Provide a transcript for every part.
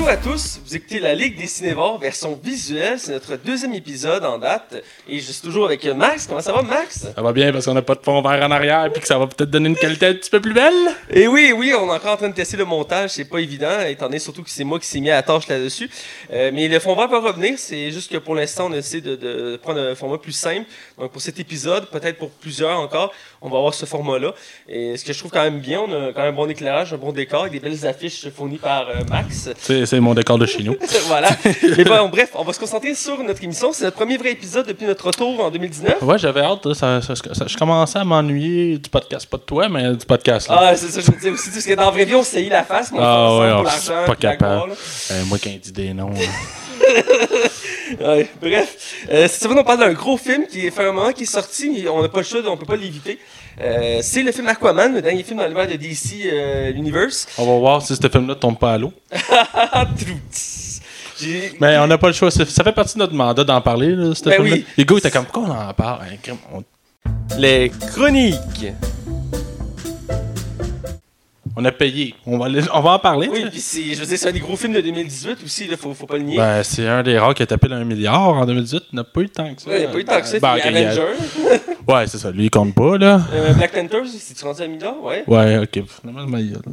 Bonjour à tous, vous écoutez la Ligue des Cinévores version visuelle, c'est notre deuxième épisode en date et je suis toujours avec Max. Comment ça va, Max? Ça va bien parce qu'on n'a pas de fond vert en arrière puis que ça va peut-être donner une qualité un petit peu plus belle. Et oui, on est encore en train de tester le montage, c'est pas évident étant donné surtout que c'est moi qui s'est mis à la tâche là-dessus. Mais le fond vert va revenir, c'est juste que pour l'instant on essaie de prendre un format plus simple. Donc pour cet épisode, peut-être pour plusieurs encore, on va avoir ce format-là. Et ce que je trouve quand même bien, on a quand même un bon éclairage, un bon décor avec des belles affiches fournies par Max. C'est mon décor de chez nous. Voilà. Mais bon, bref, on va se concentrer sur notre émission. C'est notre premier vrai épisode depuis notre retour en 2019. Ouais, j'avais hâte. Je commençais à m'ennuyer du podcast. Pas de toi, mais du podcast. Là. Ah, c'est ça, je me disais aussi. Parce que dans la vraie vie, on s'est eu la face. Mais ah ouais, pour l'argent, pas capable. Moi qui ai dit des noms. Ouais, bref, cette semaine, on parle d'un gros film qui fait un moment qui est sorti, mais on n'a pas le choix, on peut pas l'éviter. C'est le film Aquaman, le dernier film dans l'univers de DC Universe. On va voir si ce film-là tombe pas à l'eau. Mais on n'a pas le choix. Ça fait partie de notre mandat d'en parler, là, ce film-là. Oui. Les gars, ils étaient comme, pourquoi on en parle? Les chroniques. On a payé. On va en parler. Oui, puis je veux dire, c'est un des gros films de 2018 aussi, il faut pas le nier. Ben, c'est un des rares qui a tapé le 1 milliard en 2018. Il n'a pas eu tant que ça. Ouais, il n'a pas eu tant que ça. Ben, Avengers. Ouais, c'est ça. Lui, il compte pas, là. Black Panther, c'est-tu rendu à 1 milliard? Ouais. Ouais, ok. Finalement, ma gueule.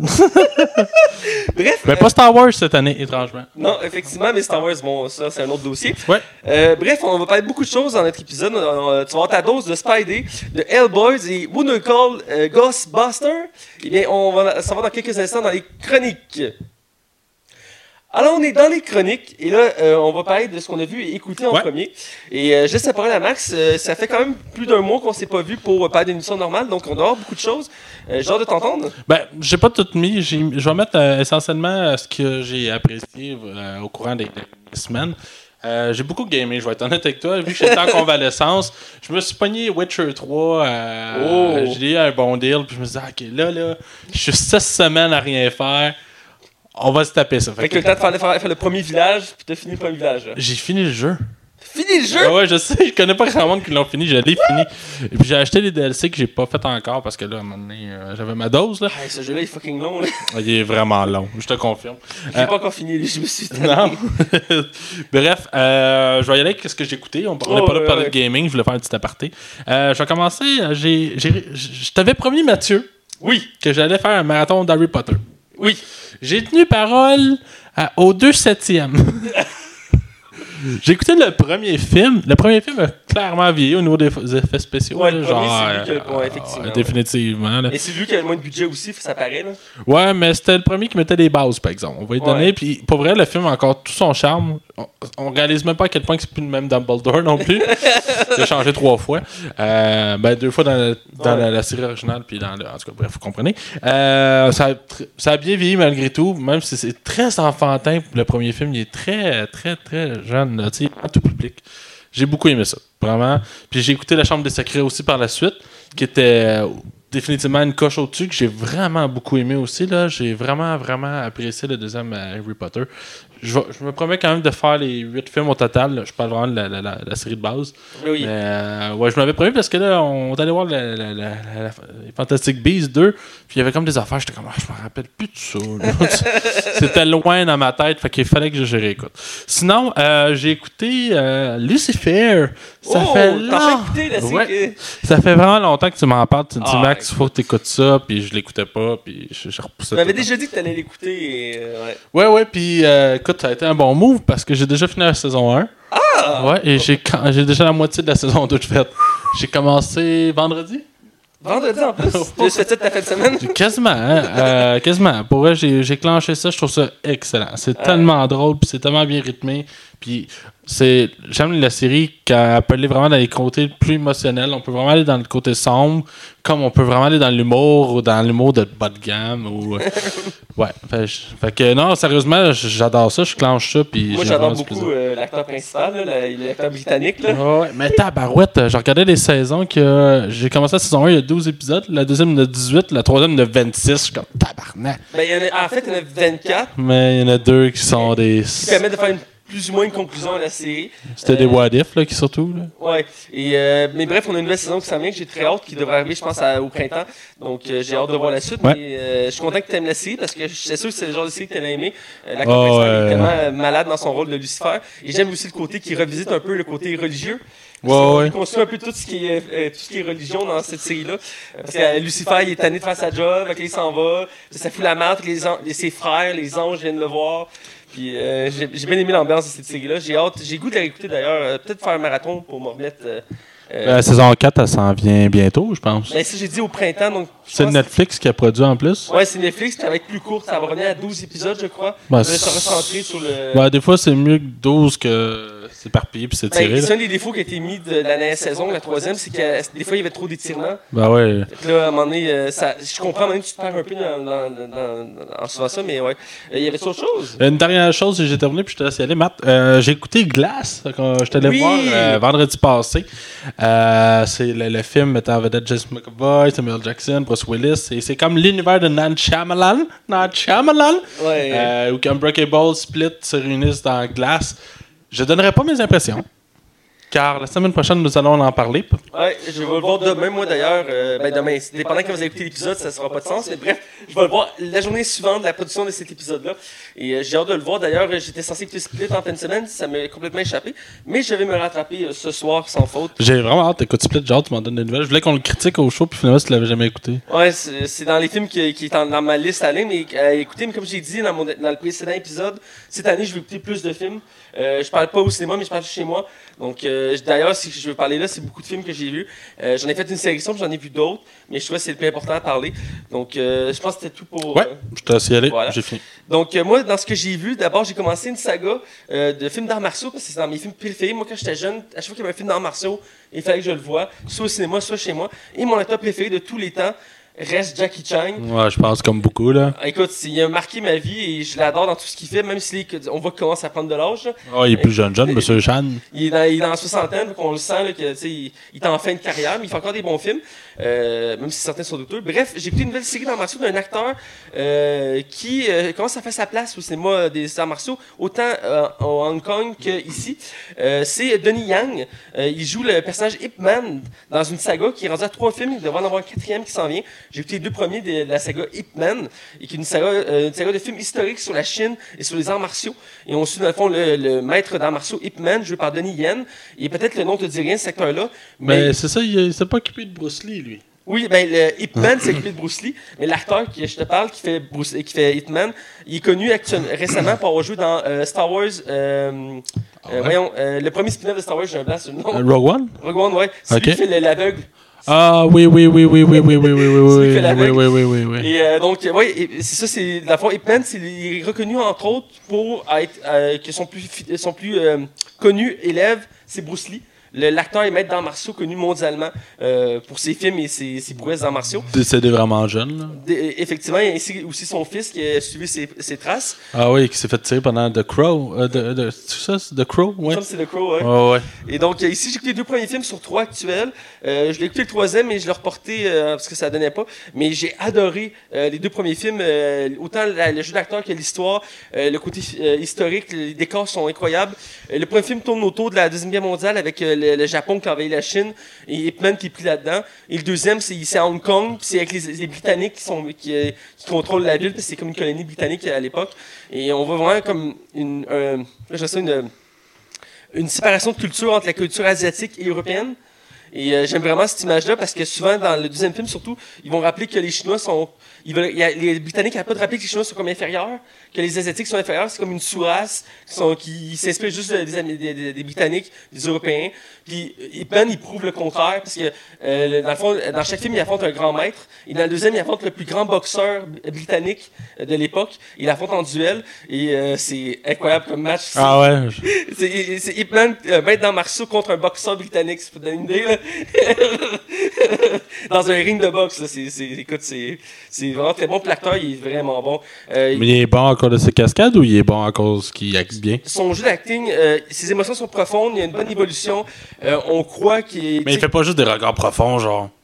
Bref. Mais pas Star Wars cette année, étrangement. Non, effectivement, mais Star Wars, bon, ça, c'est un autre dossier. Ouais. Bref, on va parler de beaucoup de choses dans notre épisode. Tu vas avoir ta dose de Spidey, de Hellboys et Wonder Call Ghostbuster. Eh bien, on va s'en va dans quelques instants dans les chroniques. Alors, on est dans les chroniques, et là, on va parler de ce qu'on a vu et écouté en premier. Et je laisse la parole à Max. Ça fait quand même plus d'un mois qu'on s'est pas vu pour parler d'une émission normale, donc on doit avoir beaucoup de choses. J'ai hâte de t'entendre. Ben, j'ai pas tout mis. Je vais mettre essentiellement ce que j'ai apprécié au courant des semaines. J'ai beaucoup gamé, je vais être honnête avec toi. Vu que j'étais en convalescence, je me suis pogné Witcher 3. J'ai eu un bon deal, puis je me suis dit, ok, là, je suis 6 semaines à rien faire. On va se taper ça. Fait que le temps de faire le premier village, puis t'as fini le premier village. Là. J'ai fini le jeu. Fini le jeu? Ouais, je sais, je connais pas grand monde qui l'ont fini, je l'ai fini. Et puis j'ai acheté les DLC que j'ai pas fait encore parce que là, à un moment donné, j'avais ma dose. Là. Hey, ce jeu-là est fucking long. Là. Il est vraiment long, je te confirme. J'ai pas encore fini, je me suis tanné. Non. Bref, je vais y aller avec ce que j'ai écouté. On n'est pas là pour parler de gaming, je voulais faire un petit aparté. Je vais commencer. Je t'avais promis, Mathieu, que j'allais faire un marathon d'Harry Potter. Oui. J'ai tenu parole aux 2/7. J'ai écouté le premier film. Le premier film a clairement vieilli au niveau des effets spéciaux. Ouais, là, le premier, c'est lui qui a le point, effectivement. Définitivement. Là. Et c'est lui qui a le moins de budget aussi, ça paraît. Là. Ouais, mais c'était le premier qui mettait des bases, par exemple. On va lui donner. Puis pour vrai, le film a encore tout son charme. On réalise même pas à quel point que c'est plus le même Dumbledore non plus. Il a changé 3 fois. 2 fois dans la série originale, puis dans le. En tout cas, bref, vous comprenez. Ça a bien vieilli malgré tout, même si c'est très enfantin. Le premier film, il est très, très, très jeune, là, à tout public. J'ai beaucoup aimé ça, vraiment. Puis j'ai écouté La Chambre des Secrets aussi par la suite, qui était définitivement une coche au-dessus, que j'ai vraiment beaucoup aimé aussi. Là. J'ai vraiment, vraiment apprécié le deuxième Harry Potter. Je me promets quand même de faire les 8 films au total. Là. Je parle vraiment de la série de base. Oui. Je m'avais promis parce que là, on est allé voir les Fantastic Beasts 2. Puis il y avait comme des affaires. J'étais comme, je me rappelle plus de ça. C'était loin dans ma tête. Fait qu'il fallait que je réécoute. Sinon, j'ai écouté Lucifer. Ça fait vraiment longtemps que tu m'en parles. Tu me dis, Max, il faut que tu écoutes ça. Puis je l'écoutais pas. Puis je repoussais. Tu m'avais déjà dit que tu allais l'écouter. Ouais. Puis écoute, ça a été un bon move parce que j'ai déjà fini la saison 1. Ah! Ouais, et j'ai déjà la moitié de la saison 2 de fait. J'ai commencé vendredi. Vendredi en plus? Tu as fait ta fin de semaine? Quasiment. Pour vrai, j'ai clenché ça, je trouve ça excellent. C'est tellement drôle, puis c'est tellement bien rythmé. Puis j'aime la série qu'elle peut aller vraiment dans les côtés plus émotionnels. On peut vraiment aller dans le côté sombre, comme on peut vraiment aller dans l'humour ou dans l'humour de bas de gamme. Ouais. Fait que non, sérieusement, j'adore ça. Je clenche ça. Puis moi, j'adore beaucoup l'acteur principal, l'acteur britannique. Là. Ouais, mais tabarouette, j'ai regardé les saisons que j'ai commencé la saison 1, il y a 12 épisodes. La deuxième, il y en a 18. La troisième, il y en a 26. Je suis comme tabarnak. En fait, il y en a 24. Mais il y en a 2 qui sont des. Qui permettent de faire une plus ou moins une conclusion à la série. C'était des what if, là, qui surtout. Là. Ouais. Et, mais bref, on a une nouvelle saison qui s'en vient, que j'ai très hâte, qui devrait arriver, je pense, au printemps. Donc, j'ai hâte de voir la suite. Ouais. Mais je suis content que tu aimes la série, parce que je suis sûr que c'est le genre de série que tu allais aimer. L'acteur principal est tellement malade dans son rôle de Lucifer. Et j'aime aussi le côté qui revisite un peu le côté religieux. Il construit un peu tout ce qui est religion dans cette série-là. Parce que Lucifer, il est tanné de faire sa job, il s'en va. Ça fout la merde, ses frères, les anges viennent le voir. Puis j'ai bien aimé l'ambiance de cette série-là. J'ai goût de la réécouter d'ailleurs. Peut-être faire un marathon pour me remettre. La saison 4, elle s'en vient bientôt, je pense. Ben ça, j'ai dit au printemps. Donc, c'est Netflix qui a produit en plus? Ouais, c'est Netflix, ça va être plus court. Ça va revenir à 12 épisodes, je crois. Ben, ça va se recentrer sur le. Ben, des fois, c'est mieux que 12 que c'est éparpillé puis c'est tiré. C'est un des défauts qui a été mis de la dernière saison, la troisième, c'est que des fois, il y avait trop d'étirements. Ben ouais. Là, à un moment donné, je comprends maintenant que tu te perds un peu en faisant ça, mais ouais. Il y avait autre chose. Une dernière chose, j'ai terminé puis je te laisse y aller, Matt. J'ai écouté Glass, quand je t'allais voir vendredi passé. C'est le film mettant en vedette Jason McAvoy, Samuel Jackson, Bruce Willis. C'est comme l'univers de Nan Shyamalan. Ouais. Où Unbreakable, Split se réunissent dans Glass. Je donnerai pas mes impressions. Car la semaine prochaine, nous allons en parler. Ouais, je vais le voir demain, moi d'ailleurs. Demain, dépendant quand vous allez écouter l'épisode, ça sera pas de sens. Mais bref, je vais le voir la journée suivante de la production de cet épisode-là. Et j'ai hâte de le voir. D'ailleurs, j'étais censé écouter Split en fin de semaine, ça m'a complètement échappé. Mais je vais me rattraper ce soir sans faute. J'ai vraiment hâte d'écouter Split, genre tu m'en donnes des nouvelles. Je voulais qu'on le critique au show, puis finalement, tu l'avais jamais écouté. Ouais, c'est dans les films qui est dans ma liste à aller. Mais écoutez, comme j'ai dit dans le précédent épisode, cette année, je vais écouter plus de films. Je parle pas au cinéma, mais je parle chez moi. Donc, d'ailleurs, si je veux parler là, c'est beaucoup de films que j'ai vus. J'en ai fait une sélection, puis j'en ai vu d'autres, mais je trouve que c'est le plus important à parler. Donc, je pense que c'était tout pour... Ouais, je te laisse y aller, voilà. J'ai fini. Donc, moi, dans ce que j'ai vu, d'abord, j'ai commencé une saga de films d'arts martiaux, parce que c'est dans mes films préférés. Moi, quand j'étais jeune, à chaque fois qu'il y avait un film d'arts martiaux, il fallait que je le voie, soit au cinéma, soit chez moi. Et mon acteur préféré de tous les temps reste Jackie Chan. Ouais, je pense comme beaucoup, là. Écoute, il a marqué ma vie et je l'adore dans tout ce qu'il fait, même si on voit qu'il commence à prendre de l'âge. Oh, il est plus jeune, Monsieur Chan. Il est dans la soixantaine, donc on le sent là, que, il est en fin de carrière, mais il fait encore des bons films, même si certains sont douteux. Bref, j'ai écouté une nouvelle série d'arts martiaux d'un acteur qui commence à faire sa place au cinéma des arts martiaux, autant à Hong Kong qu'ici. C'est Donnie Yang. Il joue le personnage Ip Man dans une saga qui est rendue à 3 films. Il devrait en avoir un 4e qui s'en vient. J'ai écouté les 2 premiers de la saga Ip Man, et qui est une saga de films historiques sur la Chine et sur les arts martiaux. Et on suit dans le fond le maître d'arts martiaux Ip Man, joué par Donnie Yen. Et peut-être le nom te dit rien, cet acteur-là. Mais c'est ça, il s'est pas occupé de Bruce Lee, lui. Oui, ben le Ip Man s'est occupé de Bruce Lee, mais l'acteur qui je te parle, qui fait Ip Man, il est connu récemment pour avoir joué dans Star Wars. Voyons, le premier spin-off de Star Wars, j'ai un blanc sur le nom. Rogue One? Rogue One, ouais. C'est lui qui fait l'aveugle. Ah oui. Oui. Et donc, ouais, c'est ça, c'est la fois Ip Man, il est reconnu entre autres pour être que son plus connu élève, c'est Bruce Lee. L'acteur et maître d'arts martiaux connu mondialement pour ses films et ses prouesses d'arts martiaux. Décédé vraiment jeune, là. Effectivement, il y a aussi son fils qui a suivi ses traces. Ah oui, qui s'est fait tirer pendant The Crow. C'est ça, c'est The Crow? Ouais. C'est The Crow, ouais. Ouais. Et donc, ici, j'ai écouté les 2 premiers films sur 3 actuels. Je l'ai écouté le 3e et je l'ai reporté parce que ça donnait pas. Mais j'ai adoré les 2 premiers films. Autant le jeu d'acteur que l'histoire, le côté historique, les décors sont incroyables. Le premier film tourne autour de la Deuxième Guerre mondiale avec le Japon qui a envahi la Chine et Ip Man qui est pris là-dedans. Et le deuxième, c'est à Hong Kong, puis c'est avec les Britanniques qui contrôlent la ville, parce que c'est comme une colonie britannique à l'époque. Et on voit vraiment comme une séparation de culture entre la culture asiatique et européenne. Et j'aime vraiment cette image-là parce que souvent, dans le deuxième film surtout, ils vont rappeler que les Chinois sont... les Britanniques n'arrêtent pas de rappeler que les Chinois sont comme inférieurs, que les Asiatiques sont inférieurs, c'est comme une sous-race qui s'inspire juste des Britanniques, des Européens. Puis Ip Man, il prouve le contraire parce que, dans le fond, dans chaque film, il affronte un grand maître. Et dans le deuxième, il affronte le plus grand boxeur britannique de l'époque. Il affronte en duel. Et c'est incroyable comme match. Ah ouais? C'est Ip Man, maître dans martiaux contre un boxeur britannique, si vous donner une idée, là. Dans un ring de boxe, là, écoute, c'est vraiment très bon. Puis l'acteur, il est vraiment bon. Mais il est bon à cause de ses cascades ou il est bon à cause qu'il acte bien? Son jeu d'acting, ses émotions sont profondes, il y a une bonne évolution. On croit qu'il est... Mais il fait pas juste des regards profonds, genre.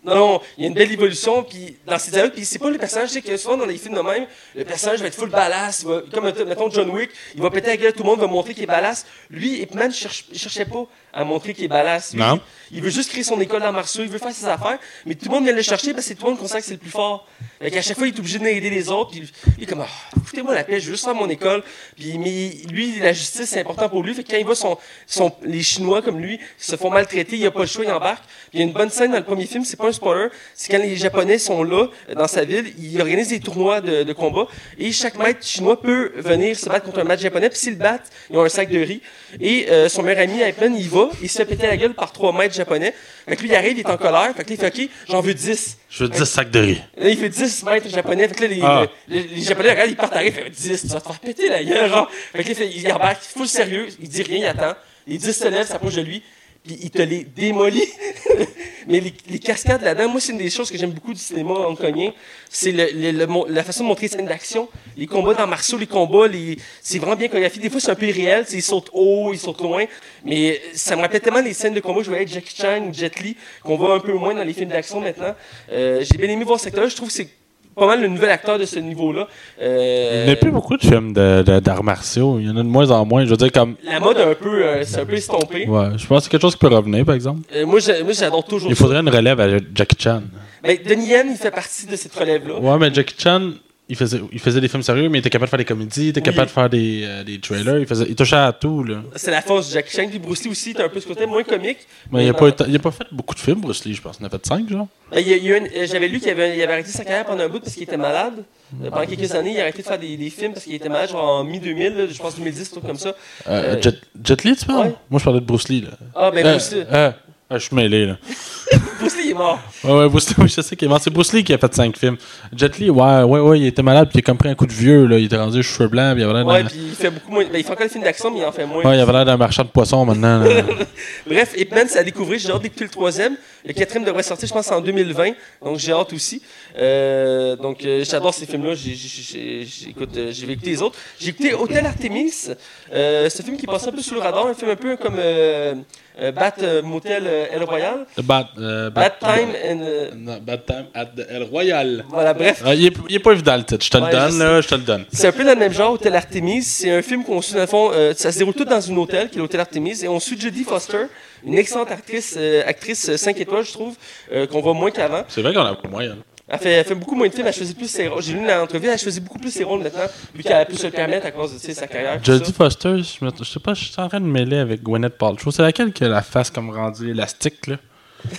Non, il y a une belle évolution, puis dans ces dialogues, puis c'est pas le personnage, je sais que souvent dans les films de même, le personnage va être full badass, comme mettons John Wick, il va péter la gueule, tout le monde va montrer qu'il est badass. Lui, Ip Man, il cherchait pas à montrer qu'il est badass. Lui, Non. il veut juste créer son école d'arts martiaux, il veut faire ses affaires, mais tout le monde vient le chercher parce que tout le monde considère que c'est le plus fort. Fait qu'à chaque fois, il est obligé d'aider les autres, puis il est comme, foutez-moi la paix, je veux juste faire mon école. Puis, mais lui, la justice, c'est important pour lui, fait que quand il voit les Chinois comme lui se font maltraiter, il a pas le choix, il embarque. Puis il y a une bonne scène dans le premier film, c'est pas un spoiler, c'est quand les Japonais sont là, dans sa ville, ils organisent des tournois de combat, et chaque maître chinois peut venir se battre contre un maître japonais, puis s'ils le battent, ils ont un sac de riz. Et son meilleur ami, Ip Man, il va, il se fait péter la gueule par 3 maîtres japonais. Fait que lui, il arrive, il est en colère, fait que là, il fait OK, j'en veux 10. Je veux 10 sacs de riz. Là, il fait 10 mètres japonais. Fait que là, les Japonais regardent, ils partent à rire, il fait 10, tu vas te faire péter la gueule, genre. Fait que là, il embarque, full sérieux, il dit rien, il attend. Les 10 se lèvent, s'approchent de lui, puis il te les démolit. Mais les cascades là-dedans, moi, c'est une des choses que j'aime beaucoup du cinéma hongkonien. C'est la façon de montrer les scènes d'action. Les combats dans martiaux, c'est vraiment bien chorégraphié. Des fois, c'est un peu irréel, ils sautent haut, ils sautent loin. Mais ça me rappelle tellement les scènes de combat que je voyais avec Jackie Chan ou Jet Li, qu'on voit un peu moins dans les films d'action maintenant. J'ai bien aimé voir ce secteur-là. Je trouve que c'est pas mal le nouvel acteur de ce niveau-là. Il n'y a plus beaucoup de films d'arts martiaux. Il y en a de moins en moins. Je veux dire, comme. La mode c'est un peu estompé. Ouais, je pense que c'est quelque chose qui peut revenir, par exemple. Moi, j'adore toujours Il faudrait une relève à Jackie Chan. Ben, Donnie Yen, il fait partie de cette relève-là. Ouais, mais Jackie Chan, il faisait des films sérieux, mais il était capable de faire des comédies, il était capable de faire des trailers, il touchait à tout, là. C'est la force de Jackie Chan. Puis Bruce Lee aussi, t'as un peu ce côté moins comique. Mais il a pas fait beaucoup de films, Bruce Lee, je pense. Il en a fait 5, genre. Ben, j'avais lu qu'il avait arrêté sa carrière pendant un bout parce qu'il était malade. Pendant quelques années, il a arrêté de faire des films parce qu'il était malade, genre en mi-2000, je pense 2010, tout comme ça. Jet Li, tu parles? Ouais. Moi, je parlais de Bruce Lee, là. Ah, ben Bruce Lee. Je suis mêlé, là. Bruce Lee est mort. Ouais, Bruce Lee, oui, je sais qu'il est mort. C'est Bruce Lee qui a fait 5 films. Jet Li, ouais, il était malade, puis il a comme pris un coup de vieux, là. Il était rendu les cheveux blancs, puis il avait l'air puis il fait beaucoup moins. Ben, il fait encore des films d'action, mais il en fait moins. Ouais, il avait l'air d'un marchand de poissons maintenant, là. Bref, Ip Man, c'est à découvrir. J'ai hâte d'écouter le 3e. Le 4e devrait sortir, je pense, en 2020. Donc, j'ai hâte aussi. J'adore ces films-là. J'ai écouté les autres. J'ai écouté Hôtel Artemis. Ce film qui passe un peu sous le radar. Un film un peu comme Bat Motel El Royal. Bad Time at the El Royal. Voilà, bref. Il est pas évident le titre. Je te le donne. C'est un peu dans le même genre, Hôtel Artemis. C'est un film qu'on suit, dans le fond, ça se déroule tout dans un hôtel, qui est l'Hôtel Artemis. Et on suit Jodie Foster, une excellente actrice 5 étoiles, je trouve, qu'on voit moins qu'avant. C'est vrai qu'on a beaucoup moins, hein. Elle fait beaucoup moins de films, elle choisit plus ses rôles. J'ai lu dans l'entrevue, elle choisit beaucoup plus ses rôles maintenant, vu qu'elle a pu se le permettre à cause de sa carrière. Jodie Foster, je sais pas, je suis en train de mêler avec Gwyneth Paltrow. C'est laquelle qui a la face comme rendue élastique, là?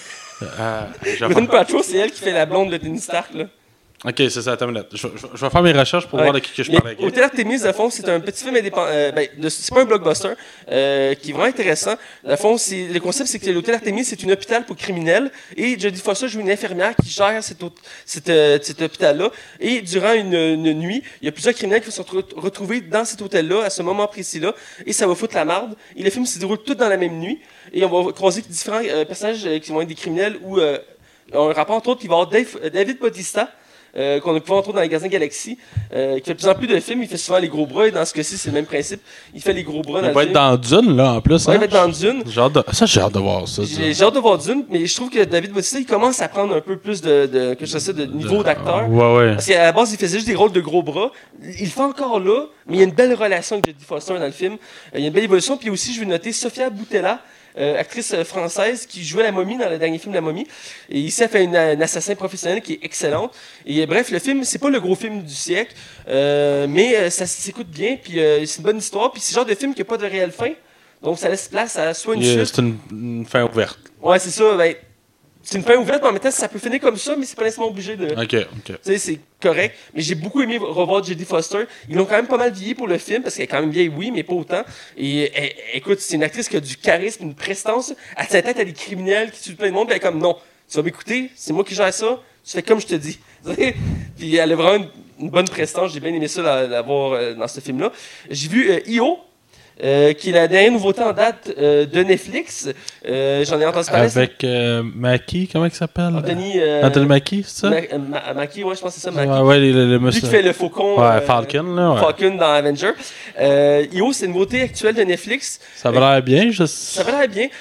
Gwyneth Paltrow, c'est elle qui fait la blonde de Tony Stark, là. Ok, c'est ça, attends une minute. Je vais faire mes recherches pour voir de qui que je parle avec. Hôtel Artemis, à fond, c'est un petit film indépendant. C'est pas un blockbuster, qui est vraiment intéressant. À fond, le concept, c'est que l'Hôtel Artemis, c'est un hôpital pour criminels. Et Jodie Foster joue une infirmière qui gère cet hôpital-là. Et durant une nuit, il y a plusieurs criminels qui vont se retrouver dans cet hôtel-là, à ce moment précis-là. Et ça va foutre la marde. Et le film se déroule tout dans la même nuit. Et on va croiser différents personnages qui vont être des criminels ou un rapport, entre autres, qui va avoir David Bautista. Qu'on a pu voir entre autres dans les Gardiens de la Galaxie, qui fait de plus en plus de films, il fait souvent les gros bras, et dans ce cas-ci, c'est le même principe. Il fait les gros bras dans le film. Il va être dans Dune, là, en plus. Ouais, il va être dans Dune. J'ai hâte de voir ça. J'ai hâte de voir Dune, mais je trouve que David Bautista, il commence à prendre un peu plus de niveau d'acteur. Ouais. Parce qu'à la base, il faisait juste des rôles de gros bras. Il le fait encore là, mais il y a une belle relation avec Jodie Foster dans le film. Il y a une belle évolution. Puis aussi, je veux noter Sofia Boutella, actrice française qui jouait la momie dans le dernier film La Momie. Et ici, elle fait une assassin professionnelle qui est excellente. Et bref, le film, c'est pas le gros film du siècle, mais ça s'écoute bien, puis c'est une bonne histoire. Puis c'est le genre de film qui n'a pas de réelle fin. Donc ça laisse place à soit une chute. C'est une fin ouverte. Ouais, c'est ça. C'est une fin ouverte, mais en même temps, ça peut finir comme ça, mais c'est pas nécessairement obligé de. Ok. Tu sais, c'est correct. Mais j'ai beaucoup aimé revoir Jodie Foster. Ils l'ont quand même pas mal vieilli pour le film, parce qu'elle est quand même vieille, oui, mais pas autant. Et écoute, c'est une actrice qui a du charisme, une prestance. À sa tête, elle a des criminels qui tuent plein de monde, puis elle est comme non, tu vas m'écouter, c'est moi qui gère ça, tu fais comme je te dis. Puis elle a vraiment une bonne prestance, j'ai bien aimé ça la voir dans ce film-là. J'ai vu I.O. qui est la dernière nouveauté en date de Netflix. J'en ai entendu parler. Avec Mackie, comment il s'appelle? Anthony Mackie, c'est ça? Mackie, ouais, je pense que c'est ça, Mackie. Ouais, le Lui monsieur. qui fait le faucon. Falcon, là. Ouais. Falcon dans Avenger. Io, c'est une nouveauté actuelle de Netflix. Ça va l'air bien, Ça va l'air bien.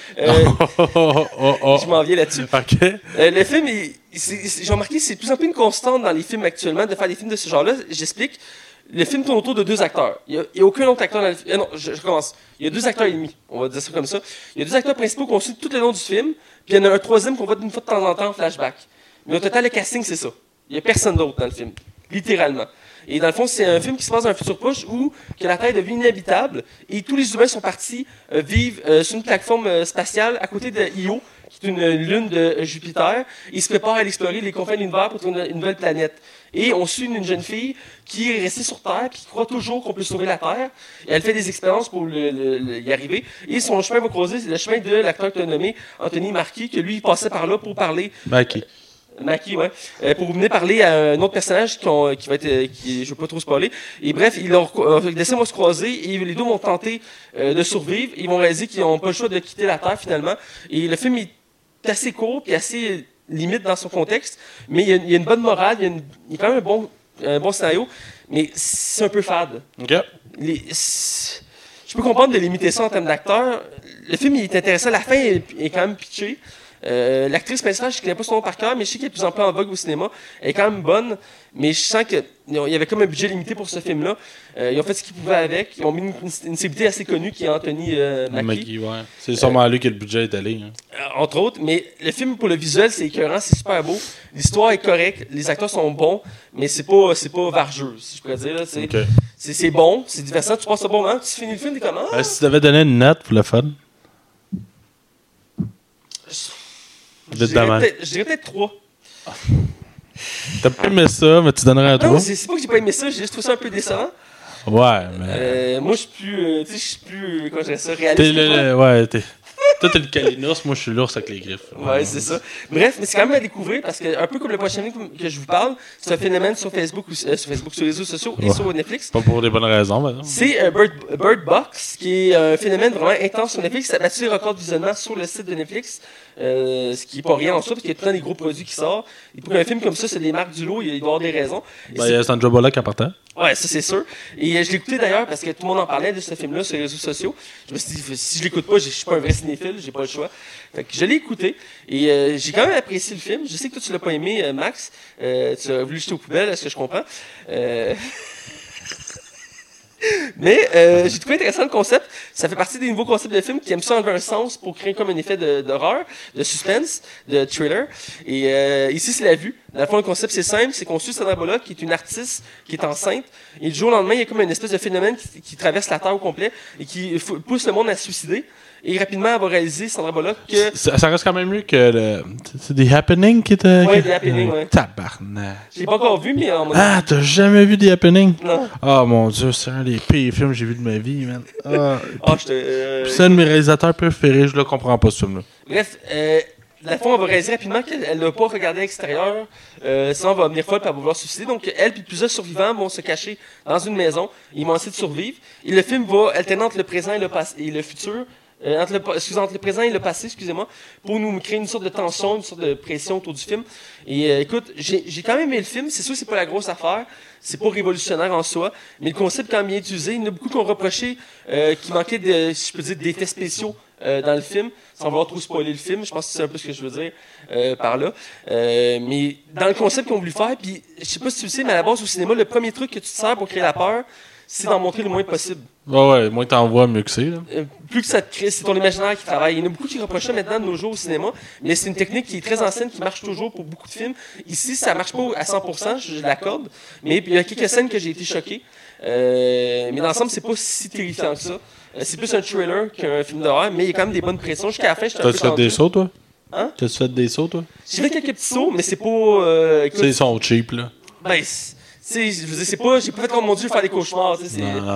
Je m'en viens là-dessus. OK. Le film, j'ai remarqué que c'est de plus en plus une constante dans les films actuellement de faire des films de ce genre-là. J'explique. Le film tourne autour de 2 acteurs. Il n'y a aucun autre acteur dans le film. Non, je recommence. Il y a 2 acteurs et demi. On va dire ça comme ça. Il y a 2 acteurs principaux qu'on suit tout le long du film. Puis il y en a un troisième qu'on voit une fois de temps en temps en flashback. Mais au total, le casting, c'est ça. Il n'y a personne d'autre dans le film. Littéralement. Et dans le fond, c'est un film qui se passe dans un futur proche où que la Terre devient inhabitable et tous les humains sont partis vivre sur une plateforme spatiale à côté de Io, qui est une lune de Jupiter. Ils se préparent à explorer les confins de l'univers pour trouver une nouvelle planète. Et on suit une jeune fille qui est restée sur Terre et qui croit toujours qu'on peut sauver la Terre. Et elle fait des expériences pour y arriver. Et son chemin va croiser, c'est le chemin de l'acteur que tu as nommé, Anthony Mackie, que lui, il passait par là pour parler. Mackie, ouais. Pour venir parler à un autre personnage qui va être, je veux pas trop spoiler. Et bref, ils vont se croiser et les deux vont tenter de survivre. Ils vont réaliser qu'ils n'ont pas le choix de quitter la Terre finalement. Et le film est assez court et assez limite dans son contexte, mais il y a une bonne morale, il y a quand même un bon scénario, mais c'est un peu fade. Okay. Je peux comprendre de limiter ça en termes d'acteurs. Le film il est intéressant, la fin est quand même pitchée. L'actrice principale, je ne connais pas son nom par cœur, mais je sais qu'elle est de plus en plus en vogue au cinéma. Elle est quand même bonne, mais je sens qu'il y avait comme un budget limité pour ce film-là. Ils ont fait ce qu'ils pouvaient avec. Ils ont mis une célébrité assez connue qui est Anthony Mackie. Ouais. C'est sûrement à lui que le budget est allé. Hein. Entre autres, mais le film pour le visuel, c'est écœurant, c'est super beau. L'histoire est correcte, les acteurs sont bons, mais c'est pas vargeux, si je pourrais dire. Là. C'est bon, c'est divertissant, tu passes un bon moment, tu finis le film, t'es comme si tu devais donner une note pour le fun. Je dirais peut-être 3. T'as pas aimé ça, mais tu donnerais un 3? Non, c'est pas que j'ai pas aimé ça, j'ai juste trouvé ça un peu décevant. Ouais, mais... moi, je suis plus, comment je dirais ça, réaliste. Toi, t'es le Kalinos, moi, je suis l'ours avec les griffes. Ouais, c'est ça. Bref, mais c'est quand même à découvrir parce que, un peu comme le prochain film que je vous parle, c'est un phénomène sur Facebook, sur les réseaux sociaux et sur Netflix. Pas pour des bonnes raisons, maintenant. C'est Bird Box, qui est un phénomène vraiment intense sur Netflix. Ça a battu les records de visionnement sur le site de Netflix, ce qui n'est pas rien en soi, parce qu'il y a plein des gros produits qui sortent. Et pour qu'un film comme ça se démarque du lot, il doit y avoir des raisons. Il y a Sandra Bullock en partant. Ouais, ça c'est sûr. Et je l'ai écouté d'ailleurs parce que tout le monde en parlait de ce film-là sur les réseaux sociaux. Je me suis dit, si je l'écoute pas, je suis pas un vrai cinéphile, j'ai pas le choix. Fait que je l'ai écouté et j'ai quand même apprécié le film. Je sais que toi tu l'as pas aimé, Max. Tu as voulu jeter aux poubelles, est-ce que je comprends? Mais j'ai trouvé intéressant le concept. Ça fait partie des nouveaux concepts de films qui aiment ça enlever un sens pour créer comme un effet d'horreur, de suspense, de thriller. Et ici, c'est la vue. Dans le fond, le concept, c'est simple. C'est qu'on suit Sandra Bullock, qui est une artiste, qui est enceinte. Et du jour au lendemain, il y a comme une espèce de phénomène qui traverse la Terre au complet et qui pousse le monde à se suicider. Et rapidement, elle va réaliser, Sandra Bullock, que... Ça reste quand même mieux que c'est The Happening qui était... Ouais, The Happening, ouais. Tabarnak. Je l'ai pas encore vu, mais... T'as jamais vu The Happening? Non. Oh mon Dieu, c'est un des pires films que j'ai vu de ma vie, man. C'est un de mes réalisateurs préférés, je le comprends pas, ce film-là. Bref, la femme, elle va réaliser rapidement qu'elle n'a pas regardé à l'extérieur, sinon elle va venir folle et elle va vouloir se suicider. Donc elle et plusieurs survivants vont se cacher dans une maison, ils vont essayer de survivre. Et le film va alterner entre le présent et le futur. Entre le présent et le passé, excusez-moi, pour nous créer une sorte de tension, une sorte de pression autour du film. Et écoute, j'ai quand même aimé le film. C'est sûr que c'est pas la grosse affaire, c'est pas révolutionnaire en soi, mais le concept quand même bien utilisé. Il y en a beaucoup qui ont reproché qu'il manquait de, si je peux dire, d'effets spéciaux dans le film, sans vouloir trop spoiler le film. Je pense que c'est un peu ce que je veux dire par là. Mais dans le concept qu'ils ont voulu faire, puis je sais pas si tu le sais, mais à la base au cinéma, le premier truc que tu te sers pour créer la peur, c'est d'en montrer le moins possible. Ouais, moins t'en vois, mieux que c'est. Plus que ça te crée, c'est ton imaginaire qui travaille. Il y en a beaucoup qui reprochent maintenant de nos jours au cinéma, mais c'est une technique qui est très ancienne, qui marche toujours pour beaucoup de films. Ici, ça marche pas à 100%, je l'accorde, mais il y a quelques scènes que j'ai été choqué. Mais dans l'ensemble, c'est pas si terrifiant que ça. C'est plus un thriller qu'un film d'horreur, mais il y a quand même des bonnes pressions. Jusqu'à la fin, j'étais un peu T'as-tu fait des sauts, toi? Hein? T'as-tu fait des sauts, toi? J'ai fait quelques petits sauts, mais c'est pas... Ils sont cheap, là. Ben, je veux dire, c'est pas... J'ai pas fait comme mon Dieu faire des cauchemars, Non.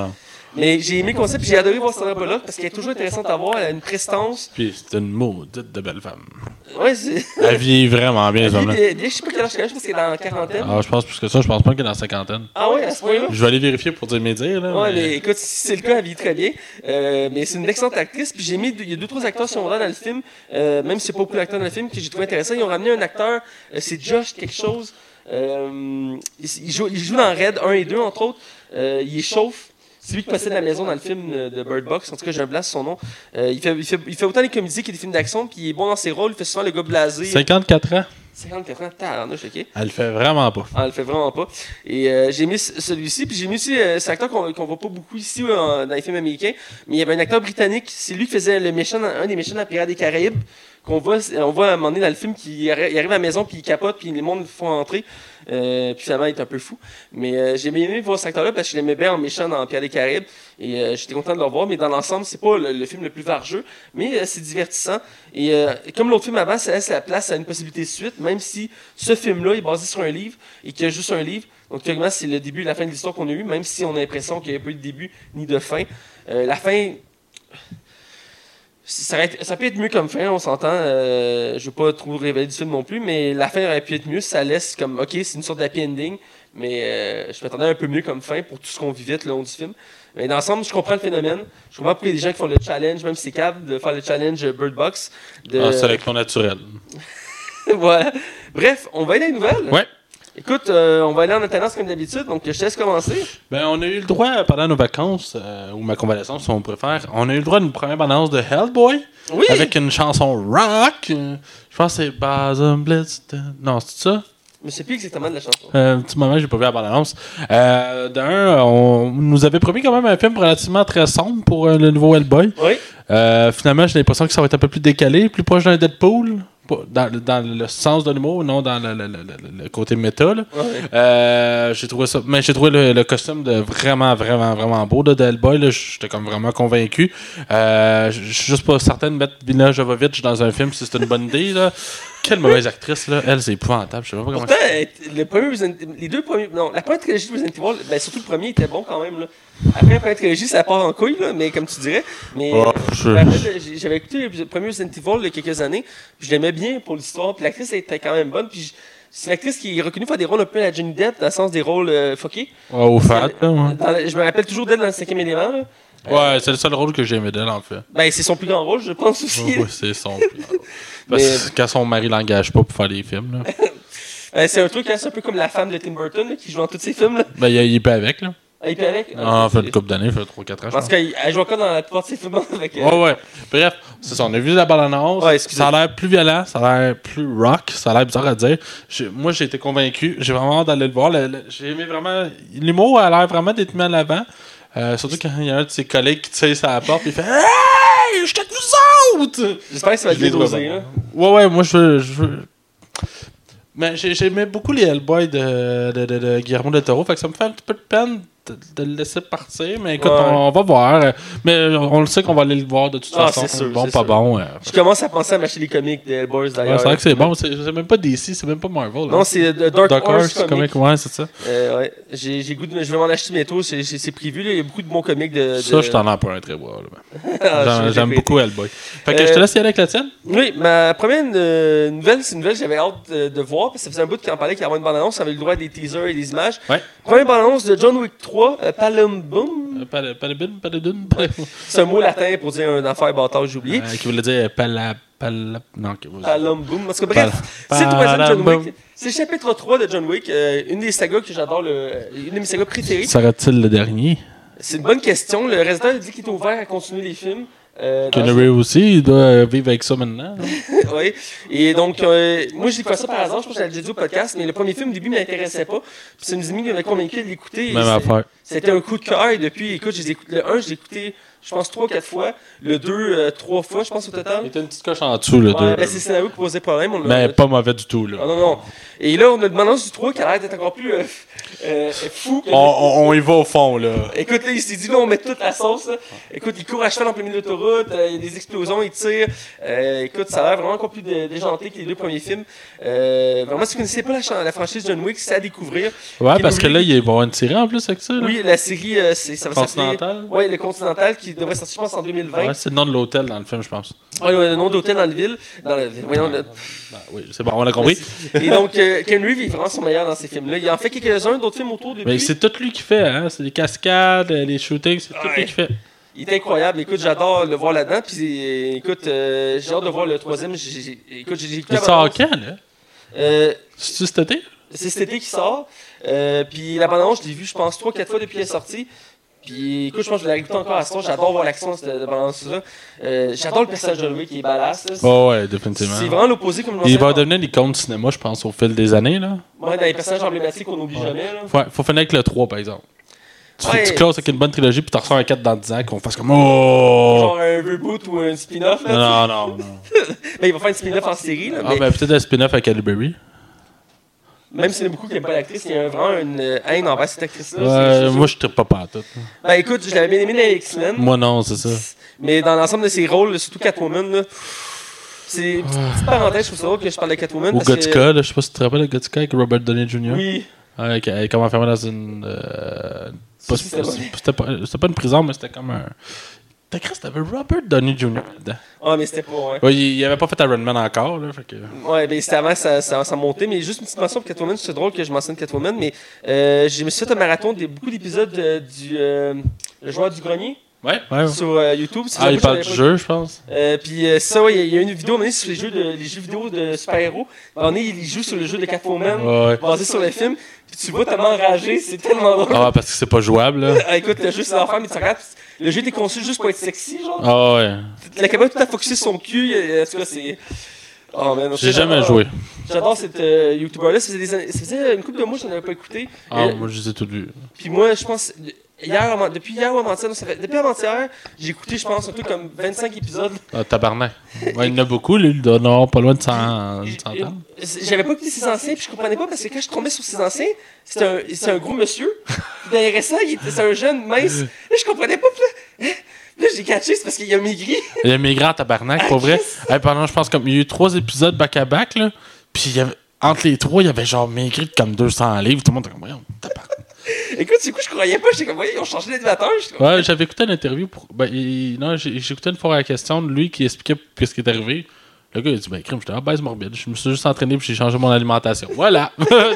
Mais j'ai aimé le concept, j'ai adoré voir Sandra Bullock parce qu'elle est toujours intéressante à voir, elle a une prestance. Puis c'est une maudite de belle femme. Ouais, c'est. Elle vit vraiment bien, Elle ce homme-là. je sais pas quel âge elle a, je pense qu'elle est dans la quarantaine. Ah, je pense plus que ça, je pense pas qu'elle est dans la cinquantaine. Ah ouais, à ce point-là? Je vais aller vérifier pour dire mes dires, là. Ouais, mais écoute, si c'est le cas, elle vit très bien. Mais c'est une excellente actrice. Puis j'ai mis, il y a 2-3 acteurs secondaires dans le film, même si c'est pas beaucoup d'acteurs dans le film, que j'ai trouvé intéressant. Ils ont ramené un acteur, c'est Josh quelque chose. Il joue dans Red 1 et 2, entre autres. Il est chauffe. C'est lui qui possède la maison dans le film de Bird Box. En tout cas, j'ai un blast son nom. Il fait autant des comédies que des films d'action, puis il est bon dans ses rôles. Il fait souvent le gars blasé. 54 ans. 54 ans, tabarnouche, ok. Elle le fait vraiment pas. Ah, elle le fait vraiment pas. Et j'ai mis celui-ci, puis j'ai mis aussi cet acteur qu'on voit pas beaucoup ici dans les films américains, mais il y avait un acteur britannique, c'est lui qui faisait un des méchants dans Pirates des Caraïbes, on voit à un moment donné dans le film qu'il arrive à la maison, puis il capote, puis les mondes le font entrer. Puis finalement, il est un peu fou. Mais j'ai bien aimé voir cet acteur-là parce que je l'aimais bien en méchant dans Pirates des Caraïbes. Et j'étais content de le revoir. Mais dans l'ensemble, c'est pas le film le plus vargeux, mais c'est divertissant. Et comme l'autre film avant, ça laisse la place à une possibilité de suite, même si ce film-là est basé sur un livre et qu'il y a juste un livre. Donc, théoriquement, c'est le début et la fin de l'histoire qu'on a eu, même si on a l'impression qu'il n'y a pas eu de début ni de fin. La fin. Ça peut être mieux comme fin, on s'entend. Je ne veux pas trop révéler du film non plus, mais la fin aurait pu être mieux. Ça laisse comme, ok, c'est une sorte d'happy ending, mais je m'attendais un peu mieux comme fin pour tout ce qu'on vivait tout le long du film. Mais dans l'ensemble, je comprends le phénomène. Je comprends pourquoi il y a des gens qui font le challenge, même si c'est capable de faire le challenge Bird Box. Sélection naturelle. Voilà. Bref, on va aller à les nouvelles. Ouais. Écoute, on va aller en alternance comme d'habitude, donc je te laisse commencer. Ben, on a eu le droit, pendant nos vacances, ou ma convalescence, si on préfère, on a eu le droit d'une première bande-annonce de Hellboy. Oui! Avec une chanson rock. Je pense que c'est Basum Blitz. Non, c'est ça? Je ne sais plus exactement de la chanson. Un petit moment, j'ai pas vu la bande-annonce. On nous avait promis quand même un film relativement très sombre pour le nouveau Hellboy. Oui. Finalement, j'ai l'impression que ça va être un peu plus décalé, plus proche d'un Deadpool. Dans le sens de l'humour, non dans le côté méta. Là. Ouais. J'ai trouvé ça. Mais j'ai trouvé le costume de vraiment, vraiment, vraiment beau de Hellboy. J'étais comme vraiment convaincu. Je suis juste pas certain de mettre Milla Jovovich dans un film si c'est une bonne idée. Là. Quelle mauvaise actrice, là. Elle, c'est épouvantable. Je sais pas comment. Pourtant, les deux premiers. Non, la première trilogie de Resident Evil, ben, surtout le premier était bon quand même. Là. Après, la première trilogie, ça part en couille, là, mais comme tu dirais. Mais j'avais écouté le premier Resident Evil il y a quelques années, puis je l'aimais bien pour l'histoire, puis l'actrice était quand même bonne, puis c'est une actrice qui est reconnue pour des rôles un peu à la Johnny Depp, dans le sens des rôles fuckés. Au fat, là, ouais. Je me rappelle toujours d'elle dans le 5e élément. Là. Ouais, c'est le seul rôle que j'ai aimé d'elle, en fait. Ben, c'est son plus grand rôle, je pense aussi. Ouais, c'est son plus grand rôle. Parce que quand son mari l'engage pas pour faire des films, là. C'est un truc, hein, c'est un peu comme la femme de Tim Burton, là, qui joue dans tous ses films. Là. Ben, il est pas avec, là. Il peut avec? Ah, fait une couple d'années, fait 3-4 ans. Parce qu'elle joue encore dans la plupart de ses films. Avec, ouais. Bref, c'est ça. On a vu la bande-annonce. Ouais, ça a l'air plus violent, ça a l'air plus rock, ça a l'air bizarre à dire. Moi, j'ai été convaincu. J'ai vraiment hâte d'aller le voir. J'ai aimé vraiment. L'humour a l'air vraiment d'être mis en avant. Surtout quand il y a un de ses collègues qui tire sa porte et il fait Hey, je suis avec vous autres! J'espère que ça va être dosé. Hein. Ouais, moi, je veux. Mais j'aimais beaucoup les Hellboy de Guillermo del Toro, fait que ça me fait un petit peu de peine de le laisser partir, mais écoute, on va voir. Mais on le sait qu'on va aller le voir de toute façon. C'est sûr, bon, c'est pas sûr. bon. Je commence à penser à m'acheter les comics de Hellboy d'ailleurs. Ouais, c'est vrai que c'est bon, c'est même pas DC, c'est même pas Marvel. Non, c'est Dark Horse Comics. Ouais, c'est ça. Ouais, j'ai goût je vais m'en acheter bientôt, c'est prévu. Là. Il y a beaucoup de bons comics de. Ça, je t'en emprunterai voir. J'aime beaucoup Hellboy. Fait que je te laisse y aller avec la tienne. Oui, ma première nouvelle, c'est une nouvelle que j'avais hâte de voir, parce que ça faisait un bout qu'il en parlait qu'il y avait une bande-annonce, ça avait le droit à des teasers et des images. Ouais. Première bande-annonce de John Wick 3, Palum. C'est un mot latin pour dire un affaire bâtard, j'ai oublié. Qui voulait dire non, Palum. Parce que bref, c'est le troisième John Wick. C'est le chapitre 3 de John Wick, une des sagas que j'adore, une de mes sagas préférées. Sera-t-il le dernier? C'est une bonne question. Le réalisateur dit qu'il est ouvert à continuer les films. Keanu Reeves aussi, il doit vivre avec ça maintenant. Oui. Et donc, moi, j'ai fait ça par hasard. Je pense que j'avais déjà dit au podcast, mais le premier film, au début, ne m'intéressait pas. Puis c'est une amie qui m'avait convaincu de l'écouter. Même affaire. C'était un coup de cœur. Et depuis, écoute, le 1, je l'ai écouté je pense 3 ou 4 fois. Le 2, 3 fois, je pense au total. Il était une petite coche en dessous, le 2. Ouais, ben, c'est le scénario qui posait problème. Mais pas mauvais du tout, là. Ah, non. Et là, on a le balance du 3 qui a l'air d'être encore plus fou. On y va au fond, là. Écoute, là, il s'est dit, là, on met toute la sauce. Là. Écoute, il court à cheval en plein milieu de l'autoroute, il y a des explosions, il tire. Écoute, ça a l'air vraiment encore plus déjanté que les 2 premiers films. Vraiment, si vous ne connaissez pas la franchise John Wick, c'est à découvrir. Ouais, parce que là, il va y avoir une série en plus avec ça, là. Oui, la série, ça va s'appeler... Continental. Oui, le Continental, qui devrait sortir, je pense, en 2020. Ouais, c'est le nom de l'hôtel dans le film, je pense. Oui, le nom d'hôtel dans la ville. Oui, c'est bon, on a compris. Et donc, Ken Reeves est vraiment son meilleur dans ces films-là. Il en fait quelques-uns d'autres films autour depuis. Mais c'est tout lui qui fait, hein. C'est les cascades, les shootings, c'est tout lui qui fait. Il est incroyable. Écoute, j'adore le voir là-dedans. Puis, écoute, j'ai hâte de voir le troisième. Écoute, j'ai écouté. Il sort quand, là? C'est-tu cet été? C'est cet été qui sort. Puis la bande-annonce, je l'ai vu, je pense, 3-4 fois depuis qu'elle est sortie. Puis écoute, je pense que je vais la réécouter encore à ce temps. J'adore voir l'action de cette bande-annonce-là. J'adore le personnage de Louis qui est badass. Oh ouais, définitivement. C'est vraiment l'opposé comme il va devenir l'icône du cinéma, je pense, au fil des années, là. Ouais, dans les personnages emblématiques qu'on n'oublie jamais. Là. Ouais, faut finir avec le 3, par exemple. Tu closes avec une bonne trilogie, puis tu reçois un 4 dans 10 ans, qu'on fasse comme oh! Genre un reboot ou un spin-off. Là, non. Ben, il va faire une spin-off en série. Là, mais peut-être un spin-off avec Halle Berry. Même s'il y en a beaucoup qui n'aiment pas l'actrice, il y a vraiment une haine envers cette actrice-là. Ouais, moi je ne pas à tout. Ben écoute, je l'avais bien aimé dans les X-Men. Moi non, c'est ça. Mais dans l'ensemble de ses rôles, surtout Catwoman, là, c'est une petite parenthèse, je trouve ça drôle que je parle de Catwoman. Ou Gotika, là, je sais pas si tu te rappelles de Gotika avec Robert Downey Jr. Oui. Elle est comme enfermée dans une. C'était pas une prison, mais c'était comme un. T'avais Robert Downey Jr. dedans. Ah, mais c'était pas. Ouais, il avait pas fait Iron Man encore, là. Fait que... Ouais, ben c'était avant ça montait, mais juste une petite mention pour Catwoman, c'est drôle que je mentionne Catwoman, mais je me suis fait un marathon de beaucoup d'épisodes du Le joueur du grenier. Ouais. Sur YouTube. Il parle du jeu, je pense. Puis ça, ouais, il y a une vidéo sur les jeux vidéo de super-héros. Il joue sur le jeu de Catwoman, basé sur le film. Puis tu vois tellement enragé, c'est tellement drôle. Ah, parce que c'est pas jouable, là. Écoute, le jeu, c'est l'enfer, mais tu regardes. Le jeu était conçu juste pour être sexy, genre. Ah, ouais. La caméra tout à focusé sur son cul. En tout cas, c'est. Oh, man, j'ai jamais joué. J'adore cette YouTuber-là. Ça faisait une couple de mois que je n'en avais pas écouté. Moi, je les ai tous vus. Puis moi, je pense. Depuis hier ou avant-hier, depuis avant-hier, j'ai écouté, je pense, un peu comme 25 épisodes. Ah, tabarnak. Ouais, il y en a beaucoup, lui, il doit en avoir pas loin de 100 J'avais pas écouté ses anciens, puis je comprenais pas parce que quand je tombais sur ses anciens, c'était un gros monsieur. Puis dans les récents, c'est un jeune mince. Là, je comprenais pas, puis là, j'ai catché, c'est parce qu'il a maigri. Il a maigri en tabarnak, pour vrai. Pendant, je pense, comme il y a eu 3 épisodes back-à-back, là. Puis entre les 3, il y avait genre maigri de comme 200 livres. Tout le monde était comme, voyons, tabarnak. Écoute, c'est quoi, je croyais pas. J'étais comme, voyez, ils ont changé d'animateur. Ouais, j'avais écouté une interview. J'ai écouté une fois la question de lui qui expliquait ce qui est arrivé. Le gars, il a dit, crime, j'étais obèse morbide. Je me suis juste entraîné puis j'ai changé mon alimentation. Voilà.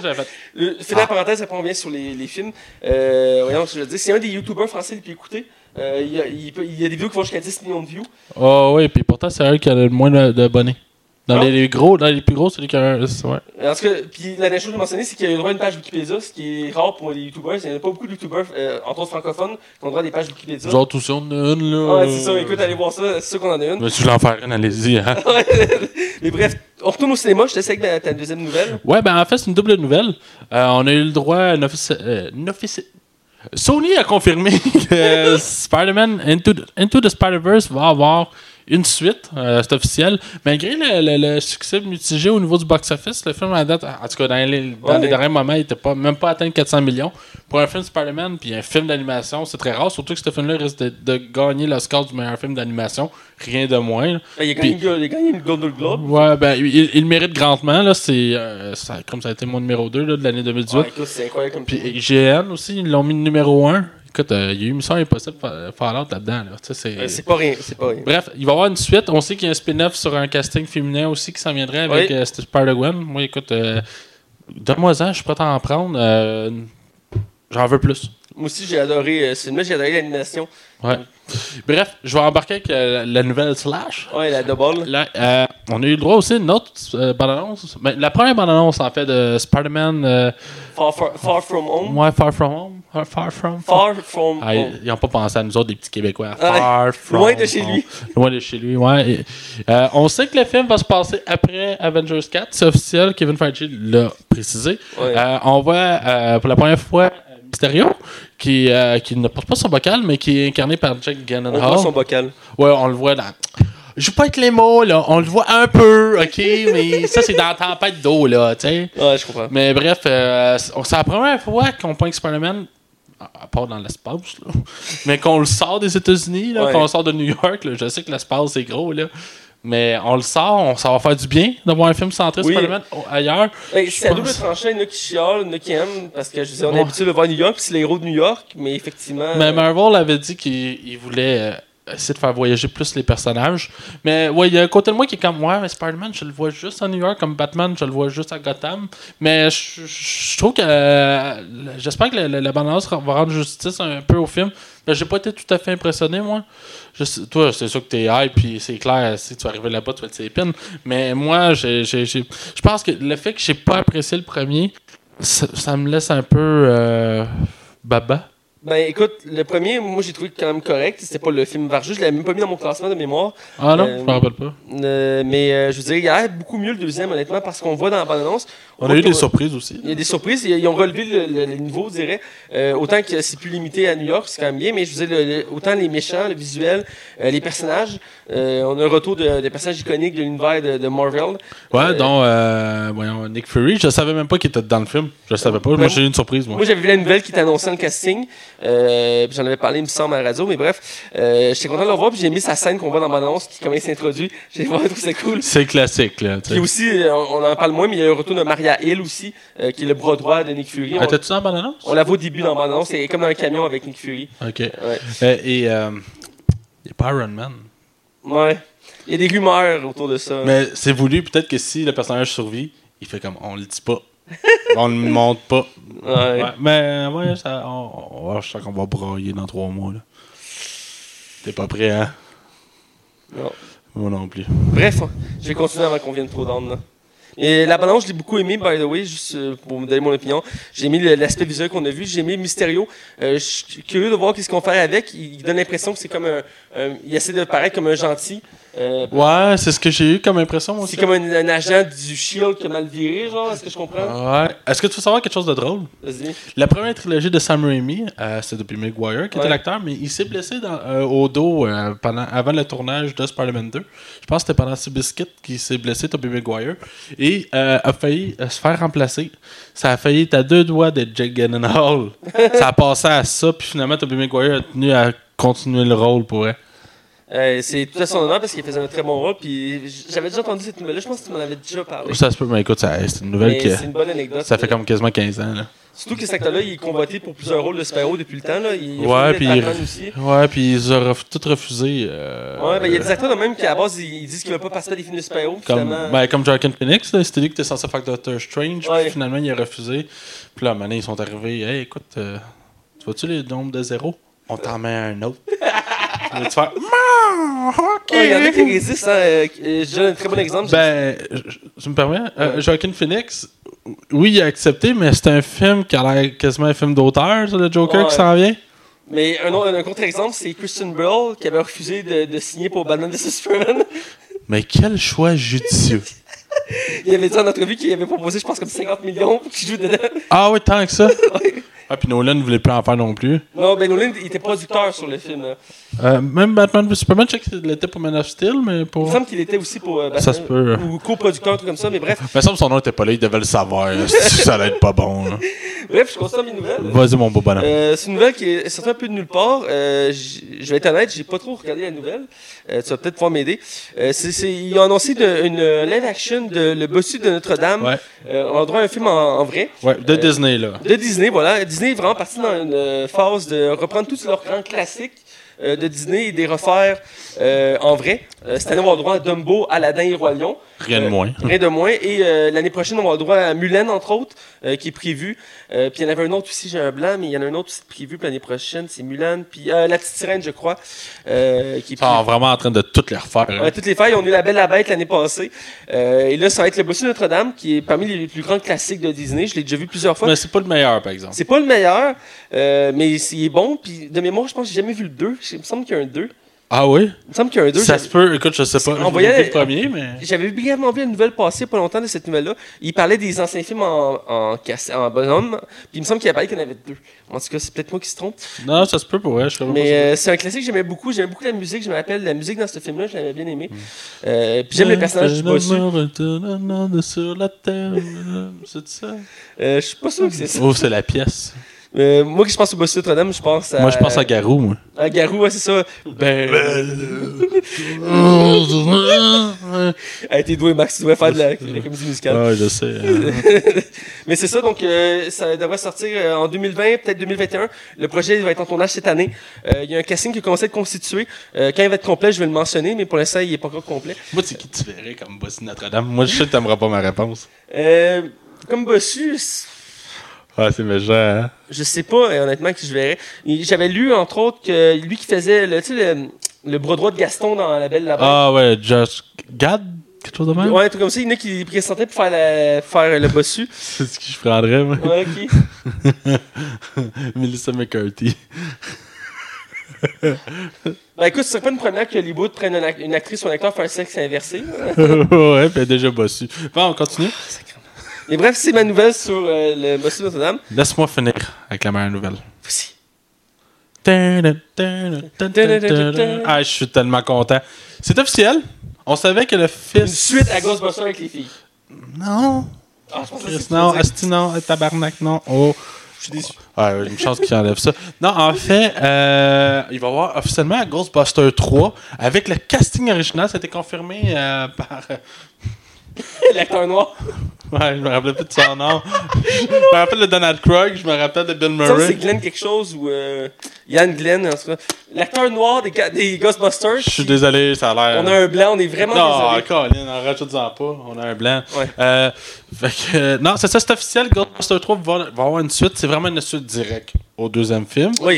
Fais la parenthèse, ça prend bien sur les films. Voyons, je veux dire, c'est un des YouTubers français les plus écoutés. Il y a des vidéos qui vont jusqu'à 10 millions de views. Oui, puis pourtant, c'est un qui a le moins d'abonnés. Dans les plus gros, c'est lui qui a un. Ouais. En tout cas, puis la dernière chose que je mentionnais, c'est qu'il y a le droit à une page Wikipédia, ce qui est rare pour les YouTubers. Il n'y a pas beaucoup de YouTubers, entre autres francophones, qui ont droit à des pages Wikipédia. Genre, tous on en a une, là. Ouais, c'est ça. Écoute, allez voir ça. C'est sûr qu'on en a une. Mais si je voulais en faire une, allez-y. Hein. Mais bref, on retourne au cinéma. Je te sais avec ta deuxième nouvelle. Ouais, en fait, c'est une double nouvelle. On a eu le droit à Sony a confirmé que Spider-Man Into the Spider-Verse va avoir une suite, c'est officiel. Malgré le succès mitigé au niveau du box-office, le film à date, en tout cas dans les derniers moments, il n'était même pas atteint 400 millions. Pour un film Spider-Man puis un film d'animation, c'est très rare, surtout que ce film-là risque de gagner le score du meilleur film d'animation, rien de moins. Il a gagné une Golden Globe. Ouais, il mérite grandement. Là, comme ça a été mon numéro 2 là, de l'année 2018. Ouais, écoute, c'est incroyable comme puis IGN aussi, ils l'ont mis numéro 1. Écoute, il y a eu Mission Impossible Fallout là-dedans. Là. C'est pas rien. Bref, il va y avoir une suite. On sait qu'il y a un spin-off sur un casting féminin aussi qui s'en viendrait avec Spider-Gwen. Moi, écoute, donne-moi-en, je suis prêt à en prendre. J'en veux plus. Moi aussi, j'ai adoré j'ai adoré l'animation. Ouais. Bref, je vais embarquer avec la nouvelle Slash. Ouais, la double. Là, on a eu le droit aussi d'une autre bande-annonce. La première bande-annonce, en fait, de Spider-Man... Far From Home. Ouais, Far From Home. Far From Home. Ils n'ont pas pensé à nous autres, des petits Québécois. Far From Loin de chez lui. Loin de chez lui, ouais. On sait que le film va se passer après Avengers 4. C'est officiel, Kevin Feige l'a précisé. Ouais. On voit, pour la première fois... Mysterio, qui ne porte pas son bocal, mais qui est incarné par Jake Gyllenhaal. On voit son bocal. Ouais, on le voit dans... Je joue pas avec les mots, là. On le voit un peu, OK? Mais ça, c'est dans la tempête d'eau, là, tu sais. Ouais, je comprends. Mais bref, c'est la première fois qu'on pointe Spider-Man, à part dans l'espace, là, mais qu'on le sort des États-Unis, là, qu'on le sort de New York. Là. Je sais que l'espace, c'est gros, là. Mais on le sort, ça va faire du bien d'avoir un film centré sur Spider-Man ailleurs. C'est à double tranchant, il y en a qui chialent, il y en a qui aiment, parce que je sais, on est habitué de voir New York, puis c'est les héros de New York, mais effectivement... Mais Marvel avait dit qu'il voulait essayer de faire voyager plus les personnages. Mais ouais, il y a un côté de moi qui est comme moi, mais Spider-Man, je le vois juste à New York, comme Batman, je le vois juste à Gotham. Mais je trouve que... j'espère que la balance va rendre justice un peu au film. J'ai pas été tout à fait impressionné, moi. Toi, c'est sûr que t'es hype, puis c'est clair, si tu vas arriver là-bas, tu vas être ses épines. Mais moi, je pense que le fait que j'ai pas apprécié le premier, ça me laisse un peu baba. Ben écoute, le premier, moi j'ai trouvé quand même correct. C'était pas le film Varjus, je l'avais même pas mis dans mon classement de mémoire. Ah non, je me rappelle pas. Mais je veux dire, il y a beaucoup mieux le deuxième, honnêtement, parce qu'on voit dans la bande-annonce. On a eu des surprises aussi. Il y a des surprises, ils ont relevé le niveau, je dirais. Autant que c'est plus limité à New York, c'est quand même bien, mais je veux dire, autant les méchants, le visuel, les personnages. On a un retour des personnages iconiques de l'univers de Marvel. Ouais, dont voyons, Nick Fury, je savais même pas qu'il était dans le film. Je savais pas. Moi, j'ai eu une surprise. Moi j'avais vu la nouvelle qui était annoncée dans le casting. J'en avais parlé, il me semble, à la radio, mais bref, j'étais content de le voir, puis j'ai mis sa scène qu'on voit dans l'annonce, qui comment il s'introduit. J'ai vraiment trouvé ça cool. C'est classique, là. Puis aussi, on en parle moins, mais il y a un retour de Maria Hill aussi, qui est le bras droit de Nick Fury. T'as-tu dans la bande-annonce? On la voit au début dans la bande-annonce, c'est comme dans un camion avec Nick Fury. OK. Ouais. Il n'y a pas Iron Man. Ouais. Il y a des rumeurs autour de ça. Mais c'est voulu, peut-être que si le personnage survit, il fait comme on le dit pas. On ne le montre pas. Ouais. Mais ouais, je sens qu'on va brailler dans 3 mois. Là. T'es pas prêt, hein? Non. Moi non plus. Bref, je vais continuer avant qu'on vienne trop down, là. Et la balance, je l'ai beaucoup aimé, by the way, juste pour me donner mon opinion. J'ai aimé l'aspect visuel qu'on a vu. J'ai aimé Mysterio. Je suis curieux de voir qu'est-ce qu'on fait avec. Il donne l'impression que c'est comme il essaie de paraître comme un gentil. Ouais, c'est ce que j'ai eu comme impression aussi. C'est comme un agent du Shield qui a mal viré, genre, est-ce que je comprends? Ouais. Est-ce que tu veux savoir quelque chose de drôle? Vas-y. La première trilogie de Sam Raimi, c'est depuis Maguire qui était l'acteur, mais il s'est blessé au dos avant le tournage de Spider-Man 2. Je pense que c'était pendant Seabiscuit qu'il s'est blessé, Tobey Maguire, et a failli se faire remplacer. Ça a failli être à 2 doigts de Jake Gyllenhaal. Ça a passé à ça, puis finalement Tobey Maguire a tenu à continuer le rôle pour elle. C'est tout à son honneur parce qu'il faisait un très bon rôle. Puis j'avais déjà entendu cette nouvelle-là. Je pense que tu m'en avais déjà parlé. Ça se peut, mais écoute, c'est une nouvelle qui. C'est une bonne anecdote. Ça fait comme quasiment 15 ans. Là. Surtout que cet acteur-là, il est convoité pour plusieurs rôles de super-héros depuis le temps. Là. Puis ils ont tout refusé. Ouais, ben il y a des acteurs de même qui, à la base, ils disent qu'ils ne veulent pas passer à des films de super-héros. Comme Joaquin Phoenix, c'était lui qui était censé faire Doctor Strange. Puis finalement, il a refusé. Puis là, maintenant, ils sont arrivés. Hey, écoute, tu vois-tu les nombres de 0? On t'en met un autre. Tu vas te faire. OK. Il y en a qui résistent. J'ai un très bon exemple. Tu me permets? Joaquin Phoenix, oui, il a accepté, mais c'est un film qui a l'air quasiment un film d'auteur, ça, le Joker qui s'en vient. Mais un contre-exemple, c'est Christian Bale qui avait refusé de signer pour Batman vs Superman. Mais quel choix judicieux. Il avait dit en entrevue qu'il avait proposé, je pense, comme 50 millions pour qu'il joue dedans. Ah oui, tant que ça? Ouais. Ah, puis Nolan ne voulait plus en faire non plus. Non, ben Nolan, il était producteur sur le film. Même Batman vs Superman, je sais qu'il était pour Man of Steel, mais pour... Il me semble qu'il était aussi pour Batman. Ça se peut. Ou coproducteur, un truc comme ça, mais bref. Mais ça me semble que son nom n'était pas là, il devait le savoir. Ça allait être pas bon. Là. Bref, je constate mes nouvelles. Vas-y, mon beau bonhomme. C'est une nouvelle qui est sortie un peu de nulle part. Je vais être honnête, j'ai pas trop regardé la nouvelle. Tu vas peut-être pouvoir m'aider. Ils ont annoncé une live-action de Le Bossu de Notre-Dame. Ouais. On a droit à un film en vrai. Ouais, de Disney, là. De Disney, voilà. Disney est vraiment parti dans une phase de reprendre tous leurs grands classiques de Disney et des refaire en vrai. Cette année, on va avoir droit à Dumbo, Aladdin et Roi Lion. Rien de moins. Rien de moins. Et l'année prochaine, on va avoir droit à Mulan, entre autres, qui est prévu. Puis il y en avait un autre aussi, j'ai un blanc, mais il y en a un autre aussi prévu pour l'année prochaine. C'est Mulan. Puis La Petite Sirène, je crois. Qui est vraiment en train de toutes les refaire. Hein. Toutes les failles. On a eu La Belle la Bête l'année passée. Et là, ça va être Le Bossu de Notre-Dame, qui est parmi les plus grands classiques de Disney. Je l'ai déjà vu plusieurs fois. Mais c'est pas le meilleur, par exemple. C'est pas le meilleur, mais il est bon. Puis de mémoire, je pense que j'ai jamais vu le 2. Il me semble qu'il y a un 2. Ah oui? Il me semble qu'il y a un 2. Ça se peut, écoute, je sais pas. On voyait le premier, mais. J'avais brièvement vu une nouvelle passer pas longtemps de cette nouvelle-là. Il parlait des anciens films en bonhomme. Puis il me semble qu'il a parlé qu'il y en avait 2. En tout cas, c'est peut-être moi qui se trompe. Non, ça se peut pour vrai. Mais c'est un classique que j'aimais beaucoup. J'aimais beaucoup la musique. Je me rappelle la musique dans ce film-là. Je l'avais bien aimé. Puis j'aime les personnages du bossu. Sur la terre. C'est ça? Je suis pas sûr que c'est ça. Oh, c'est la pièce. Moi, quand je pense au bossu Notre-Dame, je pense à. Moi, je pense à Garou, moi. À Garou, ouais, c'est ça. Avec tes doigts, Max, tu devrais faire de la comédie musicale. Ouais, je sais. Mais c'est ça, donc ça devrait sortir en 2020, peut-être 2021. Le projet va être en tournage cette année. Il y a un casting qui commence à être constitué. Quand il va être complet, je vais le mentionner, mais pour l'instant, il n'est pas encore complet. Moi, c'est qui tu verrais comme bossu Notre-Dame? Moi, je sais que t'aimeras pas ma réponse. Comme bossu. Ah, c'est méchant, hein? Je sais pas, honnêtement, qui je verrais. J'avais lu, entre autres, que lui qui faisait le bras droit de Gaston dans La Belle et la Bête. Ah ouais, Josh Gad? Quelque chose de même? Ouais, un truc comme ça. Il y en a qui pressentaient pour faire le bossu. C'est ce que je prendrais, moi. Ouais, ok. Melissa McCarthy. Ben écoute, c'est pas une première que Hollywood prenne une actrice ou un acteur pour un sexe inversé. Ouais, puis déjà bossu. Bon, on continue. Et bref, c'est ma nouvelle sur le bossu de Notre-Dame. Laisse-moi finir avec la meilleure nouvelle. Voici. Ah, je suis tellement content. C'est officiel. On savait que le fils... Une suite à Ghostbusters avec les filles. Non. Ah, je pense que Chris, c'est non, Asti, non, tabarnak, non. Oh. Je suis déçu. Ah, une chance qu'il enlève ça. Non, en fait, il va y avoir officiellement Ghostbusters 3 avec le casting original. Ça a été confirmé par... L'acteur noir. Ouais, je me rappelle plus de son nom. Je me rappelle de Donald Craig, je me rappelle de Bill Ça, Murray. c'est Glenn quelque chose ou Ian Glenn, en tout cas. L'acteur noir des Ghostbusters. Je suis désolé, ça a l'air... On a un blanc, on est vraiment non, désolé. Colin, en rajoute-en pas. On a un blanc. Ouais. Fait que, non, c'est ça, c'est officiel. Ghostbusters 3 va avoir une suite. C'est vraiment une suite directe au deuxième film. Oui.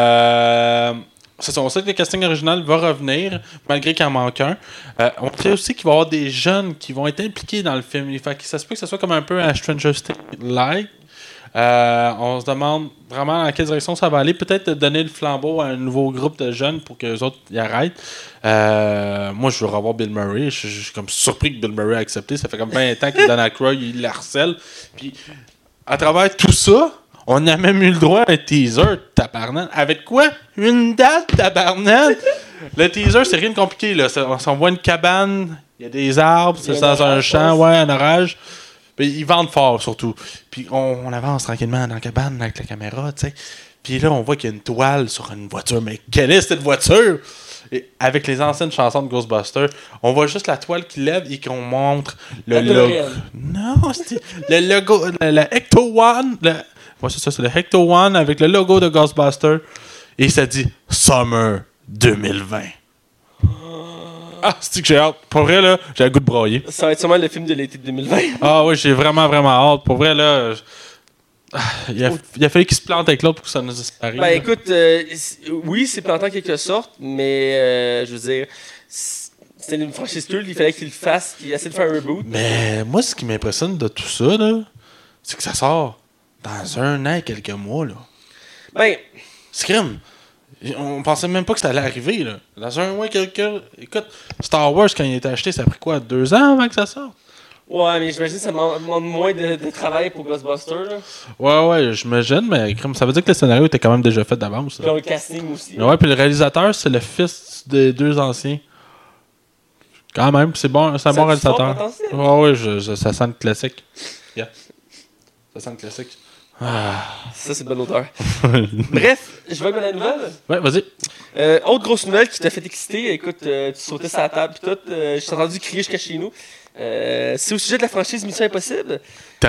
C'est ça, on sait que le casting original va revenir, malgré qu'il en manque un. On sait aussi qu'il va y avoir des jeunes qui vont être impliqués dans le film. Fait que ça se peut que ce soit comme un peu un Stranger Things-like. On se demande vraiment dans quelle direction ça va aller. Peut-être donner le flambeau à un nouveau groupe de jeunes pour que les autres y arrêtent. Moi, je veux revoir Bill Murray. Je suis comme surpris que Bill Murray a accepté. Ça fait comme 20 ans qu'il donne à Croy, il harcèle. Puis, à travers tout ça, on a même eu le droit à un teaser, tabarnak. Avec quoi? Une date, tabarnak? Le teaser, c'est rien de compliqué, là. On voit une cabane, il y a des arbres, c'est dans un champ, ouais, un orage. Puis ils vendent fort, surtout. Puis on avance tranquillement dans la cabane avec la caméra, tu sais. Puis là, on voit qu'il y a une toile sur une voiture. Mais quelle est cette voiture? Et avec les anciennes chansons de Ghostbusters, on voit juste la toile qui lève et qu'on montre le logo. Non, c'est le logo, le Ecto One. Ouais, c'est ça, c'est le Ecto One avec le logo de Ghostbusters. Et ça dit Summer 2020. Ah, c'est que j'ai hâte. Pour vrai, là, j'ai le goût de broyer. Ça va être sûrement le film de l'été de 2020. Ah oui, j'ai vraiment, vraiment hâte. Pour vrai, là, il a fallu qu'il se plante avec l'autre pour que ça nous arrive. Ben écoute, oui, c'est plantant en quelque sorte, mais je veux dire, c'est une franchise culte, il fallait qu'il le fasse, qu'il essaie de faire un reboot. Mais moi, ce qui m'impressionne de tout ça, là, c'est que ça sort dans 1 an et quelques mois, là. Ben... Scream! On pensait même pas que ça allait arriver, là. Dans 1 mois et quelques... Écoute, Star Wars, quand il a été acheté, ça a pris quoi, 2 ans avant que ça sorte? Ouais, mais j'imagine que ça demande moins de travail pour Ghostbusters, là. Ouais, j'imagine, mais ça veut dire que le scénario était quand même déjà fait d'avance. Puis le casting aussi. Ouais, puis le réalisateur, c'est le fils des 2 anciens. Quand même, c'est bon, c'est un bon réalisateur. Ouais, ça sent le classique. Yeah. Ça sent le classique. Ah. Ça, c'est une bonne odeur. Bref, je vais avec la nouvelle. Ouais, vas-y. Autre grosse nouvelle qui t'a fait exciter. Écoute, tu sautais sur la table et tout. Je t'ai entendu crier jusqu'à chez nous. C'est au sujet de la franchise Mission Impossible.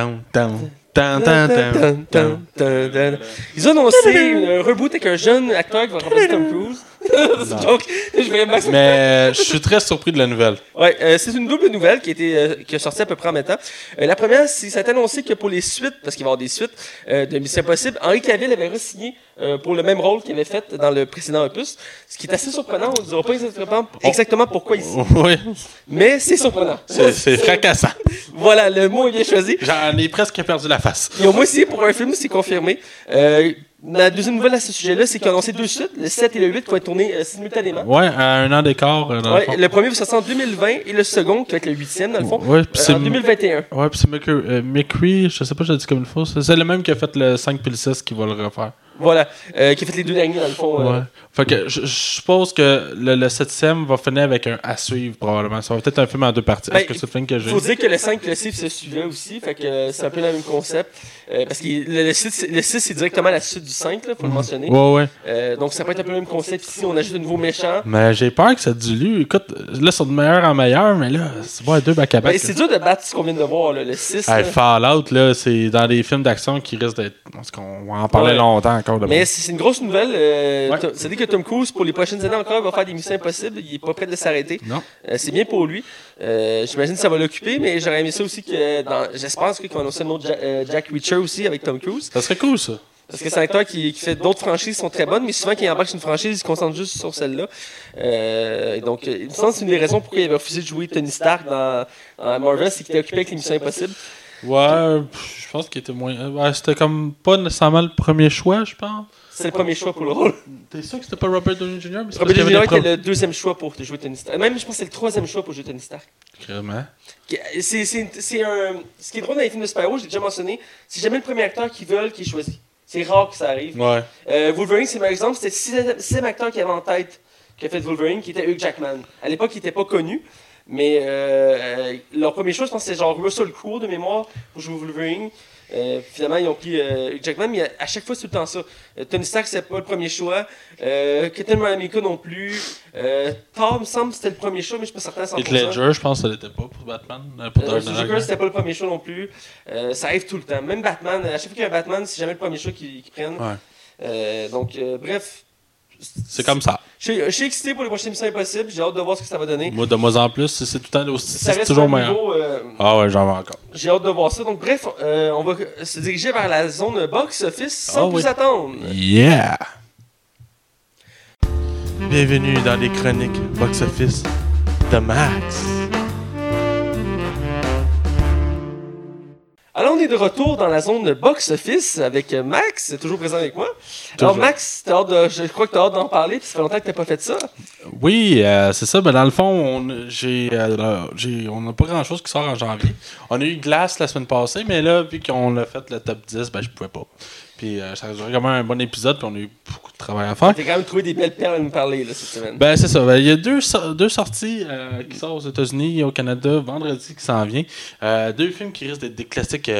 Ils ont annoncé un reboot avec un jeune acteur qui va remplacer Tom Cruise. Donc, je vais mais je suis très surpris de la nouvelle. Ouais, c'est une double nouvelle qui est sortie à peu près en même temps. La première, c'est ça a été annoncé que pour les suites, parce qu'il va y avoir des suites de Mission Impossible, Henry Cavill avait re-signé pour le même rôle qu'il avait fait dans le précédent opus. Ce qui est assez surprenant, on ne dira pas exactement pourquoi ici. Oui. Mais c'est surprenant. C'est fracassant. Voilà, le mot est bien choisi. J'en ai presque perdu la face. Ils ont aussi, pour un film, c'est confirmé. Ma deuxième nouvelle à ce sujet-là, c'est qu'ils ont annoncé 2 suites, le 7 et le 8, qui vont être tournés simultanément. Ouais, à un an d'écart. Le premier va sortir en 2020 et le second, qui va être le 8e, dans le fond, en 2021. Ouais, puis c'est McCree, je sais pas, je l'ai dit comme une fausse. C'est le même qui a fait le 5 puis le 6 qui va le refaire. Voilà, qui a fait les 2 derniers, dans le fond. Ouais. Fait que je suppose que le 7e va finir avec un à suivre, probablement. Ça va peut-être un film en 2 parties. Est-ce que c'est le film que j'ai? Faut dire que le 5 et le 6 se suivaient aussi, fait que c'est un peu le même concept. Parce que le 6, c'est directement la suite du 5, là, faut le mentionner. Ouais. Donc ça peut être un peu le même concept ici, on ajoute de nouveaux méchants. Mais j'ai peur que ça dilue. Écoute, là, c'est de meilleur en meilleur, mais là, c'est pas 2 back-à-back. C'est dur de battre ce qu'on vient de voir, là, le 6. Fallout, là, c'est dans des films d'action qui risquent d'être. Parce qu'on va en parler longtemps encore. Mais c'est une grosse nouvelle. Ça dit que Tom Cruise, pour les prochaines années encore, va faire des missions impossibles. Il est pas prêt de s'arrêter. Non. C'est bien pour lui. J'imagine que ça va l'occuper, mais j'aurais aimé ça aussi que. J'espère qu'ils vont annoncer un autre Jack Reacher aussi avec Tom Cruise. Ça serait cool, ça. Parce que c'est un acteur qui fait d'autres franchises qui sont très bonnes, mais souvent quand il embarque sur une franchise, il se concentre juste sur celle-là. Donc, il me semble que c'est une des raisons pourquoi il avait refusé de jouer Tony Stark dans Marvel, c'est qu'il était occupé avec les missions impossibles. Ouais, je pense qu'il était moins. Ouais, c'était comme pas nécessairement le premier choix, je pense. C'est le premier choix pour le rôle. T'es sûr que c'était pas Robert Downey Jr.? Robert Downey Jr. était le deuxième choix pour jouer Tony Stark. Même, je pense que c'est le troisième choix pour jouer Tony Stark. Vraiment? Ce qui est drôle dans les films de super-héros, je l'ai déjà mentionné, c'est jamais le premier acteur qu'ils veulent qui est choisi. C'est rare que ça arrive. Ouais. Wolverine, c'est par exemple, c'était le sixième acteur qui avait en tête qui a fait Wolverine, qui était Hugh Jackman. À l'époque, il n'était pas connu, mais leur premier choix, je pense que c'était genre Russell Crowe de mémoire pour jouer Wolverine. Finalement, ils ont pris Hugh Jackman, mais à chaque fois, c'est tout le temps ça. Tony Stark, c'est pas le premier choix. Captain America non plus. Thor, me semble, c'était le premier choix, mais je suis pas certain à 100%. Heath Ledger, je pense que ça l'était pas pour Batman. Pour Joker, c'était pas le premier choix non plus. Ça arrive tout le temps. Même Batman, à chaque fois qu'il y a un Batman, c'est jamais le premier choix qu'ils prennent. Ouais. Bref. C'est comme ça. Je suis excité pour les prochaines missions impossibles. J'ai hâte de voir ce que ça va donner. Moi, de moins en plus, c'est tout le temps aussi. Ça C'est reste toujours un meilleur. niveau, Ah ouais, j'en veux encore. j'ai hâte de voir ça. Donc, bref, on va se diriger vers la zone box-office sans plus attendre. Yeah! Bienvenue dans les chroniques box-office de Max. Alors, on est de retour dans la zone box-office avec Max, toujours présent avec moi. Alors, Max, je crois que tu as hâte d'en parler, puis ça fait longtemps que tu n'as pas fait ça. Oui, c'est ça. Ben, dans le fond, on n'a pas grand-chose qui sort en janvier. On a eu Glass la semaine passée, mais là, vu qu'on a fait le top 10, ben, je pouvais pas. Puis ça a duré quand même un bon épisode, puis on a eu beaucoup de travail à faire. Tu as quand même trouvé des belles perles à nous parler là, cette semaine. Ben, c'est ça. Ben, il y a deux sorties qui sortent aux États-Unis et au Canada vendredi qui s'en vient. 2 films qui risquent d'être des classiques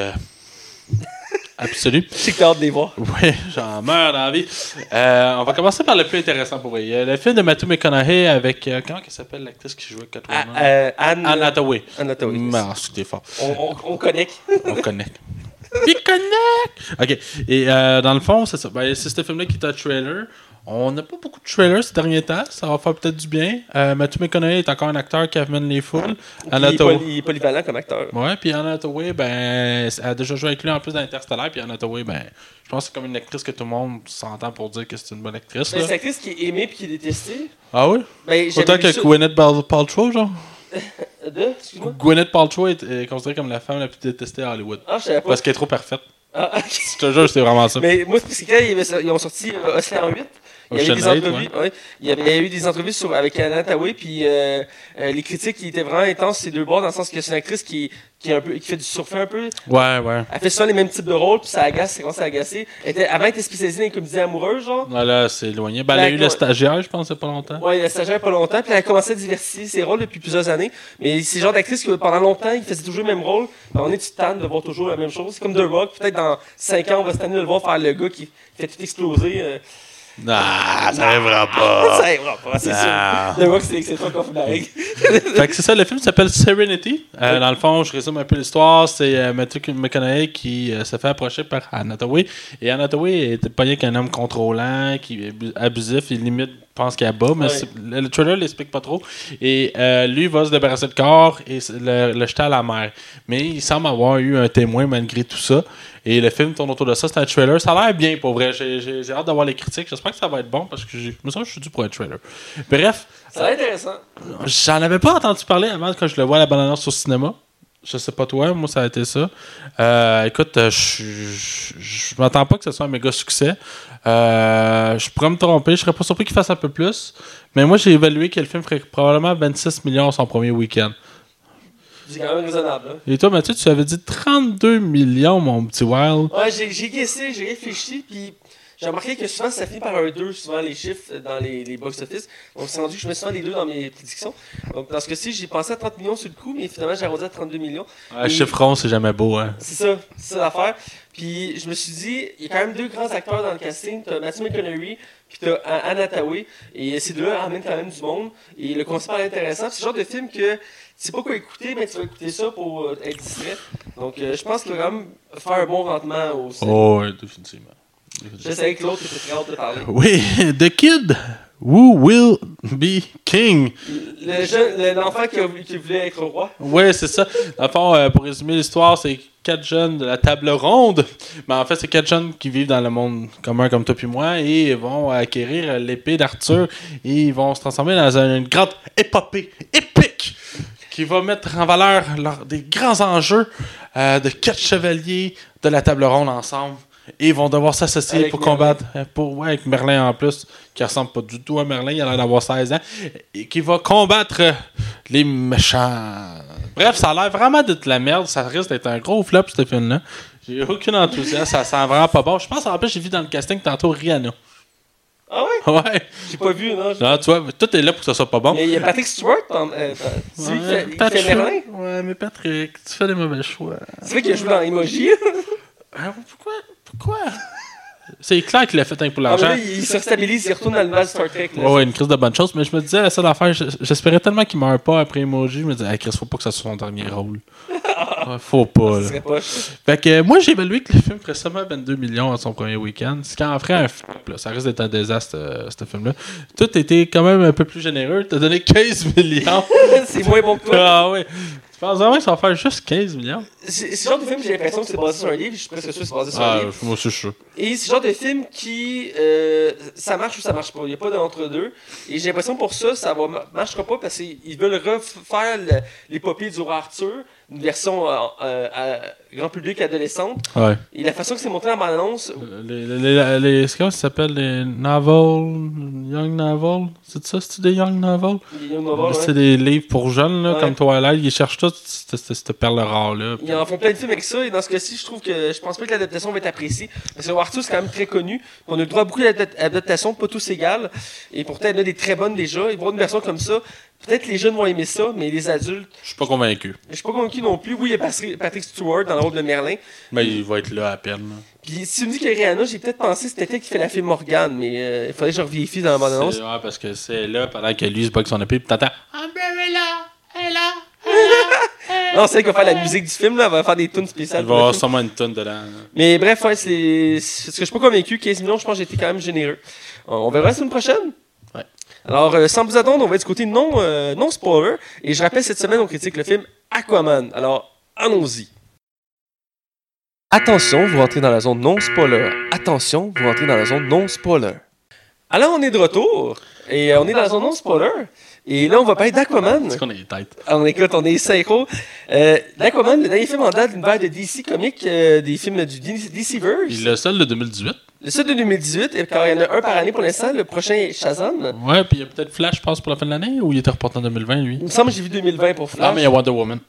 absolus. Je sais que tu as hâte de les voir. Oui, j'en meurs dans la vie. On va commencer par le plus intéressant pour vous. Il y a le film de Matthew McConaughey avec. Comment elle s'appelle l'actrice qui jouait Catwoman? Anne Hathaway. Anne Hathaway. C'était fort. On connecte. On connecte. Il connecte! Ok. Et dans le fond, c'est ça. Ben, c'est ce film-là qui est un trailer. On n'a pas beaucoup de trailers ces derniers temps. Ça va faire peut-être du bien. Matthew McConaughey est encore un acteur qui amène les foules. Il est polyvalent comme acteur. Ouais, puis Anne Hathaway, ben, elle a déjà joué avec lui en plus d'Interstellar. Puis Anne Hathaway, ben, je pense que c'est comme une actrice que tout le monde s'entend pour dire que c'est une bonne actrice. C'est une actrice qui est aimée puis qui est détestée. Ah oui? Ben, autant que Gwyneth Paltrow, genre? Excuse-moi? Gwyneth Paltrow est considérée comme la femme la plus détestée à Hollywood. Ah, je savais pas. Parce qu'elle est trop parfaite. Ah, ok. Je te jure, c'est vraiment ça. Mais moi, c'est quand ils ont sorti Océan 8. Il y avait des entrevues, il y avait eu des entrevues avec Anne Hathaway, puis les critiques étaient vraiment intenses ces deux bords, dans le sens que c'est une actrice qui fait du surfer un peu. Ouais. Elle fait souvent les mêmes types de rôles, puis ça commence à agacer. Avant, elle était spécialisée dans les comédies amoureuses, genre. Voilà, c'est éloigné. Ben, elle a eu le stagiaire, je pense, il n'y a pas longtemps. Ouais, le stagiaire pas longtemps, puis elle a commencé à diversifier ses rôles depuis plusieurs années. Mais c'est le genre d'actrice qui, pendant longtemps, il faisait toujours le même rôle. On est tu te tannes de voir toujours la même chose. C'est comme The Rock, peut-être dans 5 ans, on va se tanner de le voir faire le gars qui fait tout exploser. Non, ça arrivera pas. Ça arrivera pas, c'est sûr. The Rock, c'est l'exception qu'on fait la règle. Fait que c'est ça, le film s'appelle Serenity. Dans le fond, je résume un peu l'histoire. C'est Matthew McConaughey qui se fait approcher par Anne Hathaway. Et Anne Hathaway est pas rien qu'un homme contrôlant, qui est abusif, il limite pense qu'il abat, mais le trailer l'explique pas trop. Et lui va se débarrasser de corps et le jeter à la mer. Mais il semble avoir eu un témoin malgré tout ça. Et le film tourne autour de ça. C'est un trailer. Ça a l'air bien pour vrai. J'ai hâte d'avoir les critiques. J'espère que ça va être bon parce que je me sens que je suis dû pour un trailer. Bref. Ça a l'air intéressant. J'en avais pas entendu parler avant quand je le vois à la bande-annonce au cinéma. Je sais pas toi, moi ça a été ça. Écoute, je m'attends pas que ce soit un méga succès. Je pourrais me tromper, je serais pas surpris qu'il fasse un peu plus. Mais moi j'ai évalué que le film ferait probablement 26 millions son premier week-end. C'est quand même raisonnable. Hein? Et toi, Mathieu, tu avais dit 32 millions, mon petit Wild. Ouais, j'ai guessé, j'ai réfléchi, puis j'ai remarqué que souvent ça finit par un 2, souvent les chiffres dans les box-office. Donc c'est rendu que je mets souvent les 2 dans mes prédictions. Donc dans ce cas-ci, j'ai pensé à 30 millions sur le coup, mais finalement j'ai arrondi à 32 millions. Ouais, chiffre rond, c'est jamais beau, hein. C'est ça l'affaire. Puis je me suis dit, il y a quand même 2 grands acteurs dans le casting. T'as Matthew McConaughey, puis t'as Anne Hathaway. Et ces deux-là amènent quand même du monde. Et le concept est intéressant. C'est le genre de film que tu sais pas quoi écouter, mais tu vas écouter ça pour être distrait. Donc je pense qu'il va quand même faire un bon rendement au cinéma. Oh, ouais, définitivement. Je savais que l'autre était très hâte de parler. Oui, The Kid Who Will Be King. L'enfant qui voulait être roi. Oui, c'est ça. Dans le fond, pour résumer l'histoire, c'est 4 jeunes de la table ronde. Mais en fait, c'est 4 jeunes qui vivent dans le monde commun comme toi puis moi et vont acquérir l'épée d'Arthur et ils vont se transformer dans une grande épopée épique qui va mettre en valeur des grands enjeux de 4 chevaliers de la table ronde ensemble. Et ils vont devoir s'associer avec pour Merlin. combattre. Avec Merlin en plus, qui ressemble pas du tout à Merlin, il a l'air d'avoir 16 ans. Et qui va combattre les méchants. Bref, ça a l'air vraiment d'être la merde. Ça risque d'être un gros flop, ce film-là. J'ai aucun enthousiasme. Ça sent vraiment pas bon. Je pense en plus, j'ai vu dans le casting tantôt Rihanna. Ah ouais? Ouais. J'ai pas vu, non. Là, tu vois, tout est là pour que ça soit pas bon. Mais il y a Patrick Stewart. C'est lui qui fait Merlin. Ouais, mais Patrick, tu fais des mauvais choix. C'est vrai qu'il a joué dans Emoji. Pourquoi? C'est clair qu'il l'a fait pour Ah, mais l'argent. là, il se stabilise, il retourne dans le nouvelle Star Trek. Là. Ouais, une crise de bonne chose. Mais je me disais, la seule affaire, j'espérais tellement qu'il meure pas après Emoji. Je me disais, Chris, faut pas que ça soit son dernier rôle. Ouais, faut pas, Ça là. serait poche. Fait que moi, j'ai évalué que le film ferait seulement 22 millions à son premier week-end. Ce qui en ferait un flop, là. Ça risque d'être un désastre, ce film-là. Tout était quand même un peu plus généreux. T'as donné 15 millions. C'est moins bon que toi. Ah ouais. Tu penses vraiment que ça va faire juste 15 millions? C'est le genre de film, j'ai l'impression que c'est basé sur un livre. Je suis presque sûr que c'est basé sur un livre. Moi aussi, je suis sûr. Et c'est le genre de film qui, ça marche ou ça marche pas. Il n'y a pas d'entre-deux. Et j'ai l'impression pour ça, ça marchera pas parce qu'ils veulent refaire l'épopée du roi Arthur, une version à grand public adolescente. Ouais. Et la façon que c'est montré dans la bande-annonce, C'est comment ça s'appelle? Les novels? Young novels? C'est ça? C'est des young novels? C'est des livres pour jeunes, là, comme Twilight. Ils cherchent tout cette perle rare-là. Ils en font plein de films avec ça, et dans ce cas-ci, je pense pas que l'adaptation va être appréciée. Parce que Arthur, c'est quand même très connu. On a le droit à beaucoup d'adaptations, pas tous égales. Et pourtant, il y en a des très bonnes déjà. Ils vont une version comme ça. Peut-être les jeunes vont aimer ça, mais les adultes. Je suis pas convaincu. Je suis pas convaincu non plus. Oui, il y a Patrick Stewart dans le rôle de Merlin. Mais il va être là à peine. Là. Puis si tu me dis qu'il y a Rihanna, j'ai peut-être pensé que c'était elle qui fait la fille Morgane, mais il faudrait que je revérifie dans la bande-annonce. Ouais, parce que c'est là pendant que lui se bat avec son épée, puis t'entends Umbrella, elle là. Non, c'est elle qui va faire la musique du film, là. Elle va faire des tunes spéciales. Il va y avoir sûrement une tonne dedans. Là. Mais bref, ouais, c'est ce que je suis pas convaincu. 15 millions, je pense que j'ai été quand même généreux. On verra la semaine prochaine. Ouais. Alors, sans vous attendre, on va être du côté non spoiler. Et je rappelle, cette semaine, on critique le film Aquaman. Alors, allons-y. Attention, vous rentrez dans la zone non spoiler. Attention, vous rentrez dans la zone non spoiler. Alors, on est de retour. Et on est dans la zone non spoiler. Et là, on va parler d'Aquaman. Est-ce qu'on a les têtes? Alors, on est synchro. L'Aquaman, le dernier film en date de l'univers de DC Comics, des films du DCverse. Il est le seul de 2018. Le seul de 2018, et car il y en a un par année pour l'instant, le prochain est Shazam. Ouais, puis il y a peut-être Flash, je pense, pour la fin de l'année, ou il était reporté en 2020, lui? Il me semble que j'ai vu 2020 pour Flash. Ah, mais il y a Wonder Woman.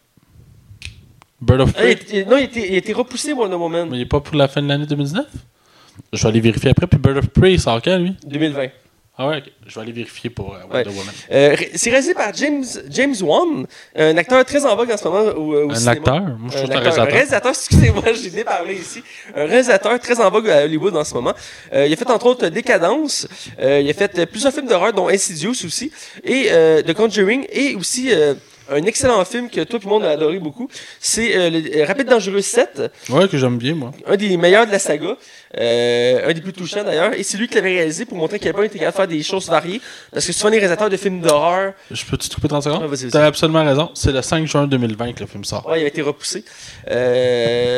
Bird of Prey. Non, il a été repoussé, Wonder Woman. Mais il est pas pour la fin de l'année 2019? Je vais aller vérifier après. Puis Bird of Prey, il sort quand, lui? 2020. Ah ouais, ok. Je vais aller vérifier pour Wonder Woman. C'est réalisé par James Wan, un acteur très en vogue en ce moment au cinéma. Acteur? Moi, je suis un Un réalisateur, excusez-moi, j'ai déparlé ici. Un réalisateur très en vogue à Hollywood en ce moment. Il a fait entre autres Décadence. Il a fait plusieurs films d'horreur, dont Insidious aussi, et The Conjuring, et aussi un excellent film que tout le monde a adoré beaucoup. C'est le Rapide Dangereux 7. Ouais, que j'aime bien, moi. Un des meilleurs de la saga. Un des plus touchants d'ailleurs. Et c'est lui qui l'avait réalisé pour montrer qu'il était capable de faire des choses variées. Parce que souvent les réalisateurs de films d'horreur. Je peux te couper 30 secondes? Ouais, vas-y. T'as absolument raison. C'est le 5 juin 2020 que le film sort. Ouais, il a été repoussé.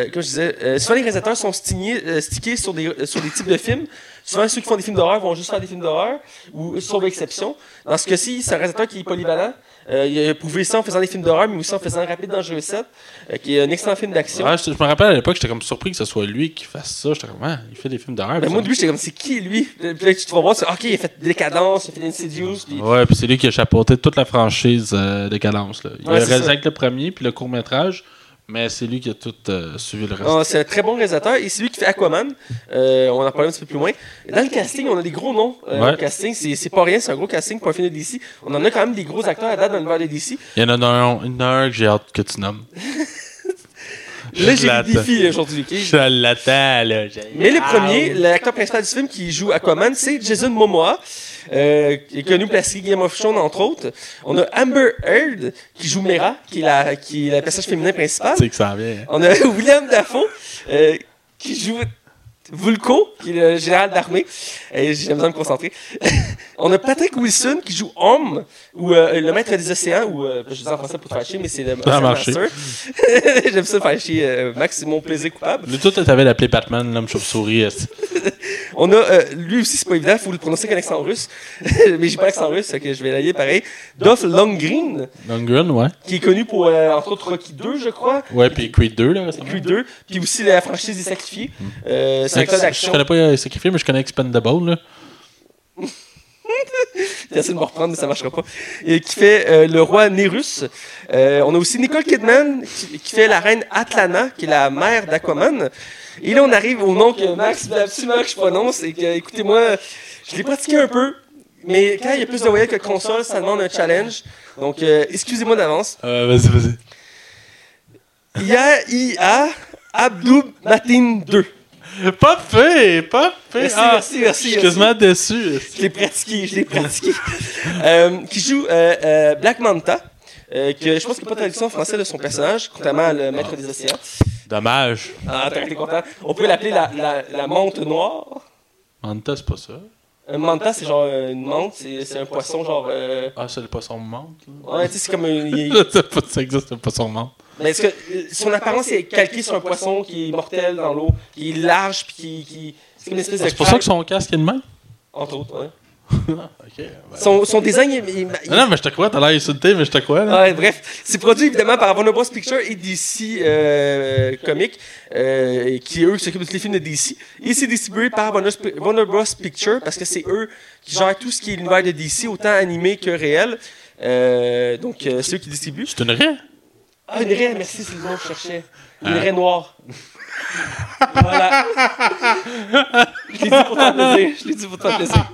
comme je disais, souvent les réalisateurs sont stickés sur des types de films. Souvent, ceux qui font des films d'horreur vont juste faire des films d'horreur, ou sauf exception. Dans ce cas-ci, c'est un réalisateur qui est polyvalent. Il a prouvé ça en faisant des films d'horreur, mais aussi en faisant Rapide Dangereux 7, qui est un excellent film d'action. Ouais, je me rappelle à l'époque, j'étais comme surpris que ce soit lui qui fasse ça. J'étais comme, ah, il fait des films d'horreur. Moi, au début, j'étais comme, c'est qui lui? Puis là, tu te vas voir, c'est ok, il a fait Décadence, il a fait Insidious. Puis... Ouais, puis c'est lui qui a chapeauté toute la franchise Décadence. Là. Il a réalisé avec le premier, puis le court-métrage. Mais c'est lui qui a tout suivi le reste. C'est un très bon réalisateur et c'est lui qui fait Aquaman. On en parlera un petit peu plus loin. Dans le casting, on a des gros noms. Le casting, c'est pas rien, c'est un gros casting pour un film de DC. On en a quand même des gros acteurs à date dans l'univers de DC. Il y en a un que j'ai hâte que tu nommes. Là, j'ai le défi aujourd'hui. Okay? Je l'attends, là. Mais le premier, l'acteur principal du film qui joue Aquaman, c'est Jason Momoa. Qui est connu pour la série Game of Thrones, entre autres. On a Amber Heard, qui joue Mera, qui est la personnage féminin principal. C'est que ça vient. On a William Dafoe, qui joue Vulko, qui est le général d'armée. J'ai besoin de me concentrer. On a Patrick Wilson, qui joue Homme, ou le maître des océans, ou je dis en français pour te faire chier, mais c'est le Master. J'aime ça faire chier, Max, c'est mon plaisir coupable. Mais toi, tu t'avais l'appelé Batman, l'homme chauve-souris. On a, lui aussi, c'est pas évident, il faut le prononcer avec un accent russe. Mais j'ai pas l'accent russe, donc je vais l'allier pareil. Dolph Lundgren. Lundgren, ouais. Qui est connu pour, entre autres, Rocky 2, je crois. Ouais, puis Creed 2, là. Creed 2. Puis aussi la franchise des Sacrifiés. C'est un acteur d'action. Je connais pas les Sacrifiés, mais je connais Expendable, là. J'essaie de me reprendre, mais ça marchera pas. Et qui fait le roi Nérus. On a aussi Nicole Kidman, qui fait la reine Atlana, qui est la mère d'Aquaman. Et là, on arrive au nom que Max veut absolument que je prononce. Et que, écoutez-moi, je l'ai pratiqué un peu. Mais quand il y a plus de voyelles que de console, ça demande un challenge. Donc, excusez-moi d'avance. Vas-y. Yahya Abdou Matin 2. Pas fait. Merci. Je suis quasiment déçu. Je l'ai pratiqué. Qui joue Black Manta, que je pense qu'il n'y a pas de traduction en français de son personnage, contrairement à le maître des océans. Dommage. Ah, t'es content. On peut l'appeler la menthe noire. Manta, c'est pas ça. Un manta, c'est genre une menthe, c'est un poisson genre... Ah, c'est le poisson menthe? Ouais, tu sais, c'est comme un... Ça existe, le poisson menthe. Mais est-ce que son apparence est calquée sur un poisson qui est mortel dans l'eau, qui est large, puis qui... C'est comme une espèce de... C'est pour ça que son casque est de même? Entre autres, ouais. Okay, son design non, mais je te crois, t'as l'air insulté, mais je te crois. Là. Ouais, bref, c'est produit évidemment par Warner Bros. Pictures et DC Comics, qui eux s'occupent de tous les films de DC. Et c'est distribué par Warner Bros. Pictures parce que c'est eux qui gèrent tout ce qui est l'univers de DC, autant animé que réel. Donc, c'est eux qui distribuent. C'est une raie? Ah, une raie, merci, c'est le mot que je cherchais. Une raie noire. Voilà. Je l'ai dit pour ton plaisir.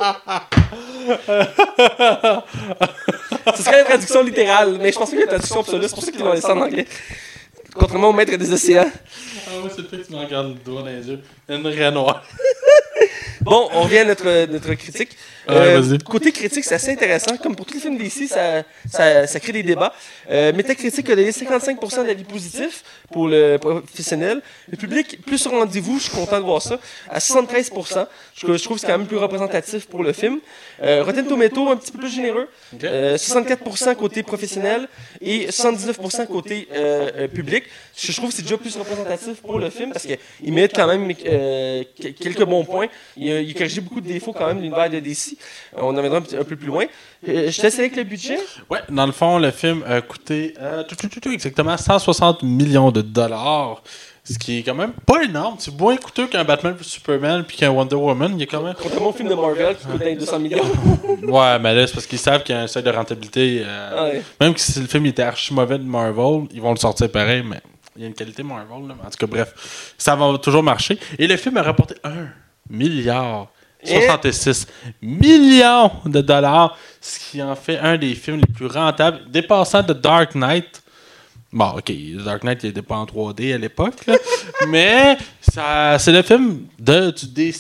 Ce serait une traduction littérale, mais je pense qu'il y a une traduction absolue. C'est pour ça qu'ils l'ont laissé en anglais. Contrairement au maître des océans. Ah oui, c'est le fait que tu me regardes le doigt dans les yeux. Une raie noire. Bon, on revient à notre critique. Côté critique, c'est assez intéressant. Comme pour tous les films d'ici, ça crée des débats. Metacritic a donné 55% d'avis positifs pour le professionnel. Le public, plus au rendez-vous, je suis content de voir ça, à 73%. Je trouve que c'est quand même plus représentatif pour le film. Rotten Tomato, un petit peu plus généreux. 64% côté professionnel et 79% côté public. Je trouve que c'est déjà plus représentatif pour le film parce qu'il mérite quand même quelques bons points. Il corrige beaucoup de défauts quand même de l'univers de DC. On en viendra un peu plus loin. Je te laisse avec le budget. Ouais, dans le fond, le film a coûté exactement 160 millions de dollars. Ce qui est quand même pas énorme. C'est moins coûteux qu'un Batman vs Superman puis qu'un Wonder Woman. Il y a quand même... Contrairement au film de Marvel qui coûte 200 millions. Ouais, mais là, c'est parce qu'ils savent qu'il y a un seuil de rentabilité. Ouais. Même si le film était archi mauvais de Marvel, ils vont le sortir pareil, mais il y a une qualité Marvel. Là. En tout cas, bref, ça va toujours marcher. Et le film a rapporté 1,66 millions de dollars, ce qui en fait un des films les plus rentables, dépassant The Dark Knight. Bon, ok, The Dark Knight, il n'était pas en 3D à l'époque, là, mais c'est le film du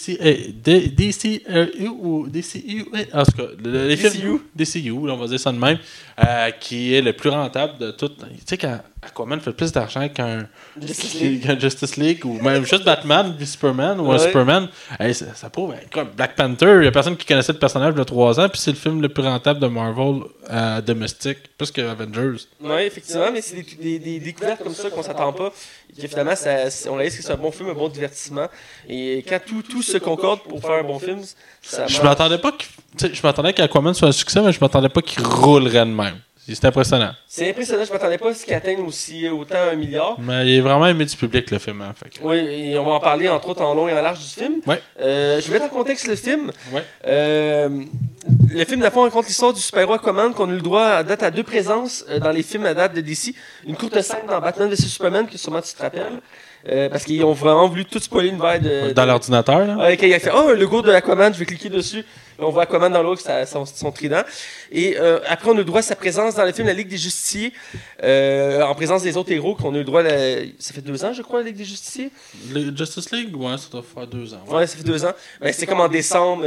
DCU ou DCU, en tout cas, les films DCU, on va dire ça de même, qui est le plus rentable de tout. Tu sais, quand Aquaman fait plus d'argent qu'un Justice Justice League ou même juste Batman puis Superman ou un Ouais. Superman. Hey, ça prouve. Comme Black Panther, il y a personne qui connaissait le personnage de 3 ans, puis c'est le film le plus rentable de Marvel domestique, plus que Avengers. Oui, effectivement, mais c'est des découvertes comme ça qu'on s'attend pas. Et que finalement, on réalise que c'est un bon film, un bon divertissement. Et quand tout se concorde pour faire un bon film, ça Je marche. m'attendais pas je m'attendais qu'Aquaman soit un succès, mais je m'attendais pas qu'il roulerait de même. C'est impressionnant. C'est impressionnant, je m'attendais pas à ce qu'il atteigne aussi autant 1 milliard. Mais il est vraiment aimé du public, le film. Hein, fait que- Oui, et on va en parler entre autres en long et en large du film. Ouais. Je vais mettre en contexte le film. Ouais. Le film, d'abord, raconte l'histoire du super-héros Aquaman qu'on a eu le droit à date à 2 présences dans les films à date de DC. Une courte scène dans Batman vs Superman, que sûrement tu te rappelles. Parce qu'ils ont vraiment voulu tout spoiler l'univers Dans l'ordinateur, là. Ouais, quand il a fait un logo de Aquaman, je vais cliquer dessus. Là, on voit Aquaman dans l'eau avec son trident. Et après, on a eu le droit à sa présence dans le film La Ligue des Justiciers, en présence des autres héros qu'on a eu le droit. Ça fait 2 ans, je crois, La Ligue des Justiciers. Le Justice League, ouais, ça doit faire 2 ans. Ouais, ça fait 2 ans. Ben, c'est comme en décembre.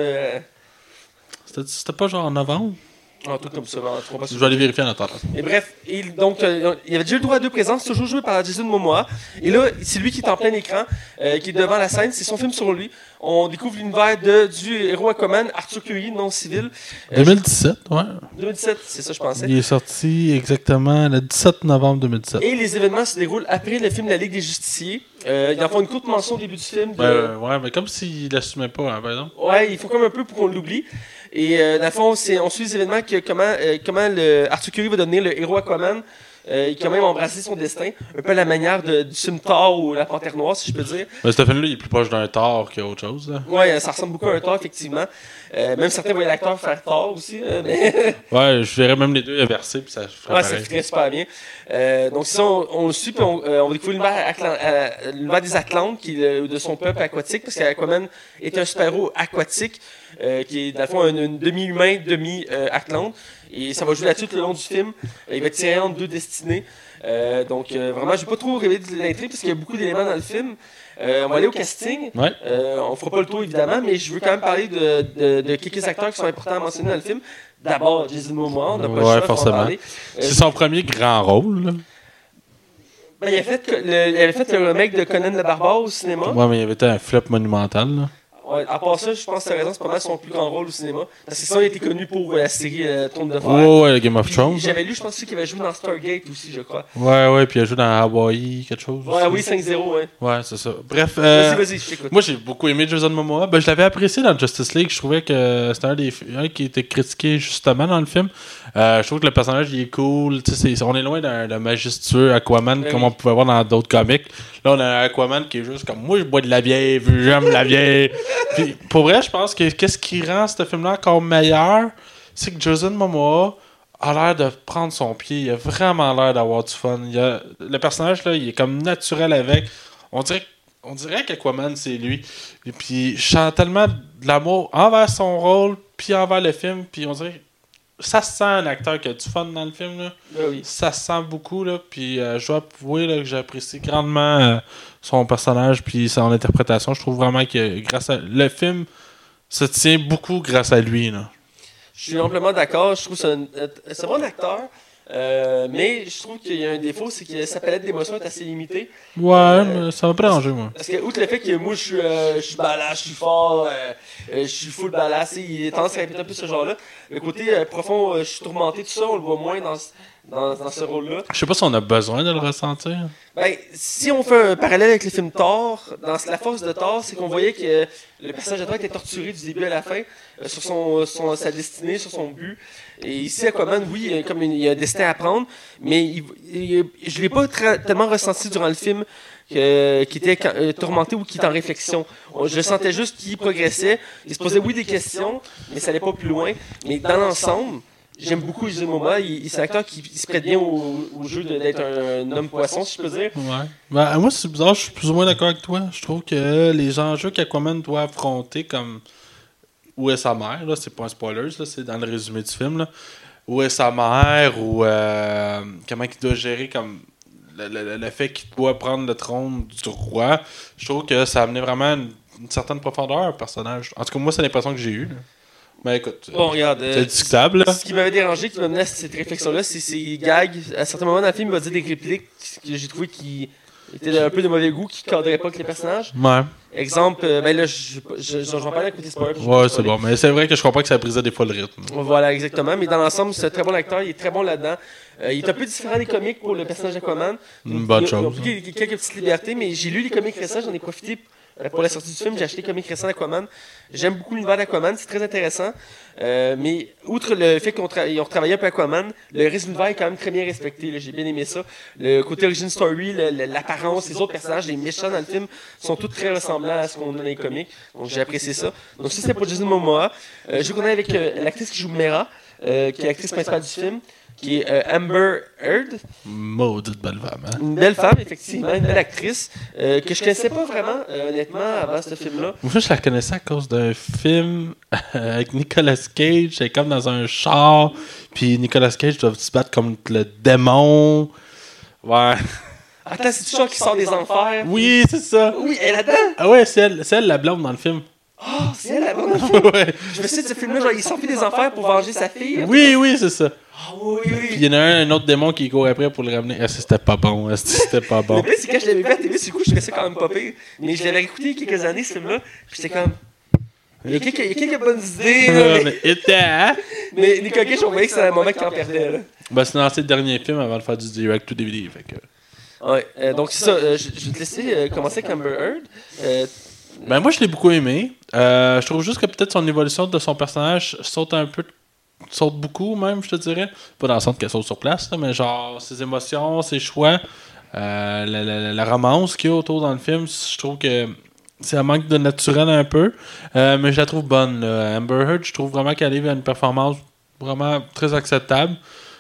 C'était pas genre en novembre? Un truc comme ça. En tout cas, pas Je vais aller vérifier en attendant. Et bref, donc, il avait déjà eu le droit à 2 présences, toujours joué par Jason Momoa. Et là, c'est lui qui est en plein écran, qui est devant la scène, c'est son film sur lui. On découvre l'univers du héros Aquaman, Arthur Curry, non civil. 2017, ouais. 2017, c'est ça, je pensais. Il est sorti exactement le 17 novembre 2017. Et les événements se déroulent après le film La Ligue des Justiciers. Ils en font une courte mention au début du film. Ouais, mais comme s'il l'assumait pas, hein, par exemple. Ouais, il faut comme un peu pour qu'on l'oublie. Et dans le fond, on suit les événements, comment Arthur Curry va devenir le héros Aquaman. Il a quand même embrassé son destin, un peu à la manière du film Thor ou La Panthère Noire, si je peux dire. Mais ce film-là, il est plus proche d'un Thor qu'autre chose. Là. Ouais, ça ressemble beaucoup à un Thor, effectivement. Même certains voyaient l'acteur faire Thor aussi. Mais Ouais, je verrais même les deux inversés, puis ça ferait ouais, ça pareil. ferait super bien. Donc, ça, on le suit, puis on va découvrir l'univers des Atlantes, qui est de son peuple aquatique, parce qu'Aquaman est un super-héros aquatique, qui est, dans le fond, un demi-humain, demi-Atlante. Et ça va jouer là-dessus tout le long du film. Il va tirer entre 2 destinées. Donc, vraiment, je ne vais pas trop révéler de l'intrigue, parce qu'il y a beaucoup d'éléments dans le film. On va aller au casting. Ouais. On fera pas le tour, évidemment, mais je veux quand même parler de quelques acteurs qui sont importants à mentionner dans le film. D'abord, Jason Momoa, on n'a pas le choix, faut en forcément. parler. C'est son premier grand rôle. Là. Ben, il avait fait le remake de Conan le Barbare au cinéma. Ouais, mais il avait été un flop monumental. Là. Ouais, à part ça, je pense que tu as raison, c'est pas mal son plus grand rôle au cinéma. Parce que ça, il a été connu pour la série Trône de Fer. Ouais, le Game of Puis, Thrones. j'avais lu, je pense qu'il avait joué dans Stargate aussi, je crois. Ouais, puis il a joué dans Hawaii, quelque chose. Ouais, aussi. oui, 5-0, ouais. Ouais, c'est ça. Bref. Vas-y, je t'écoute. Moi, j'ai beaucoup aimé Jason Momoa. Ben, je l'avais apprécié dans Justice League. Je trouvais que c'était un qui était critiqué justement dans le film. Je trouve que le personnage il est cool. On est loin d'un majestueux Aquaman Ben comme oui. on pouvait voir dans d'autres comics. Là, on a un Aquaman qui est juste comme moi, je bois de la bière, j'aime la bière. Puis, pour vrai, je pense que qu'est-ce qui rend ce film-là encore meilleur, c'est que Jason Momoa a l'air de prendre son pied. Il a vraiment l'air d'avoir du fun. Le personnage, là, il est comme naturel avec. On dirait qu'Aquaman, c'est lui. Et puis, je sens tellement de l'amour envers son rôle, puis envers le film, puis on dirait... Ça se sent un acteur qui a du fun dans le film, là. Ben oui. Ça se sent beaucoup, là. Puis, je dois avouer là, que j'apprécie grandement son personnage, puis son interprétation. Je trouve vraiment que le film se tient beaucoup grâce à lui, là. Je suis amplement d'accord. Je trouve que c'est un bon acteur. Mais je trouve qu'il y a un défaut, c'est que sa palette d'émotions est assez limitée. Ouais, mais ça va pas déranger, moi. Parce que, outre le fait que moi, je suis badass, je suis fort, je suis full badass, il est tendance à répéter un peu ce genre-là. Le côté profond, je suis tourmenté, tout ça, on le voit moins dans ce rôle-là. Je sais pas si on a besoin de le ressentir. Ben, si on fait un parallèle avec le film Thor, dans la force de Thor, c'est qu'on voyait que le personnage de Thor était torturé du début à la fin sur sa destinée, sur son but. Et ici, Aquaman, oui, comme il y a un destin à prendre, mais je l'ai pas tellement ressenti durant le film qui était tourmenté ou qui était en réflexion. Je sentais juste qu'il progressait. Il se posait, oui, des questions, mais ça allait pas plus loin. Mais dans l'ensemble, j'aime beaucoup Jason Momoa. C'est un acteur qui se prête bien au jeu d'être un homme poisson, si je peux dire. Ouais. Ben, moi, c'est bizarre, je suis plus ou moins d'accord avec toi. Je trouve que les enjeux qu'Aquaman doit affronter, comme où est sa mère, là, c'est pas un spoiler, là, c'est dans le résumé du film, là. Où est sa mère, ou comment il doit gérer comme le fait qu'il doit prendre le trône du roi. Je trouve que ça a amené vraiment une certaine profondeur au personnage. En tout cas, moi, c'est l'impression que j'ai eue. Là. Mais écoute, Bon, regarde. c'est discutable. Là. Ce qui m'avait dérangé, qui m'a mené à cette réflexion-là, c'est ces gags. À certains moments dans le film, il va dire des répliques que j'ai trouvé qui étaient un peu de mauvais goût, qui ne cadraient pas avec les personnages. Ouais. Exemple, ben là, je vais parler à côté spoiler. Ouais, c'est bon. Mais c'est vrai que je crois pas que ça brisait des fois le rythme. Voilà, exactement. Mais dans l'ensemble, c'est un très bon acteur. Il est très bon là-dedans. Il est un peu différent des comics pour le personnage d'Aquaman. Une bonne Ils ont chose. pris quelques petites libertés, mais j'ai lu les comics récents, j'en ai profité pour la sortie du film. J'ai acheté les comics récents d'Aquaman. J'aime beaucoup l'univers d'Aquaman, c'est très intéressant. Mais outre le fait qu'ils ont retravaillé un peu Aquaman, le reste de l'univers est quand même très bien respecté. Là. J'ai bien aimé ça. Le côté origin story, l'apparence, les autres personnages, les méchants dans le film sont tous très ressemblants à ce qu'on a dans les comics. Donc j'ai apprécié ça. Donc ça, c'était pour Jason Momoa. Je connais avec l'actrice qui joue Mera, qui est l'actrice principale du film, qui est Amber Heard. Maudite belle femme, hein? Une belle femme, effectivement, une belle actrice, que je connaissais pas vraiment, honnêtement, avant ce film-là. Moi, je la connaissais à cause d'un film avec Nicolas Cage. C'est comme dans un char. Puis Nicolas Cage doit se battre contre le démon. Ouais. Attends, c'est toujours qui sort des enfers. Oui, c'est ça. Oui, elle est là-dedans. Ah ouais, c'est elle la blonde dans le film. Oh, c'est elle la bonne enfant. Ouais. Je me suis dit, de ce film-là, genre, il s'enfuit des enfers pour venger sa fille. Oui, c'est ça. Oh, oui, Puis il y en a un autre démon qui court après pour le ramener. Ah, c'était pas bon. C'était pas bon. Le pire, c'est quand je l'avais vu à la TV, du coup, je trouvais ça quand même pas pire. Mais je l'avais écouté il y a quelques années, ce film-là. Puis j'étais comme. Il y a quelques bonnes idées, là, mais Nicolas Cage, on voyait que c'était un moment qu'il en perdait, là. Ben, c'est lancé le dernier film avant de faire du direct to DVD. Fait que... Ouais, donc c'est ça. Je vais te laisser commencer avec Amber Heard. Ben, moi, je l'ai beaucoup aimé. Je trouve juste que peut-être son évolution de son personnage saute beaucoup, même, je te dirais. Pas dans le sens qu'elle saute sur place, là, mais genre, ses émotions, ses choix, la romance qu'il y a autour dans le film, je trouve que c'est un manque de naturel un peu. Mais je la trouve bonne, là. Amber Heard, je trouve vraiment qu'elle arrive à une performance vraiment très acceptable.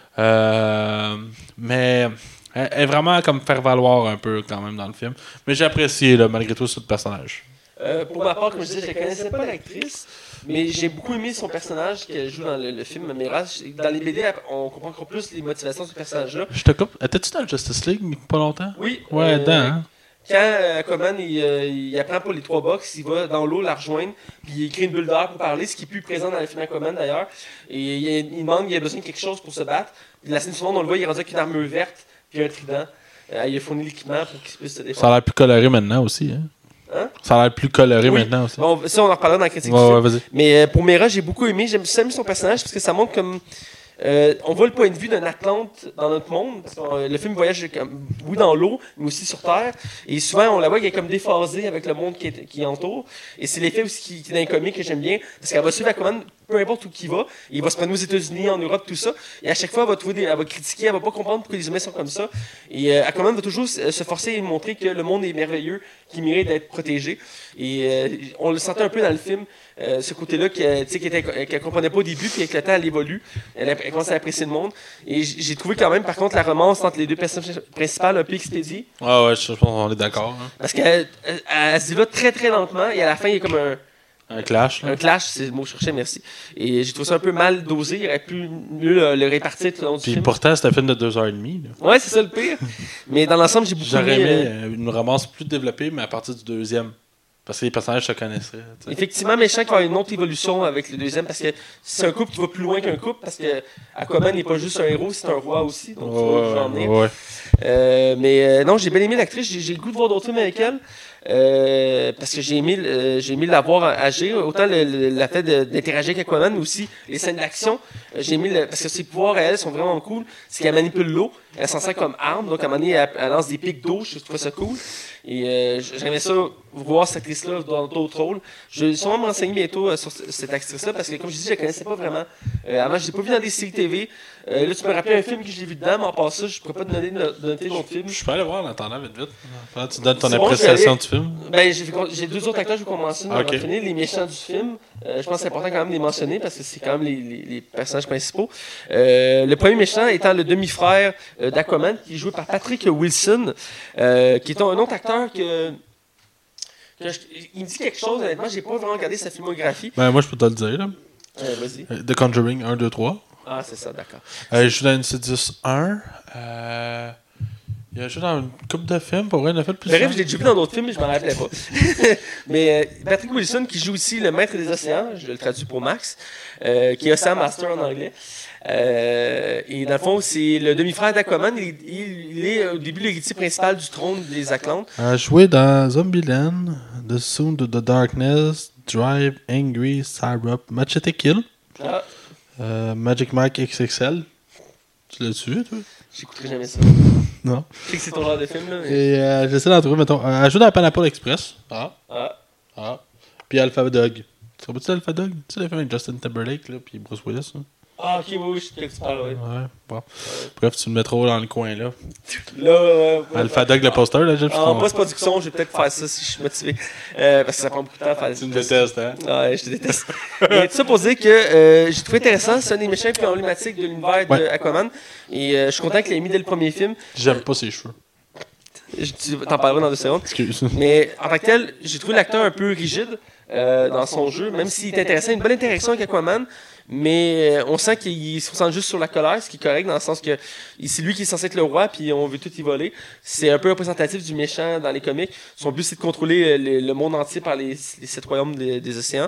Mais elle est vraiment comme faire valoir un peu quand même dans le film. Mais j'ai apprécié, là, malgré tout, ce personnage. Pour ma part, comme je disais, je ne connaissais pas l'actrice, mais j'ai beaucoup aimé son personnage qu'elle joue dans le film Mera. Dans les BD, on comprend encore plus les motivations de ce personnage-là. Je te coupe. Étais-tu dans le Justice League pas longtemps? Oui. Ouais, dedans, hein? Quand Aquaman il apprend pas les 3 box, il va dans l'eau la rejoindre, puis il crée une bulle d'air pour parler, ce qui est plus présent dans le film Aquaman d'ailleurs. Et il demande, il a besoin de quelque chose pour se battre. Puis la scène suivante, on le voit, il est rendu avec une armure verte, puis un trident. Il a fourni l'équipement pour qu'il puisse se défendre. Ça a l'air plus coloré maintenant aussi, hein? Hein? Ça a l'air plus coloré maintenant aussi. Bon, ça, on en reparlera dans la critique. Ouais, vas-y. Mais pour Mera, j'ai beaucoup aimé. J'aime son personnage parce que ça montre comme. On voit le point de vue d'un Atlante dans notre monde. Le film voyage oui, dans l'eau, mais aussi sur Terre. Et souvent, on la voit qu'elle est comme déphasée avec le monde qui entoure. Et c'est l'effet aussi qui est dans les comics que j'aime bien. Parce qu'elle va suivre Aquaman peu importe où il va. Il va se prendre aux États-Unis, en Europe, tout ça. Et à chaque fois, elle va critiquer, elle va pas comprendre pourquoi les humains sont comme ça. Et Aquaman va toujours se forcer à montrer que le monde est merveilleux, qu'il mérite d'être protégé. Et on le sentait un peu dans le film. Ce côté-là qu'elle comprenait pas au début, puis avec le temps, elle évolue. Elle commence à apprécier le monde. Et j'ai trouvé quand même, par contre, la romance entre les deux personnages principales un peu expédiée. Ah ouais, je pense qu'on est d'accord. Hein. Parce qu'elle se développe très très lentement, et à la fin, il y a comme un clash. Là. Un clash, c'est le mot que je cherchais, merci. Et j'ai trouvé ça un peu mal dosé, il aurait pu mieux le répartir tout au long du film. Puis pourtant, c'est un film de 2h30. Là. Ouais, c'est ça le pire. Mais dans l'ensemble, j'ai beaucoup J'aurais aimé une romance plus développée, mais à partir du deuxième. Parce que les personnages se connaisseraient. T'sais. Effectivement, mais je sens qu'il va y avoir une autre évolution avec le deuxième, parce que c'est un couple qui va plus loin qu'un couple, parce que Aquaman n'est pas juste un héros, c'est un roi aussi. Donc, en venir. Mais non, j'ai bien aimé l'actrice, j'ai le goût de voir d'autres films avec elle. Parce que j'ai aimé la voir agir, autant la fait d'interagir avec Aquaman, mais aussi les scènes d'action. J'ai aimé parce que ses pouvoirs à elle sont vraiment cool. C'est qu'elle manipule l'eau, elle s'en sert comme arme, donc à un moment donné, elle lance des pics d'eau, je trouve ça cool. Et j'aimerais ça voir cette actrice-là dans d'autres rôles. Je vais sûrement me renseigner bientôt sur cette actrice-là, parce que comme je dis, je la connaissais pas vraiment. Avant, je l'ai pas vu dans des séries TV. Là, tu me rappelles un film que j'ai vu dedans, mais en passant, je pourrais pas te donner d'autres films. Je peux aller voir en attendant vite. Là, tu donnes ton appréciation du film. Ben, j'ai 2 autres acteurs, je vais commencer à mentionner. Les méchants du film. Je pense que c'est important quand même de les mentionner, parce que c'est quand même les personnages principaux. Le premier méchant étant le demi-frère d'Aquaman, qui est joué par Patrick Wilson, qui est un autre acteur que il me dit quelque chose, honnêtement, j'ai pas vraiment regardé sa filmographie. Ben, moi, je peux te le dire. Là. Vas-y. The Conjuring 1, 2, 3. Ah, c'est ça, d'accord. Je suis dans Insidious 1. Il a joué dans une couple de films, pour vrai, il a fait plus. Bref, je l'ai déjà vu dans d'autres films, mais je m'en rappelais pas. Mais Patrick Wilson, qui joue aussi le maître des océans, je le traduis pour Max, qui est Ocean Master en anglais. Et dans le fond, c'est le demi-frère d'Aquaman. Il est au début l'héritier principal du trône des Atlantes. Il a joué dans Zombieland, The Sound of the Darkness, Drive, Angry, Syrup, Machete Kill, Magic Mike XXL. Tu l'as-tu vu, toi? J'écouterai jamais ça. Non. Je sais que c'est ton genre de film, là. Mais... Et j'essaie d'en trouver, mettons. Elle joue dans Pineapple Express. Puis Alpha Dog. Tu te rappelles-tu d'Alpha Dog? Tu sais, le film avec Justin Timberlake, là, puis Bruce Willis, hein? Ah, ok, oui, je sais que tu parles, oui. Ouais, bon. Bref, tu me mets trop dans le coin, là. Là, Alpha Dog, le poster, là, j'ai en post-production, je vais peut-être faire ça si je suis motivé. Parce que ça prend beaucoup de temps à faire ça. Tu me détestes, hein? Ouais, je te déteste. Et tout ça pour dire que j'ai trouvé intéressant, c'est un des méchants les plus emblématiques de l'univers d'Aquaman. Et je suis content qu'il l'ait mis dès le premier film. J'aime pas ses cheveux. Tu t'en parleras dans 2 secondes. Excuse. Mais en tant que tel, j'ai trouvé l'acteur un peu rigide dans son jeu, même s'il est intéressant, une bonne interaction avec Aquaman. Mais on sent qu'il se concentre juste sur la colère, ce qui est correct dans le sens que c'est lui qui est censé être le roi, puis on veut tout y voler. C'est un peu représentatif du méchant dans les comics. Son but, c'est de contrôler le monde entier par les 7 royaumes des océans.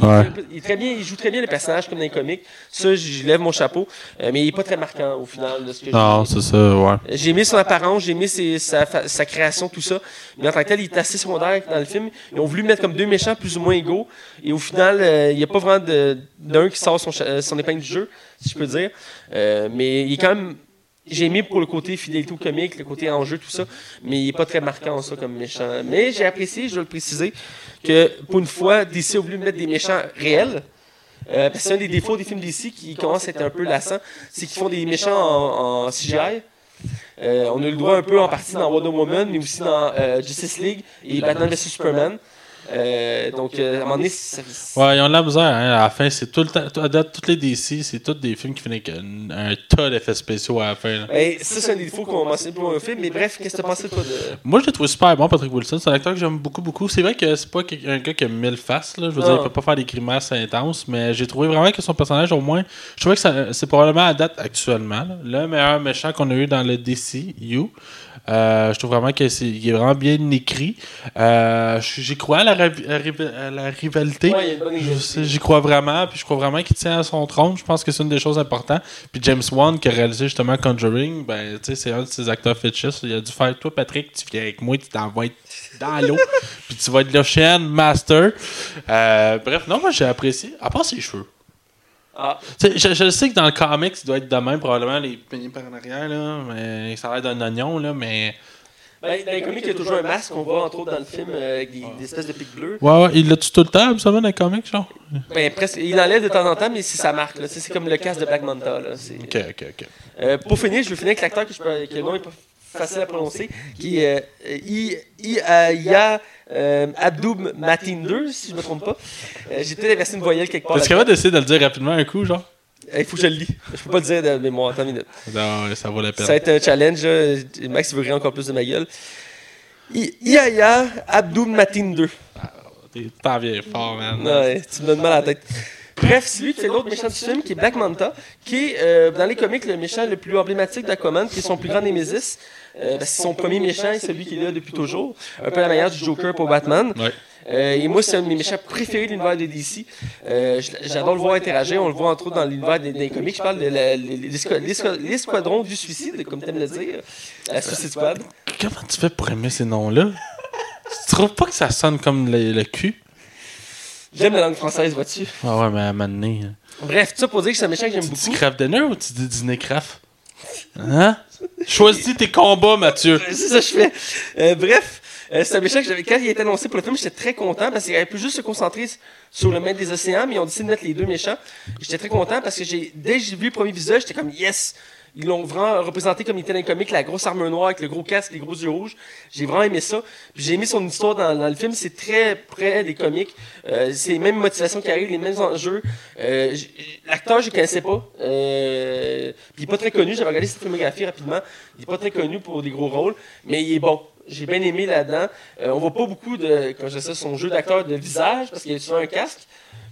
Il joue très bien le personnage comme dans les comics. Ça, je lève mon chapeau. Mais il n'est pas très marquant au final de ce que non, c'est ça, ouais. J'ai aimé son apparence, j'ai aimé sa création, tout ça. Mais en tant que tel, il est assez secondaire dans le film. Ils ont voulu mettre comme 2 méchants plus ou moins égaux. Et au final, il n'y a pas vraiment d'un qui sort son épingle du jeu, si je peux dire. Mais il est quand même... J'ai aimé pour le côté fidélité au comique, le côté enjeu, tout ça. Mais il n'est pas très marquant en ça comme méchant. Mais j'ai apprécié, je dois le préciser, que pour une fois, DC a voulu mettre des méchants réels. Parce que c'est un des défauts des films DC qui commence à être un peu lassant. C'est qu'ils font des méchants en CGI. On a eu le droit un peu en partie dans Wonder Woman, mais aussi dans Justice League et Batman vs Superman. Donc, à un moment donné, ouais, ils ont de la misère, hein. À la fin, c'est tout le temps. À date, toutes les DC, c'est tous des films qui finissent avec un tas d'effets spéciaux à la fin. Ben, ça, c'est un des défauts qu'on va mentionner pour un film. Mais bref, qu'est-ce que tu as pensé, toi de... Moi, je l'ai trouvé super bon, Patrick Wilson. C'est un acteur que j'aime beaucoup, beaucoup. C'est vrai que c'est pas un gars qui a 1000 faces. Là. Je veux dire, il peut pas faire des grimaces intenses. Mais j'ai trouvé vraiment que son personnage, au moins, je trouvais que c'est probablement à date actuellement le meilleur méchant qu'on a eu dans le DCU. Je trouve vraiment qu'il est vraiment bien écrit. J'y crois à la rivalité. Ouais, J'y crois vraiment. Puis je crois vraiment qu'il tient à son trône. Je pense que c'est une des choses importantes. Puis James Wan, qui a réalisé justement Conjuring, ben, c'est un de ses acteurs fétiches. Il a dû faire, toi, Patrick, tu viens avec moi, tu t'envoies dans l'eau. Puis tu vas être l'Ocean Master. Bref, non, moi j'ai apprécié. À part ses cheveux. Je sais que dans le comics, il doit être de même, probablement, les peignés par en arrière, là, mais ça a l'air d'un oignon, là, mais... Ben, dans les comics, il y a toujours un masque qu'on voit, entre autres, dans le film, avec des espèces de pics bleus. Ouais, il l'a-tu tout le temps, ça va, dans les comics, genre? Ben, presque. Il enlève de temps en temps, mais c'est sa marque, là. C'est comme le casque de Black Manta, là. Ok. Pour finir, je vais finir avec l'acteur que le nom est pas facile à prononcer, qui est Iya Abdoub Matin 2, si je ne me trompe pas. J'ai peut-être inversé une voyelle quelque part. Est-ce qu'il va d'essayer de le dire rapidement un coup, genre? Il faut que je le lis. Je peux pas le dire de mémoire. Attends une minute. Non, ça vaut la peine. Ça va être un challenge. Max, il veut rire encore plus de ma gueule. Iya Abdoub Matin 2. T'en viens fort, man. Ouais, tu me donnes mal à la tête. Bref, c'est lui qui fait l'autre méchant du film, qui est Black Manta, qui est, dans les comics, le méchant le plus emblématique d'Aquaman, qui est son plus grand némésis. C'est son premier méchant et celui qui est là depuis toujours. Un peu la manière du Joker pour Batman. Ouais. Et moi, c'est un de mes méchants préférés de l'univers de DC. J'adore le voir interagir. On le voit entre autres dans l'univers des comics. Je parle de l'escadron du suicide, comme tu aimes le dire. La Suicide Squad. Comment tu fais pour aimer ces noms-là? Tu trouves pas que ça sonne comme le cul? J'aime la langue française, vois-tu? Ah ouais, mais à un moment donné... Bref, tout ça pour dire que c'est un méchant que j'aime beaucoup. Tu dis craft dinner ou tu dis dîner craft? Hein? Choisis tes combats, Mathieu. C'est ça que je fais. Bref, c'est un méchant que quand il a été annoncé pour le film, j'étais très content parce qu'il aurait pu juste se concentrer sur le maître des océans, mais ils ont décidé de mettre les deux méchants. J'étais très content parce que dès que j'ai vu le premier visage, j'étais comme yes! Ils l'ont vraiment représenté comme il était dans les comics, la grosse armure noire avec le gros casque, les gros yeux rouges. J'ai vraiment aimé ça. Puis j'ai aimé son histoire dans le film, c'est très près des comics. C'est les mêmes motivations qui arrivent, les mêmes enjeux. L'acteur, je ne connaissais pas. Puis il n'est pas très connu, j'avais regardé sa filmographie rapidement. Il n'est pas très connu pour des gros rôles, mais il est bon. J'ai bien aimé là-dedans. On voit pas beaucoup de, comme je sais, son jeu d'acteur de visage, parce qu'il a souvent un casque.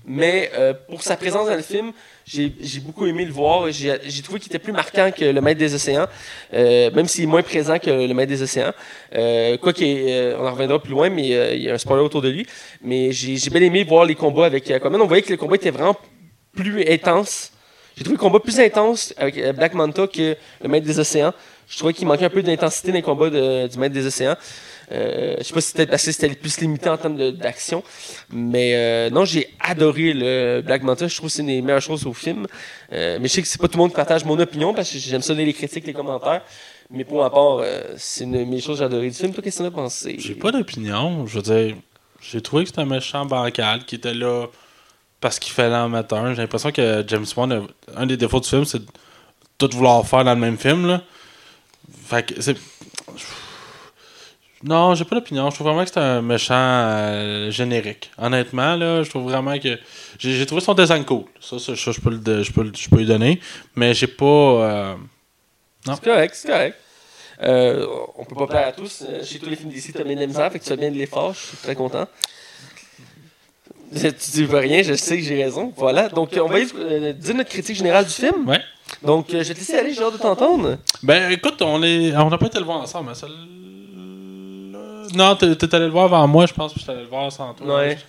Mais pour sa présence dans le film, j'ai beaucoup aimé le voir. J'ai trouvé qu'il était plus marquant que le Maître des Océans, même s'il est moins présent que le Maître des Océans. On en reviendra plus loin, mais il y a un spoiler autour de lui. Mais j'ai bien aimé voir les combats avec Aquaman. On voyait que le combat était vraiment plus intense. J'ai trouvé le combat plus intense avec Black Manta que le Maître des Océans. Je trouvais qu'il manquait un peu d'intensité dans les combats du Maître des Océans. Je sais pas si c'était parce que c'était plus limité en termes d'action. Mais non, j'ai adoré le Black Manta. Je trouve que c'est une des meilleures choses au film. Mais je sais que c'est pas tout le monde qui partage mon opinion parce que j'aime ça lire les critiques, les commentaires. Mais pour ma part, c'est une des choses que j'ai adoré du film. Toi, qu'est-ce que tu en as pensé? J'ai pas d'opinion. Je veux dire, j'ai trouvé que c'était un méchant bancal qui était là parce qu'il fallait en mettre un. J'ai l'impression que James Wan, un des défauts du film, c'est de tout vouloir faire dans le même film, là. Fait que c'est... Non, j'ai pas d'opinion. Je trouve vraiment que c'est un méchant générique. Honnêtement, là, je trouve vraiment que... J'ai trouvé son design cool. Ça je peux lui donner. Mais j'ai pas... Non. C'est correct. On peut pas plaire à tous. Chez tous les films d'ici, tu as bien de la misère, fait que tu as bien de l'effort. Je suis très content. Tu dis pas rien, je sais que j'ai raison. Voilà. Donc, on va dire notre critique générale du film. Ouais. Donc, je vais te laisser aller, j'ai hâte de t'entendre. Ben, écoute, on n'a pas été le voir ensemble, mais celle-là... Non, t'es allé le voir avant moi, je pense, que je suis allé le voir sans toi. Ouais.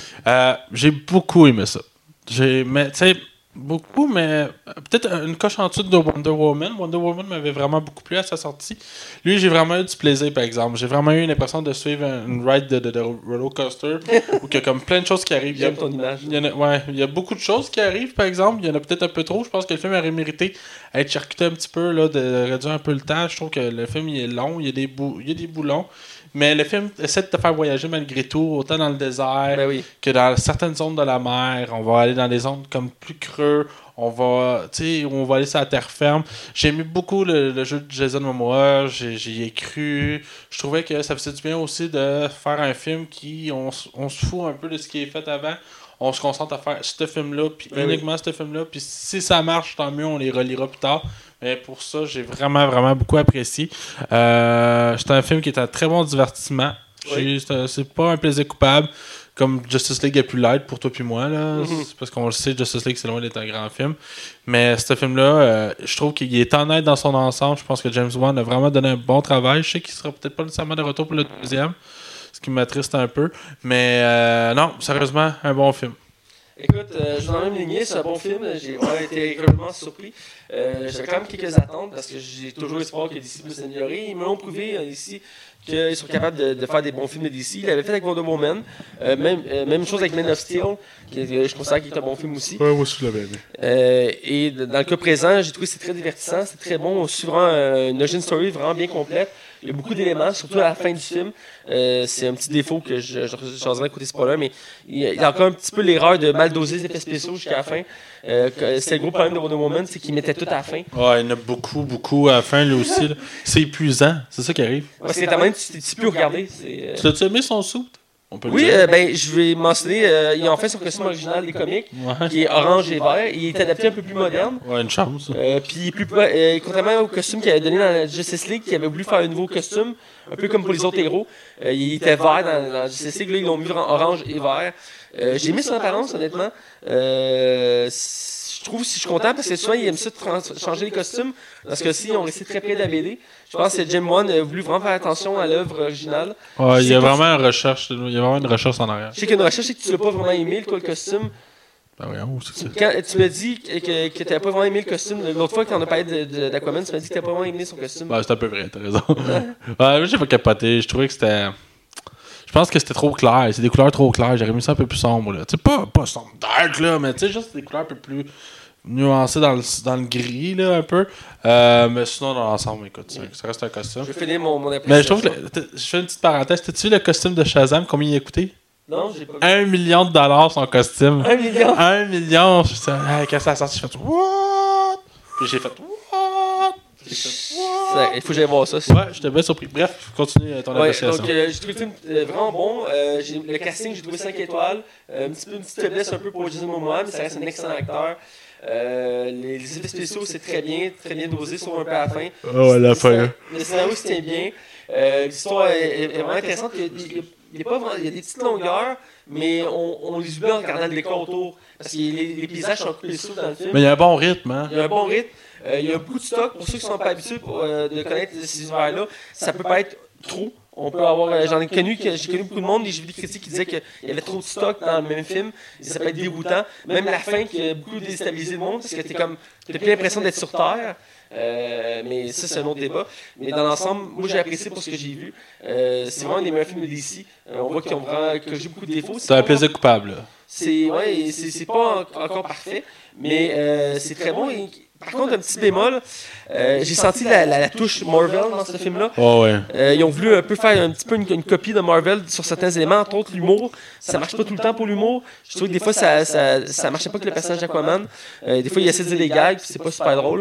J'ai beaucoup aimé ça. Mais, tu sais, beaucoup, mais peut-être une coche en dessous de Wonder Woman. Wonder Woman m'avait vraiment beaucoup plu à sa sortie. Lui, j'ai vraiment eu du plaisir, par exemple. J'ai vraiment eu l'impression de suivre une ride de roller coaster où il y a comme plein de choses qui arrivent. J'aime ton image. Il y a beaucoup de choses qui arrivent, par exemple. Il y en a peut-être un peu trop. Je pense que le film aurait mérité être charcuté un petit peu, là, de réduire un peu le temps. Je trouve que le film il est long, il y a des bouts longs. Mais le film essaie de te faire voyager malgré tout, autant dans le désert que dans certaines zones de la mer. On va aller dans des zones comme plus creux. On va aller sur la terre ferme. J'ai aimé beaucoup le jeu de Jason Momoa. J'y ai cru. Je trouvais que ça faisait du bien aussi de faire un film qui... On se fout un peu de ce qui est fait avant. On se concentre à faire ce film-là, puis uniquement ce film-là. Puis si ça marche, tant mieux, on les reliera plus tard. Mais pour ça, j'ai vraiment, vraiment beaucoup apprécié. C'est un film qui est un très bon divertissement. Oui. C'est pas un plaisir coupable, comme Justice League est plus light pour toi puis moi. Là. C'est parce qu'on le sait, Justice League, c'est loin d'être un grand film. Mais ce film-là, je trouve qu'il est honnête dans son ensemble. Je pense que James Wan a vraiment donné un bon travail. Je sais qu'il sera peut-être pas nécessairement de retour pour le deuxième, ce qui m'attriste un peu. Mais non, sérieusement, un bon film. Écoute, je suis dans la même lignée, c'est un bon film, j'ai vraiment été incroyablement surpris. J'avais quand même quelques attentes parce que j'ai toujours espoir que DC puisse s'améliorer. Ils me l'ont prouvé ici qu'ils sont capables de faire des bons films de DC. Ils l'avaient fait avec Wonder Woman, même chose avec Man of Steel, qui je considère qu'il est un bon film aussi. Ouais, moi aussi je l'avais aimé. Et dans le cas présent, j'ai trouvé que c'est très divertissant, c'est très bon. On suit vraiment une origin story vraiment bien complète. Il y a beaucoup d'éléments, surtout à la fin du film. C'est un petit défaut que j'oserais côté spoiler, mais il y a encore un petit peu l'erreur de mal doser les effets spéciaux jusqu'à la fin. C'est le gros problème de Wonder Woman, c'est qu'il mettait tout à la fin. Ouais, il y en a beaucoup à la fin, lui aussi. Là. C'est épuisant, c'est ça qui arrive. Ouais, c'est tellement tu peux regarder. Tu as-tu aimé son suit? Oui, je vais mentionner, il a en fait son costume original des comics, qui est orange et vert. Il est adapté un peu plus moderne. Ouais, une chance. Puis, contrairement au costume qu'il avait donné dans la Justice League, qui avait voulu faire un nouveau costume, un peu comme pour les autres héros, il était vert dans la Justice League, là, ils l'ont mis en orange et vert. J'ai aimé son apparence, honnêtement. Je suis content parce que souvent, ils aiment ça changer les costumes. Dans ce cas-ci, ils ont resté très près de la BD. Je pense que James Wan a voulu vraiment faire attention à l'œuvre originale. Ouais, il y a vraiment une recherche en arrière. Je sais qu'il y a une recherche, c'est que tu l'as pas vraiment aimé, toi, le costume. Ben oui, c'est ça. Quand tu m'as dit que tu n'avais pas vraiment aimé le costume, l'autre fois que tu en as parlé d'Aquaman, tu m'as dit que tu n'avais pas vraiment aimé son costume. Ben, c'est un peu vrai, t'as raison. Ouais, j'ai pas capoté. Je trouvais que c'était. Je pense que c'était trop clair. C'est des couleurs trop claires. J'aurais mis ça un peu plus sombre. Tu sais, pas sombre dark, là, mais tu sais, juste des couleurs un peu plus nuancées dans le gris, là, un peu. Mais sinon, dans l'ensemble, écoute, ça reste un costume. Je vais finir mon appréciation. Mais je trouve que. Je fais une petite parenthèse. T'as-tu vu le costume de Shazam? Combien il a coûté? Non, j'ai pas vu. $1 million son costume. 1 million? 1 million. Quand ça a sorti, j'ai fait What? Puis j'ai fait What? Il faut que j'aille voir ça. Ouais, j'étais bien surpris. Bref, continue ton appréciation. Donc, j'ai trouvé le film vraiment bon. Le casting, j'ai trouvé 5 étoiles. Une petite faiblesse un peu pour Jason Momoa, mais ça reste un excellent acteur. Les effets spéciaux, c'est très bien dosé, sauf un peu à la fin. À la fin. Le scénario se tient bien. L'histoire est vraiment intéressante. Il y a des petites longueurs, mais on les oublie en regardant le décor autour. Parce que les paysages sont coupés sous dans le film. Mais il y a un bon rythme, hein? Il y a un bon rythme. Il y a beaucoup de stock. Pour ceux qui ne sont pas habitués de connaître ces univers-là, ça peut pas être trop. On peut avoir. J'ai connu beaucoup de monde, j'ai vu des critiques qui disaient qu'il y avait trop de stock dans le même film. Et ça peut être déroutant. Même la fin qui a beaucoup déstabilisé le monde, parce que t'as plus l'impression d'être sur Terre. Mais ça, c'est un autre débat. Mais dans l'ensemble, moi, j'ai apprécié pour ce que j'ai vu. C'est vraiment un des meilleurs films de DC. On voit que j'ai beaucoup de défauts. C'est un plaisir coupable. Là. C'est pas encore parfait, mais c'est très bon. Et, par contre, un petit bémol, j'ai senti la touche Marvel dans ce film-là. Oh ouais. Ils ont voulu un peu faire un petit peu une copie de Marvel sur certains éléments, entre autres l'humour. Ça marche pas tout le temps pour l'humour. Je trouve que des fois, ça marchait pas avec le personnage d'Aquaman. Des fois, il essaie de dire des gags, puis c'est pas super drôle.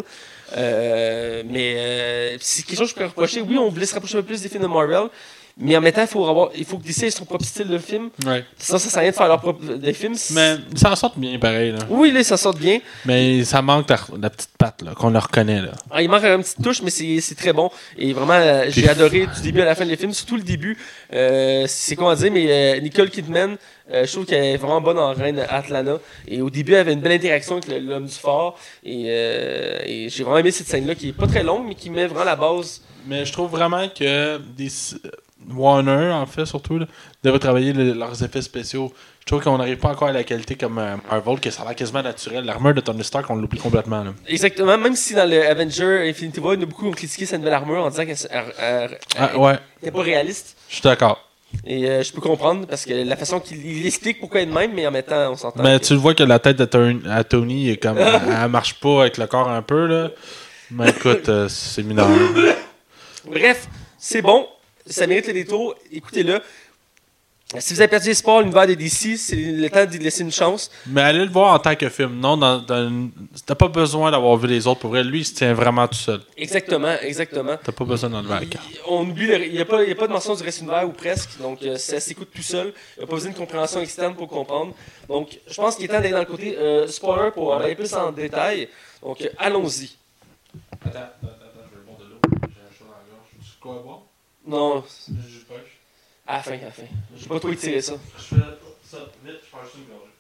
Mais c'est quelque chose que je pourrais reprocher. Oui, on voulait se rapprocher un peu plus des films de Marvel. Mais en même temps, il faut que DC ait son propre style de film. Ouais. Ça sert à rien de faire leur propre des films. Mais ça en sort bien pareil. Là. Oui, là, ça sort bien. Mais ça manque la petite patte là, qu'on le reconnaît. Là. Il manque une petite touche, mais c'est très bon. Et vraiment, j'ai adoré du début à la fin des films. Surtout le début. C'est comment dire, mais Nicole Kidman, je trouve qu'elle est vraiment bonne en Reine Atlanta. Et au début, elle avait une belle interaction avec l'homme du fort. Et j'ai vraiment aimé cette scène-là qui est pas très longue, mais qui met vraiment la base. Mais je trouve vraiment que Warner, en fait, surtout, là, devrait travailler leurs effets spéciaux. Je trouve qu'on n'arrive pas encore à la qualité comme Marvel, que ça a l'air quasiment naturel. L'armure de Tony Stark, on l'oublie complètement. Là. Exactement, même si dans le Avenger Infinity War, il y en a beaucoup qui ont critiqué sa nouvelle armure en disant qu'elle n'était pas réaliste. Je suis d'accord. Et je peux comprendre, parce que la façon qu'il explique pourquoi elle est de même, mais en même temps, on s'entend. Mais tu le vois que la tête de Tony, est comme, elle marche pas avec le corps un peu. Là. Mais écoute, c'est mineur. Bref, c'est bon. Ça mérite le détour. Écoutez-le. Si vous avez perdu espoir l'univers de DC, c'est le temps de laisser une chance. Mais allez le voir en tant que film. Non, t'as pas besoin d'avoir vu les autres pour vrai. Lui, il se tient vraiment tout seul. Exactement. T'as pas besoin d'en le On oublie, il n'y a pas de mention du reste de l'univers ou presque. Donc, ça s'écoute tout seul. Il n'y a pas besoin de compréhension externe pour comprendre. Donc, je pense qu'il est temps d'aller dans le côté spoiler pour aller plus en détail. Donc, allons-y. Attends, je vais boire de l'eau. J'ai un chaud dans la gorge. Tu quoi à boire? Non. J'ai juste poche. À la fin. Je vais pas trop étirer ça. Je fais ça vite, je prends juste une gorge.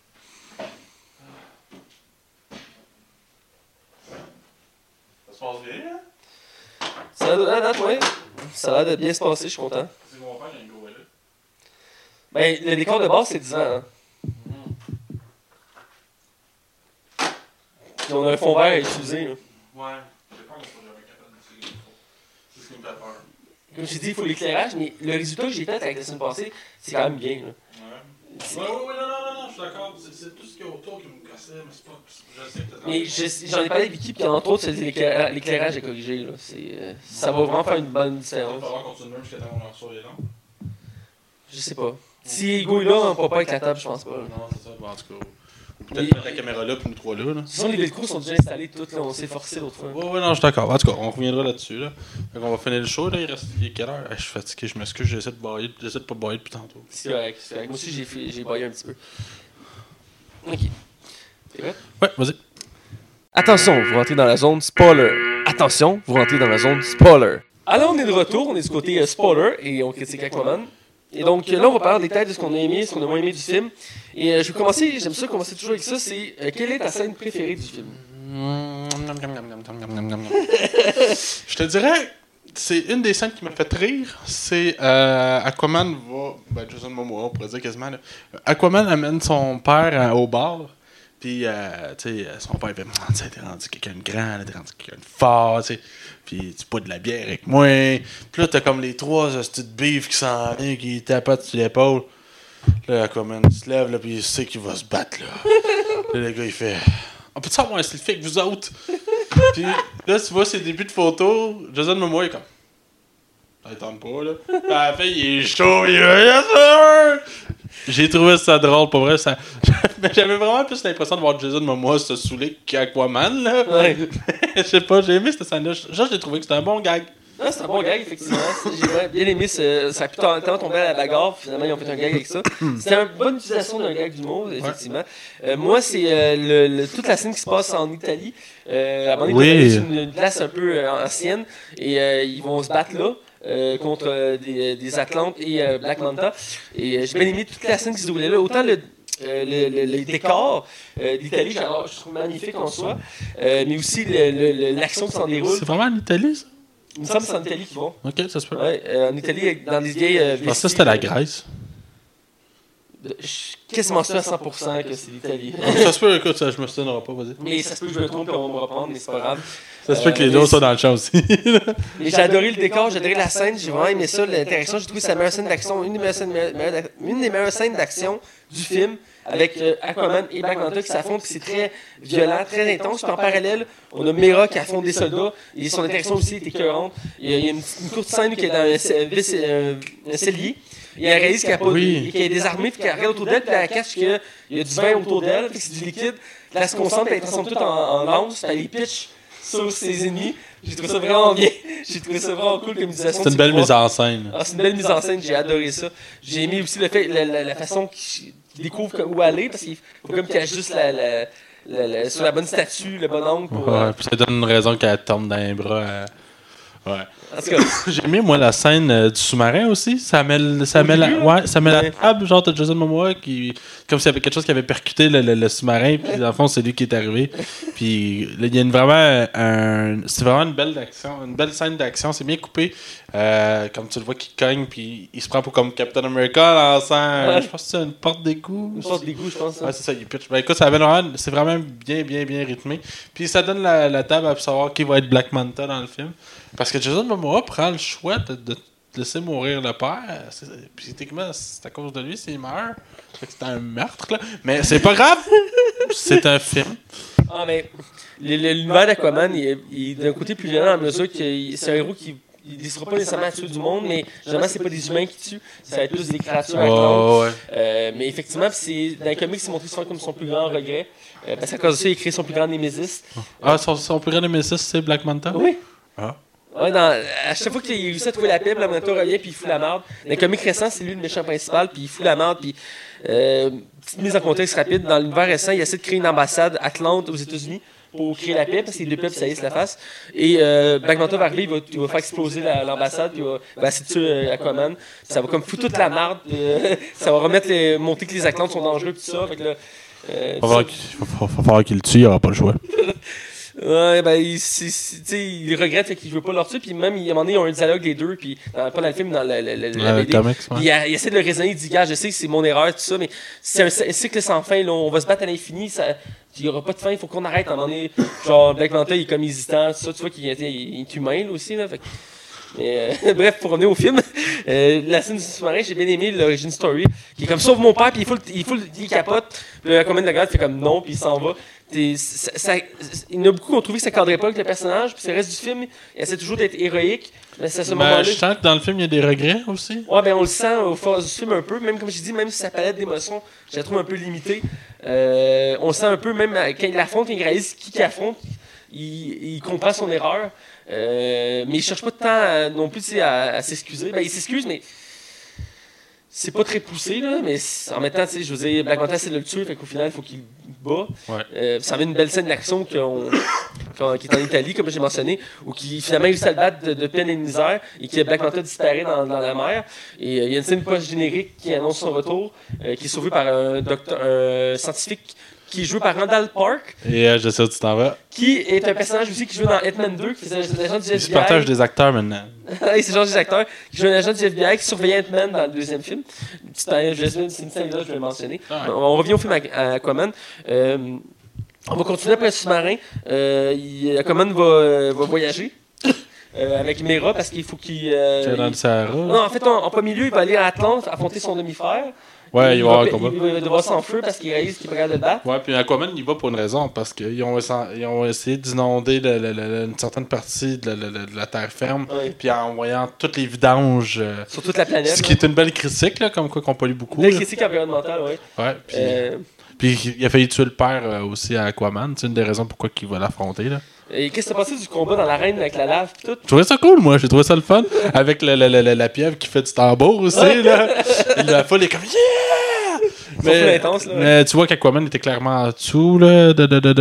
Ça se passe bien, hein? Ça a l'air de bien se passer, je suis content. C'est mon père qui a une go là. Ben, le décor de base, c'est 10 ans. Hein. Puis on a un fond vert à utiliser. Là. Ouais. J'ai peur qu'on soit jamais capable d'utiliser. C'est ce qui me fait peur. Comme je t'ai dit, il faut l'éclairage, mais le résultat que j'ai fait avec la semaine passée, c'est quand même bien. Là. Ouais, non, je suis d'accord. C'est tout ce qu'il y a autour qui me cassait, mais c'est pas. Je sais que mais j'en ai parlé avec Vicky, puis entre autres, c'est l'éclairage à corriger. Là. Ça va vraiment faire une bonne différence. Il va falloir continuer jusqu'à temps qu'on en reçoit les lampes. Je sais pas. Si Hugo est là, on ne pourra pas avec la table, je pense pas. Là. Non, c'est ça. Bon, en tout cas. Peut-être mettre la caméra là, puis nous trois là. Sinon, les velcros sont déjà installés toutes, là. On s'est forcé l'autre fois. Ouais, non, je suis d'accord. En tout cas, on reviendra là-dessus. Là. Donc, on va finir le show. Là. Il reste quelle heure? Je suis fatigué, je m'excuse. J'essaie de pas bailler depuis tantôt. C'est correct. Moi aussi, j'ai baillé un petit peu. Ok. T'es prêt? Ouais, vas-y. Attention, vous rentrez dans la zone spoiler. Attention, vous rentrez dans la zone spoiler. Alors, on est de retour. On est du côté spoiler et on critique Aquaman. Et donc là, on va parler en détail de ce qu'on a aimé, ce qu'on a moins aimé du film. Et je vais commencer, j'aime ça commencer toujours avec ça, c'est quelle est ta scène préférée du film? Je te dirais, c'est une des scènes qui m'a fait rire. C'est Aquaman va. Ben, Jason Momoa, on pourrait dire quasiment. Là. Aquaman amène son père au bar. Puis, tu sais, son père fait tu sais, t'es rendu quelqu'un de grand, t'es rendu quelqu'un de fort, tu sais. Puis, tu bois de la bière avec moi. Puis là, t'as comme les trois petites beefs qui s'en viennent, qui tapotent sur l'épaule. Là, Aquaman se lève, là, puis il sait qu'il va se battre, là. Là, le gars, il fait on peut-tu avoir un selfie avec vous autres? Puis là, tu vois ses débuts de photos, Jason Momoa est comme ça tente pas, là. Puis à la fin, il est chaud, il est yes, sir! J'ai trouvé ça drôle, pour vrai. J'avais vraiment plus l'impression de voir Jason Momoa se saouler qu'Aquaman, là. Ouais. Je sais pas, j'ai aimé cette scène-là. Genre, j'ai trouvé que c'était un bon gag. Ah, c'est un bon gag, effectivement. J'ai bien aimé ça a pu tellement tomber à la bagarre, puis finalement ils ont fait un gag avec ça. C'était une bonne utilisation d'un gag d'humour, effectivement. Moi, c'est toute la scène qui se passe en Italie. À un moment donné, c'est une place un peu ancienne, et ils vont se battre là. Contre des Atlantes et Black Manta. Et j'ai bien aimé toute la scène qui se déroulait là. Autant le décor d'Italie, je trouve magnifique en soi, mais aussi l'action qui s'en déroule. C'est vraiment en Italie, ça? Il me semble que c'est en Italie qu'ils vont. Ok, ça se peut. Ouais, en Italie, dans des vieilles. Je pensais que c'était la Grèce. Je suis quasiment sûr à 100% que c'est l'Italie. Ça se peut, écoute, ça, je me souviendrai pas, vas-y. Mais ça se peut que je me trompe et on va me reprendre, mais c'est pas grave. Ça se peut que les deux soient dans le champ aussi. Mais j'ai adoré le décor, j'ai adoré la scène, j'ai vraiment aimé ça, l'interaction. J'ai trouvé que c'est la meilleure scène d'action, une des meilleures scènes d'action du film, avec Aquaman et Black Manta qui s'affrontent, puis c'est très violent, très intense. Puis en parallèle, on a Mera qui affronte des soldats, et son interaction aussi est écœurante. Il y a une courte scène qui est dans un cellier. Il y a Reyes qui est désarmé, puis qui regarde autour d'elle, puis elle cache qu'il y a du vin autour d'elle, puis c'est du liquide. Puis elle se concentre, puis elle transforme tout en lance, puis elle les pitch sur ses ennemis. J'ai trouvé ça vraiment bien. J'ai trouvé ça vraiment cool comme utilisation. C'est une belle mise en scène. Ah, c'est une belle mise en scène, j'ai adoré ça. J'ai aimé aussi le fait, la façon qu'il découvre où aller, parce qu'il faut comme qu'il ait juste sur la bonne statue, le bon angle. Puis ça donne une raison qu'elle tombe dans les bras. Ouais. En tout cas, j'ai aimé, moi, la scène du sous-marin aussi. Ça met la table, genre, de Jason Momoa, comme s'il y avait quelque chose qui avait percuté le sous-marin, puis dans le fond, c'est lui qui est arrivé. Puis là, il y a c'est vraiment une belle action, une belle scène d'action. C'est bien coupé. Comme tu le vois, qui cogne, puis il se prend pour comme Captain America, lançant, je pense que c'est une porte d'égout. Une porte d'égout, je pense. Ouais, c'est ça, il pitch. Ben, écoute, c'est vraiment bien rythmé. Puis ça donne la table à savoir qui va être Black Manta dans le film. Parce que Jason Momoa prend le choix de laisser mourir le père. Puis techniquement, c'est à cause de lui s'il meurt. C'est un meurtre, là. Mais c'est pas grave. C'est un film. Ah, mais l'univers d'Aquaman, il est d'un côté plus violent à mesure que c'est un héros qui ne sera pas nécessairement à tuer du monde, mais généralement, c'est pas des humains qui tuent, ça va être plus des créatures atlantes. Mais effectivement, dans les comics, c'est montré souvent comme son plus grand regret. Parce qu'à cause de ça, il crée son plus grand némésis. Ah, son plus grand némésis, c'est Black Manta? Oui. Ah. Ouais, à chaque fois qu'il réussit à trouver la paix, Black Manta revient puis il fout la merde. Dans les comics récents, c'est lui le méchant principal, puis il fout la merde. Puis, petite mise en contexte rapide, dans l'univers récent, il essaie de créer une ambassade Atlante aux États-Unis pour créer la paix, parce que les deux peuples saillissent la face. Et Black Manta va arriver, il va faire exploser l'ambassade, puis il va essayer de tuer Aquaman. Ça va comme foutre toute la merde. Ça va montrer que les Atlantes sont dangereux, tout ça. Fait que là, va falloir qu'il le tue, il aura pas le choix. Ouais, ben, il regrette, fait qu'il veut pas leur tuer, puis même, à un moment donné, ils ont un dialogue les deux, puis pas dans le film, dans la BD. Comics, ouais. Il essaie de le raisonner, il dit, gars, je sais que c'est mon erreur, tout ça, mais c'est un cycle sans fin, là, on va se battre à l'infini, il y aura pas de fin, il faut qu'on arrête, à un moment donné. Genre, Black Manta, il est comme hésitant, tout ça, tu vois qu'il est humain, là, aussi, là, fait que... Mais, bref, pour revenir au film, la scène du sous-marin, j'ai bien aimé l'origin story, qui est comme sauve mon père, puis il capote, puis le commande de la garde fait comme non, puis il s'en va. Il y en a beaucoup qui ont trouvé que ça cadrait pas avec le personnage, puis le reste du film, il essaie toujours d'être héroïque. Mais c'est à ce moment-là. Je sens que dans le film, il y a des regrets aussi. Ouais, ben on le sent au fond du film un peu, même comme je dis, même si sa palette d'émotions, je la trouve un peu limitée. On le sent un peu, même quand il affronte, quand il réalise qui affronte, il comprend son erreur. Mais il cherche pas de temps non plus à s'excuser. Ben, il s'excuse, mais c'est pas très poussé, là. Mais en même temps, je veux dire, Black Manta, c'est de le tuer, fait qu'au final, il faut qu'il bat. Ouais. Ça avait une belle scène d'action qui est en Italie, comme j'ai mentionné, où qui finalement réussit à le battre de peine et de misère, et que Black Manta disparaît dans la mer. Et il y a une scène post-générique qui annonce son retour, qui est sauvé par un scientifique qui est joué par Randall Park. Et je sais où tu t'en vas. Qui est un personnage aussi qui joue dans Hitman 2, qui faisait l'agent du FBI. Je partage des acteurs maintenant. C'est le genre des acteurs qui joue un agent du FBI qui surveillait Hitman dans le deuxième film. C'est une scène-là, je vais le mentionner. Ah ouais. On revient au film à Aquaman. On va continuer après le sous-marin. Aquaman va voyager. avec Mera parce qu'il faut qu'il. C'est dans le Sahara. Non, en fait, en premier lieu, il va aller à Atlante affronter son demi-frère. Ouais, il va avoir un combat. Il va devoir s'enfuir parce qu'il réalise qu'il est pas capable de le battre. Ouais, puis Aquaman, il va pour une raison, parce qu'ils ont essayé d'inonder une certaine partie de la terre ferme, puis en envoyant toutes les vidanges. Sur toute la planète. Ce qui est une belle critique, là, comme quoi qu'on pollue beaucoup. Une belle critique environnementale, oui. Ouais, puis il a failli tuer le père aussi à Aquaman, c'est une des raisons pourquoi il va l'affronter, là. Et qu'est-ce que t'as pensé du combat dans l'arène avec la lave pis tout? Je trouvais ça cool, moi. J'ai trouvé ça le fun. Avec la pieuvre qui fait du tambour aussi, là. Et la foule est comme yeah! Mais, intense, là, mais tu vois qu'Aquaman était clairement en dessous, là,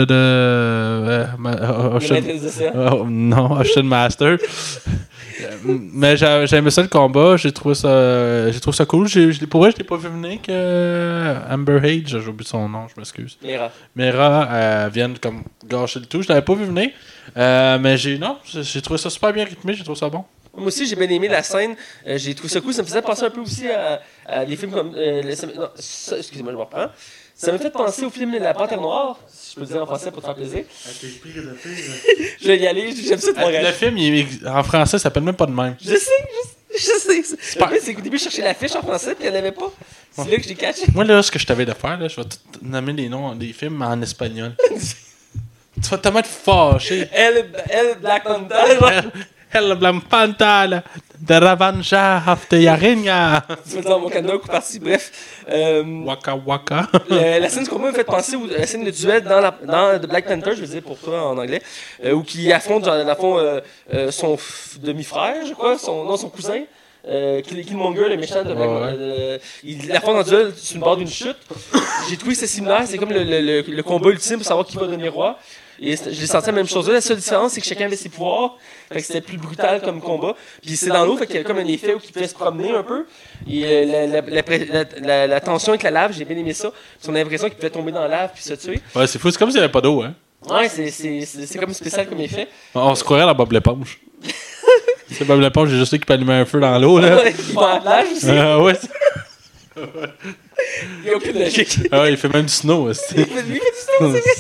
non, Ocean Master. Mais j'ai aimé ça le combat, j'ai trouvé ça cool. Pour vrai, je l'ai pas vu venir que Amber Heard, j'ai oublié son nom, je m'excuse. Mera vienne comme gâcher le tout, je l'avais pas vu venir. Mais j'ai trouvé ça super bien rythmé, j'ai trouvé ça bon. Moi aussi, j'ai bien aimé la scène. J'ai trouvé ça cool. Ça me faisait penser un peu aussi à des films comme. Excusez-moi, je me reprends. Ça m'a fait penser au film La Panthère Noire, si je peux le dire en français pour te faire plaisir. Je vais y aller, j'aime ça de Montréal. Le film, en français, ça s'appelle même pas de même. Je sais. C'est qu'au début, je cherchais l'affiche en français, puis il n'y en avait pas. C'est là que j'ai catché. Moi, là, ce que je t'avais de faire, là, je vais te nommer les noms des films en espagnol. Tu vas tellement être fâché. El Black Panther. El Black Panther de Ravanja Hafteyarinha. Tu vas dire mon Canada coup parti, bref. Waka Waka. La scène du combat me fait penser à la scène de duel dans The Black Panther, je veux dire pour toi en anglais, où il affronte dans le fond son demi-frère, je crois, son cousin. Killmonger, le méchant de il affronte en duel sur le bord d'une chute. J'ai trouvé que c'est similaire, c'est comme le combat ultime pour savoir qui va devenir roi. Et j'ai senti la même chose là. La seule différence, c'est que chacun avait ses pouvoirs. Fait que c'était plus brutal comme combat. Puis c'est dans l'eau, fait qu'il y avait comme un effet où il pouvait se promener un peu. Et la tension avec la lave, j'ai bien aimé ça. Puis on a l'impression qu'il pouvait tomber dans la lave puis se tuer. Ouais, c'est fou. C'est comme s'il n'y avait pas d'eau, hein. Ouais, c'est comme spécial comme effet. On se croirait dans Bob l'éponge. C'est Bob l'éponge, j'ai juste lui qui peut allumer un feu dans l'eau, là. Il va à la plage aussi. Ouais. Il n'y a aucune logique. Ah ouais, il fait même du snow, aussi. Il fait du snow, c'est vrai.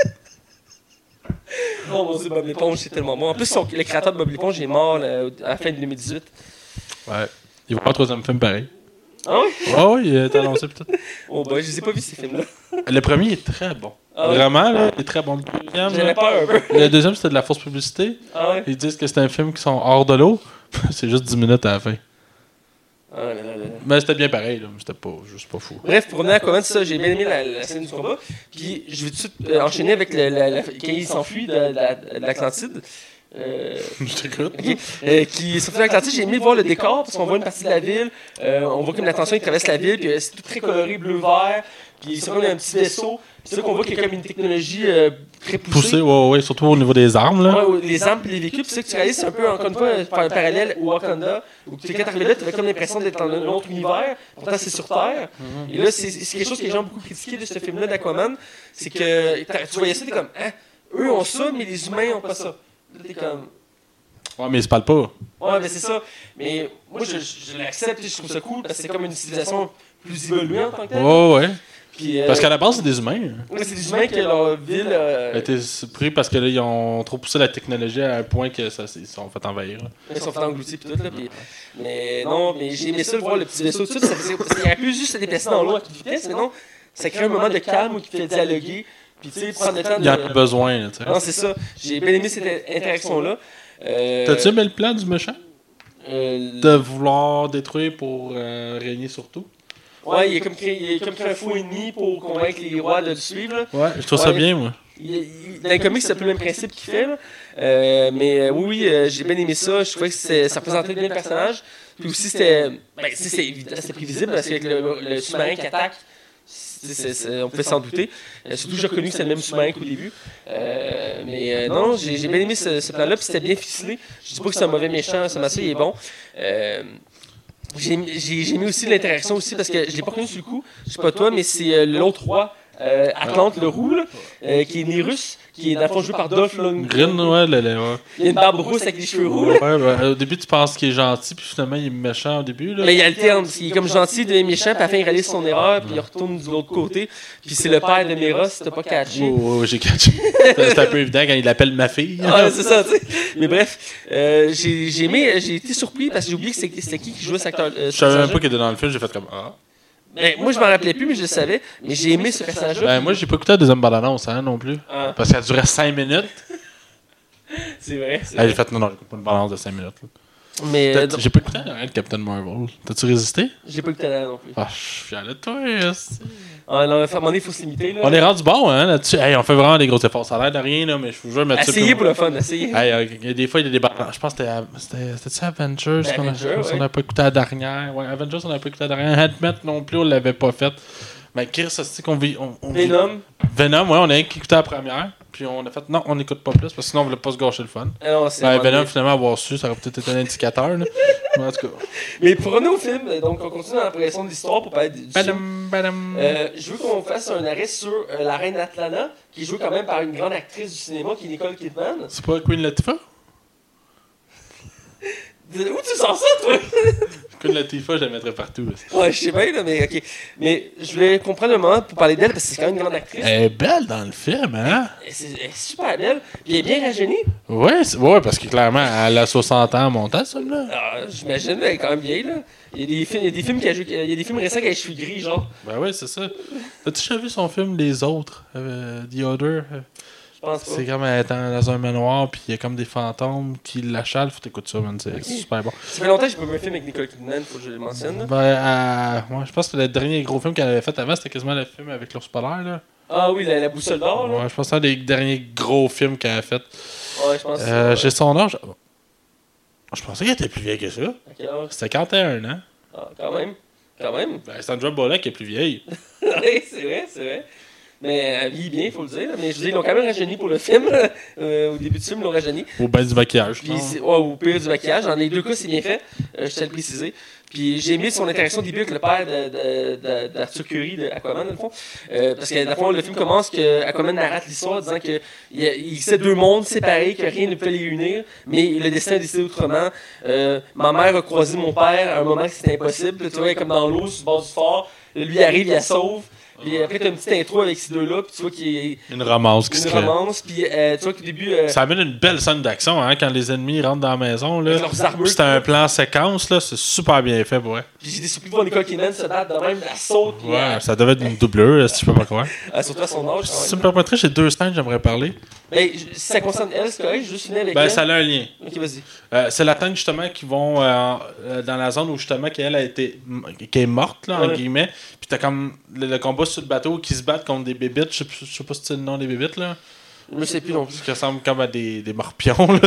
Oh mon dieu, Bob l'éponge, c'est tellement bon. En plus, le créateur de Bob l'éponge est mort à la fin de 2018. Ouais. Il va avoir un troisième film pareil. Ah oui? Ah oui, il a été annoncé peut-être. Oh boy, je les ai pas vus ces films-là. Le premier est très bon. Ah ouais? Vraiment, là, il est très bon. Le deuxième, j'avais peur un peu. Le deuxième, c'était de la fausse publicité. Ah ouais? Ils disent que c'est un film qui sont hors de l'eau. C'est juste 10 minutes à la fin. Ah là là là. Mais c'était bien pareil, là. C'était pas, juste pas fou. Bref, pour revenir à comment ça, j'ai bien aimé la scène du combat. Puis je vais tout de suite enchaîner avec quand il s'enfuit de l'Atlantide. Je t'écoute. Okay. Qui s'enfuit de l'Atlantide, j'ai aimé voir le décor parce qu'on voit une partie de la ville. On voit comme la tension qui traverse la ville, puis c'est tout très coloré, bleu-vert. Puis c'est comme un petit vaisseau. C'est là qu'on voit qu'il y a comme une technologie très poussée. Ouais, surtout au niveau des armes, là. Ouais, les armes et les véhicules. Puis c'est ça que tu réalises, c'est un peu, encore une fois, un parallèle au Wakanda, où quand t'es arrivé là, t'avais comme l'impression d'être dans un autre univers. Pourtant, c'est sur Terre. Et là, c'est quelque chose que les gens ont beaucoup critiqué de ce film-là d'Aquaman. C'est que tu voyais ça, t'es comme, hein, eux ont ça, mais les humains ont pas ça. Là, t'es comme. Ouais, mais ils se parlent pas. Ouais, mais c'est ça. Mais moi, je l'accepte et je trouve ça cool parce que c'est comme une civilisation plus évoluée en tant que telle. Ouais. Puis, parce qu'à la base, c'est des humains. Ouais, c'est des humains que leur ville a été pris parce que là, ils ont trop poussé la technologie à un point que ils se sont fait envahir. Là. Ils sont fait engloutir puis tout. Là, puis, mais non, mais j'ai aimé ça de voir le petit vaisseau tout ça. Parce qu'il aurait pu juste se déplacer dans l'eau à toute vitesse, mais non, ça crée un moment de calme où il fait dialoguer. Puis tu sais, prendre le temps de. Il y en a besoin. Tu sais. Non, c'est ça. J'ai bien aimé cette interaction-là. T'as-tu aimé le plan du méchant de vouloir détruire pour régner sur tout? Ouais, il a comme créé un faux ennemi pour convaincre les rois de le suivre. Là. Ouais, je trouve ça bien, moi. Dans les comics, c'est un peu le même principe qu'il fait. Là. Mais oui, j'ai bien aimé ça. Je trouvais que ça représentait bien le personnage. Puis aussi, c'était prévisible parce qu'avec le sous-marin qui attaque, on pouvait s'en douter. Surtout, j'ai reconnu que c'était le même sous-marin qu'au début. Mais non, j'ai bien aimé ce plan-là. Puis c'était bien ficelé. Je dis pas que c'est un mauvais méchant. Ce massé, il est bon. J'ai aimé aussi l'interaction aussi parce que je l'ai pas connu sur le coup, je sais pas toi, mais c'est l'autre roi Atlante le Roux, là, qui est né russe, qui est dans le fond joué par Dolph Lundgren. Green, ouais, ouais. Il a une barbe rousse avec les cheveux roux. Ouais, ouais, au début, tu penses qu'il est gentil, puis finalement, il est méchant au début. Là. Mais il alterne, il est comme gentil, devient méchant, puis à la fin, il réalise son erreur, puis il retourne de l'autre côté. Puis c'est le père de Mera, si t'as pas catché. Oh, j'ai catché. C'est un peu évident quand il l'appelle ma fille. Ah, c'est ça, tu sais. Mais bref, j'ai été surpris parce que j'ai oublié que c'était qui jouait cet acteur. Je savais même pas qu'il était dans le film, j'ai fait comme ah. Ben, moi, je m'en rappelais plus, mais je le savais. Mais j'ai aimé ce personnage-là. Ben, moi, j'ai pas écouté la deuxième bande-annonce, hein, non plus. Ah. Parce qu'elle durait 5 minutes. C'est vrai. J'ai fait non, j'écoute pas une bande-annonce de 5 minutes. Là. Mais J'ai pas écouté rien de Captain Marvel. T'as-tu résisté? j'ai pas écouté la non plus. Ah, je suis fier de toi. Ah, non, à un moment donné, il faut se limiter. Là. On est rendu bon, hein, là-dessus. Hey, on fait vraiment des gros efforts. Ça a l'air de rien, là, mais je vous jure, mettre ça. Essayez pour le fun, essayez. Hey, des fois, il y a des bandes. Je pense que c'était Avengers qu'on ouais. n'a pas écouté la dernière. Ouais, Avengers, on n'a pas écouté la dernière. Handmet non plus, on l'avait pas fait. Mais Chris, c'est qu'on vit. Venom, ouais, on a écouté la première. Puis on a fait, non, on n'écoute pas plus, parce que sinon on voulait pas se gâcher le fun. Non, Venom, finalement, avoir su, ça aurait peut-être été un indicateur. Là. Mais en tout cas. Mais pour revenir au film, donc on continue dans la progression de l'histoire pour parler du Badam, badam. je veux qu'on fasse un arrêt sur la reine Atlana, qui est jouée quand même par une grande actrice du cinéma, qui est Nicole Kidman. C'est pas Queen Latifah? Où tu sens ça, toi? Queen Latifah, je la mettrais partout. Ouais, je sais bien, là, mais ok. Mais je voulais comprendre un moment pour parler d'elle, parce que c'est quand même une grande actrice. Elle est belle dans le film, hein? Elle est super belle, puis elle est bien rajeunie. Ouais, parce que clairement, elle a 60 ans en montant, celle-là. Ah, j'imagine, elle est quand même vieille, là. Il y a des films récents qui a les cheveux gris, genre. Ben ouais, c'est ça. As-tu déjà vu son film Les Autres? The Other? Je pense pas. C'est comme elle est dans un manoir, puis il y a comme des fantômes qui l'achalent. Faut t'écouter ça, man. C'est super bon. Ça fait longtemps que j'ai pas vu un film avec Nicole Kidman, faut que je le mentionne. Ouais, je pense que le dernier gros film qu'elle avait fait avant, c'était quasiment le film avec l'ours polaire, là. Ah oui, la boussole d'or, là. Ouais, je pense que c'est un des derniers gros films qu'elle a fait. Ouais, je pense que c'est J'ai son âge. Je pensais qu'elle était plus vieille que ça. À quel âge? C'était 41 ans. Ah, quand même. Ben, Sandra Bullock est plus vieille. Oui, c'est vrai. Mais elle vit bien, il faut le dire. Mais je veux dire, ils l'ont quand même rajeuni pour le film. Au début du film, ils l'ont rajeuni. Au bain du maquillage. Puis, au pire du maquillage. Dans les deux cas, c'est bien fait. Je tiens à le préciser. Puis j'ai aimé son interaction au début avec le père d'Arthur Curry, d'Aquaman, dans le fond. Parce que, dans le fond, le film commence que Aquaman narrate l'histoire disant qu'il sait deux mondes séparés, que rien ne peut les unir, mais le destin a décidé autrement. Ma mère a croisé mon père à un moment que c'était impossible. Tu vois, elle est comme dans l'eau, sur le bord du fort. Lui arrive, il la sauve. Puis après, tu as une petite intro avec ces deux-là, puis tu vois qu'il y a une romance qui se crée. Puis tu vois qu'au début... Ça amène une belle scène d'action, hein, quand les ennemis rentrent dans la maison. Là. Avec leurs armures. C'est un plan séquence, là, c'est super bien fait, ouais. Puis j'ai été surpris de voir Nicole Kidman se battre de même, la saute. Puis ouais, ça devait être une doublure, si tu peux pas croire. Surtout à son âge. Si tu me permettrais, j'ai 2 scènes que j'aimerais parler. Ben, si ça concerne elle, c'est correct, je juste fini avec ben, elle. ça a un lien. Ok, vas-y. C'est la scène, justement, qui vont dans la zone où, justement, qu'elle a été... qui est morte, là, en guillemets. Puis t'as comme le combat sur le bateau qui se battent contre des bébites. Je sais pas si c'est le nom des bébites, là. Je sais plus non plus. Qui ressemble comme à des morpions, là.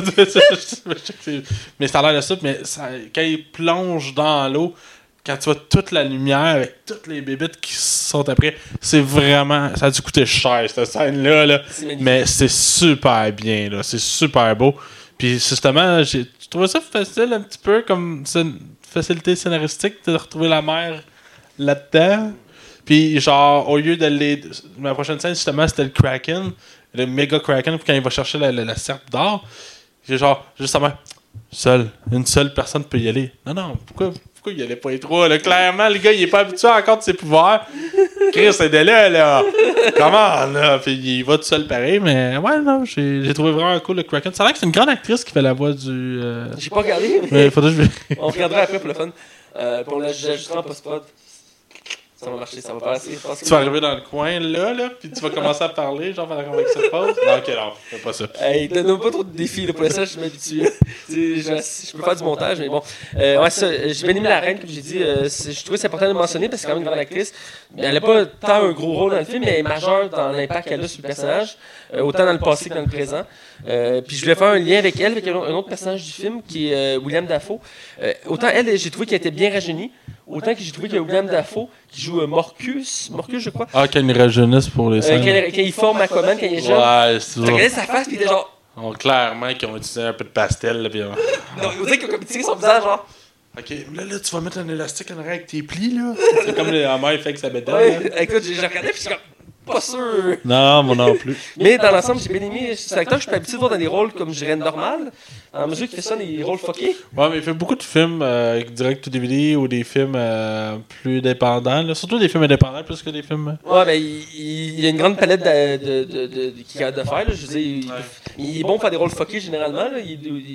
Mais ça a l'air de ça. Mais quand ils plongent dans l'eau, quand tu vois toute la lumière avec toutes les bébites qui sont après, c'est vraiment... Ça a dû coûter cher, cette scène-là. Là. Mais c'est super bien, là. C'est super beau. Puis justement, j'ai trouvé ça facile un petit peu, comme une facilité scénaristique de retrouver la mer là-dedans. Puis genre, au lieu d'aller... Ma prochaine scène, justement, c'était le Kraken. Le méga Kraken, quand il va chercher la serpe d'or. J'ai genre, justement, une seule personne peut y aller. Non, pourquoi il y allait pas les trois, là? Clairement, le gars, il est pas habitué encore de ses pouvoirs. Chris, c'est là. Comment, là? Puis il va tout seul pareil, mais ouais, non, j'ai trouvé vraiment cool le Kraken. Ça a l'air que c'est une grande actrice qui fait la voix du... J'ai pas regardé, mais faudrait que on regardera après pour le fun. Pour l'ajustera en post-prod. Ça va marcher, ça va passer. Tu vas arriver dans le coin, là, puis tu vas commencer à parler, genre, pendant qu'on va se pose. Non, ok, non, fais pas ça. Hey, donne pas trop de défis, là, pour l'instant, je m'habitue. Je peux faire du montage, mais bon. Ouais, ça, j'ai bien aimé la reine, comme j'ai dit. Je trouvais que c'est important de mentionner parce que c'est quand même une grande actrice. Elle n'a pas tant un gros rôle dans le film, mais elle est majeure dans l'impact qu'elle a sur le personnage, autant dans le passé que dans le présent. Puis je voulais faire un lien avec elle, avec un autre personnage du film, qui est William Dafoe. Autant elle, j'ai trouvé qu'elle était bien rajeunie. Autant que j'ai trouvé qu'il y a William Dafoe qui joue Morcus, je crois. Ah, qu'il y a une rajeunisse pour les scènes. Quand il forme Aquaman, quand il est jeune. Ouais, c'est ça. T'as regardé sa face, puis il était genre. Oh, clairement, qu'ils ont utilisé un peu de pastel, là, puis... Non, vous dites qu'il a tiré son visage, genre. Ok, là, tu vas mettre un élastique en arrière avec tes plis, là. C'est comme la mère fait avec sa bédaine. Ouais, écoute, j'ai regardé, puis je suis comme. pas sûr. Non, moi non plus. Mais dans l'ensemble, j'ai bien aimé cet acteur. Je suis habitué de voir dans des rôles comme je dirais normal. En mesure qu'il fait ça, des rôles fuckés. Ouais, mais il fait beaucoup de films direct to DVD ou des films plus indépendants. Là. Surtout des films indépendants plus que des films. Ouais, ben il y a une grande palette qu'il a de faire. Là. Je veux dire, il est bon pour faire des rôles fuckés généralement. Là.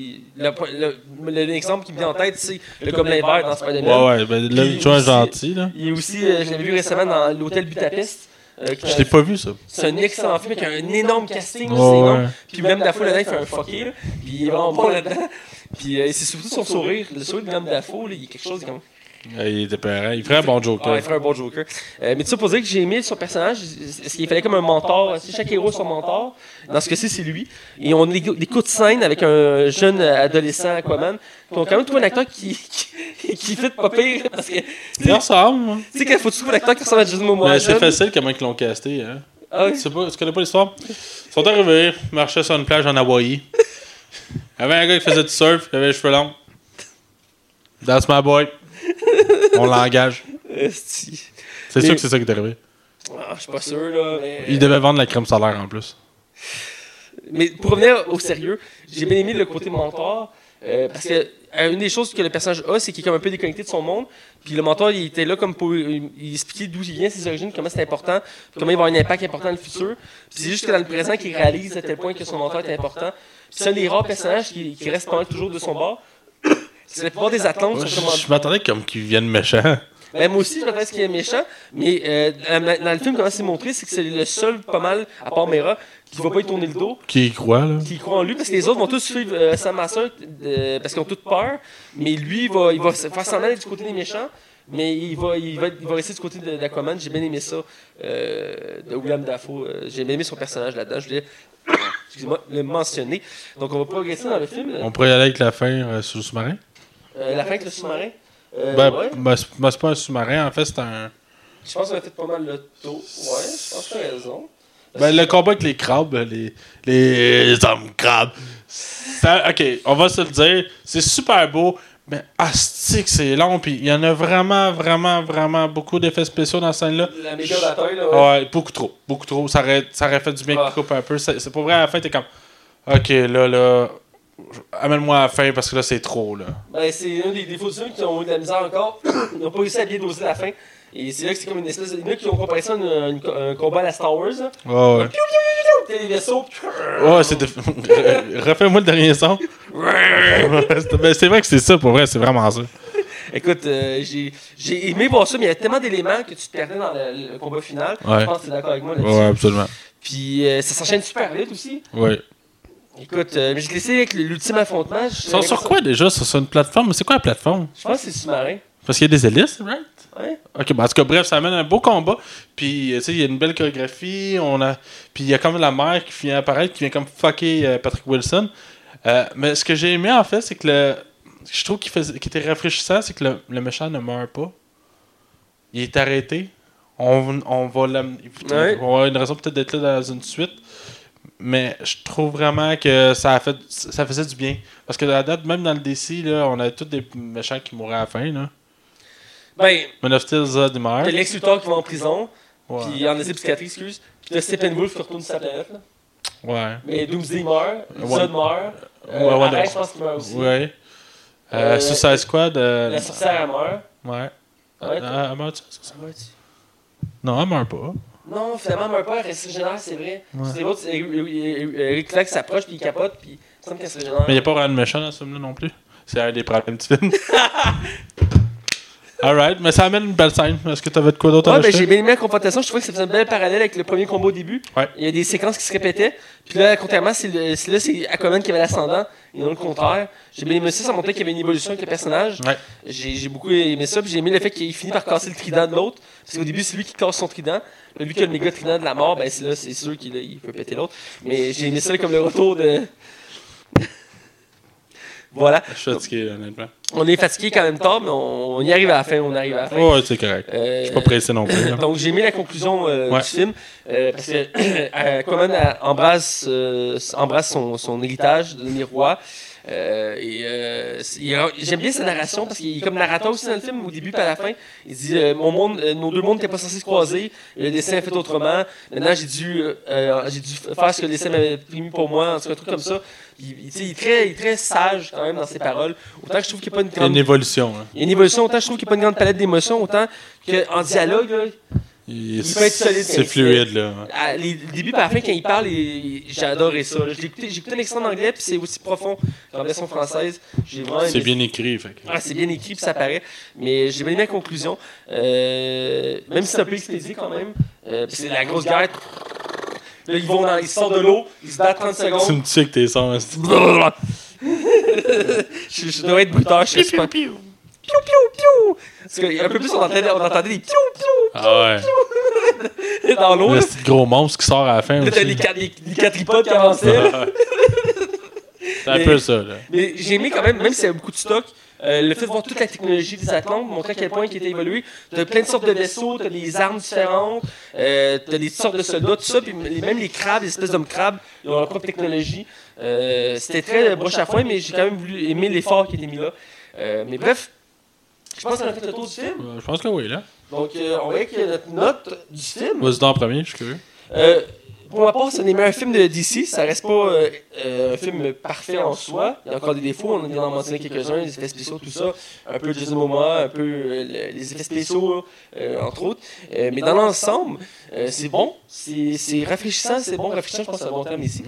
L'exemple qui me vient en tête, c'est le Gobelin Vert dans Spider-Man. Ouais, ben là, il joue un gentil. Là. Il est aussi, je l'avais vu récemment dans l'Hôtel Budapest. Je l'ai pas vu, ça. C'est un excellent film avec un énorme casting. Là, c'est énorme. ouais. Puis même Dafoe là-dedans, il fait un fucké. Là. Puis il est vraiment bon là-dedans. Puis c'est surtout son sourire. Le sourire de William Dafoe, là, il y a quelque chose comme. Il était peurant. Il ferait un bon Joker. Ouais, il ferait un bon Joker. Mais tout ça pour dire que j'ai aimé son personnage. Est-ce qu'il fallait comme un mentor? C'est chaque héros son mentor. Dans ce cas-ci, c'est lui. Et on a des coups de scène avec un jeune adolescent Aquaman. On a quand même trouvé un acteur qui fait pas pire. Parce que, il ressemble. Hein. Tu sais, qu'il faut trouver un acteur qui ressemble à Jason Momoa. C'est facile comment ils l'ont casté. Hein. Ah oui? Tu connais pas l'histoire? Ils sont arrivés, marchaient sur une plage en Hawaï. Il y avait un gars qui faisait du surf, il avait les cheveux longs. That's my boy. On l'engage. C'est sûr que c'est ça qui est arrivé. Ah, je suis pas sûr, là. Mais... Il devait vendre la crème solaire en plus. Mais pour revenir au sérieux, j'ai bien aimé le côté mentor. Parce que une des choses que le personnage a, c'est qu'il est comme un peu déconnecté de son monde. Puis le mentor, il était là comme pour il expliquer d'où il vient, ses origines, comment c'est important, comment il va avoir un impact important dans le futur. Puis c'est juste que dans le présent qu'il réalise à tel point que son mentor est important. Puis c'est un des rares personnages qui reste pas mal toujours de son bord. C'est la plupart des Atlantes. Ouais, je m'attendais comme qu'ils viennent méchants. Ben, moi aussi, je m'attendais à ce qu'il est méchant, mais dans le film, comment c'est montré, c'est que c'est le seul, pas mal, à part Mera, qui va pas y tourner le dos. Qui y croit, là. Qui croit en lui, parce que les autres vont tous suivre Sam Masseur, parce qu'ils ont toutes peur, mais lui, il va faire semblant d'être du côté des méchants, mais il va rester du côté d'Aquaman. J'ai bien aimé ça, de William Dafoe. J'ai bien aimé son personnage là-dedans. Je voulais, excusez-moi, le mentionner. Donc, on va progresser dans le film. On pourrait y aller avec la fin sur le sous-marin. La fin avec le sous-marin. Ouais. C'est pas un sous-marin, en fait, c'est un. Je pense qu'on a fait pas mal le tour. Ouais, je pense que tu as raison. Le combat avec les crabes, les hommes crabes. Ok, on va se le dire, c'est super beau, mais astique, c'est long, puis il y en a vraiment, vraiment, vraiment beaucoup d'effets spéciaux dans cette scène-là. La méga bataille, là. Ouais, beaucoup trop. Ça aurait fait du bien qu'il coupe un peu. C'est pour vrai, à la fin, t'es comme, ok, là. Amène-moi à la fin parce que là c'est trop là. Ben, c'est un des défauts du film qui ont eu de la misère encore. Ils n'ont pas réussi à bien doser la fin. Et c'est là que c'est comme une espèce de. Il y en a qui ont comparé ça à un combat à la Star Wars. Là. Ouais. T'as les vaisseaux. Ouais, c'était. Refais-moi le dernier son. C'est vrai que c'est ça pour vrai, c'est vraiment ça. Écoute, j'ai aimé voir ça, mais il y a tellement d'éléments que tu te perdais dans le combat final. Ouais. Je pense que tu es d'accord avec moi là-dessus. Ouais, absolument. Puis ça s'enchaîne super vite aussi. Ouais. Écoute, je l'ai laissé avec l'ultime affrontement. Sur quoi déjà? Sur une plateforme? C'est quoi la plateforme? Je pense que c'est le sous-marin. Parce qu'il y a des hélices, right? Ouais. Ok, en tout cas, bref, ça amène un beau combat. Puis, tu sais, il y a une belle chorégraphie. Puis, il y a comme la mère qui vient apparaître, qui vient comme fucker Patrick Wilson. Mais ce que j'ai aimé, en fait, c'est que je trouve qu'il était rafraîchissant, c'est que le méchant ne meurt pas. Il est arrêté. On va l'amener. Ouais. On va avoir une raison peut-être d'être là dans une suite. Mais je trouve vraiment que ça faisait du bien. Parce que à la date, même dans le DC, là, on a tous des méchants qui mouraient à la fin. Là. Ben, Man of Steel, Zod, il meurt. t'as Lex Luthor qui va en prison, Ouais. puis en essai psychiatrique, excuse. Puis t'as Steppenwolf qui retourne sur sa planète. Là. Ouais. Mais Doomsday meurt, Zod meurt. Arrête, je pense qu'il meurt aussi. Ouais. Suicide Squad. La sorcière, elle meurt. Ouais. Ouais, Elle meurt-tu? elle meurt-tu? Non, elle meurt pas. Non, finalement, elle meurt pas, elle reste régénère, c'est vrai. C'est l'autre, Eric Clark s'approche, puis il capote, puis il semble qu'elle se régénère. Mais il n'y a pas vraiment de méchant dans ce film-là non plus. C'est un des problèmes du film. Alright, mais ça amène une belle scène. Est-ce que tu avais de quoi d'autre à Ouais, ben rajouter? j'ai bien aimé la confrontation. Je trouvais que ça faisait un bel parallèle avec le premier combat au début. Ouais. Il y a des séquences qui se répétaient. Puis là, contrairement, c'est Aquaman qui avait l'ascendant et non le contraire. J'ai bien aimé ça. Ça montrait qu'il y avait une évolution avec le personnage. Ouais. J'ai beaucoup aimé ça. Puis j'ai aimé le fait qu'il finit par casser le trident de l'autre. Parce qu'au début, c'est lui qui casse son trident. Là, lui qui a le méga trident de la mort, ben c'est sûr qu'il peut péter l'autre. Mais j'ai aimé ça comme le retour de. Voilà. Je suis fatigué, honnêtement. On est fatigué quand même tard, mais on y arrive à la fin. On arrive à la fin. Ouais, c'est correct. Je suis pas pressé non plus. Là. Donc j'ai aimé la conclusion du film parce que Aquaman embrasse son héritage de devenir roi. J'aime bien sa narration parce qu'il est comme narrateur aussi dans le film, au début et à la fin. Il dit nos deux mondes n'étaient pas censés se croiser, le dessin est fait autrement. Maintenant, j'ai dû faire ce que le dessin m'avait promis pour moi, en tout cas, un truc comme ça. Il est très sage quand même dans ses paroles. Autant que je trouve qu'il n'y a pas une grande. Il y a une évolution. Hein. Il y a une évolution, autant je trouve qu'il n'y a pas une grande palette d'émotions, autant qu'en dialogue, là, il peut être solide. C'est fluide, là. Le début et la fin, quand il parle, j'ai adoré ça. J'ai écouté l'extrait en anglais, puis c'est aussi profond qu'en version française. C'est bien écrit. Fait que... c'est bien écrit, puis ça paraît. Mais j'ai bien aimé la conclusion. Même si c'est un peu expédié quand même. C'est la grosse guerre. Là, ils sortent de l'eau, ils se battent 30 secondes. Tu me dis que t'es sans. Je dois être bruteur, je sais pas. Piou, piou, piou! Parce qu'un peu plus, on entendait des piou, piou, ah ouais. dans l'eau. Le petit gros monstre qui sort à la fin. Là, aussi. t'as les quatre tripodes qui avançaient. C'est un peu ça, là. Mais j'ai aimé quand même s'il y a beaucoup de stock, le fait de voir toute la technologie des Atlantes, montrer à quel point il était évolué. T'as plein de sortes de vaisseaux, t'as des armes différentes, t'as des sortes de soldats, tout ça, puis même les crabes, les espèces d'hommes crabes, ils ont leur propre technologie. C'était très broche à foin, mais j'ai quand même voulu aimer l'effort qui était mis là. Mais bref, je pense qu'on a fait le tour du film. Je pense que oui, là. Donc, on va avec notre note du film. Vas-y en premier, je suis curieux. Pour ma part, c'est un des meilleurs films de DC. Ça reste pas un film parfait en soi. Il y a encore des défauts. On en a mentionné quelques-uns, les effets spéciaux, tout ça. Un peu Jason Momoa, un peu les effets spéciaux, entre autres. Mais dans l'ensemble, c'est bon. C'est rafraîchissant. C'est bon. Rafraîchissant, je pense que c'est un bon terme ici.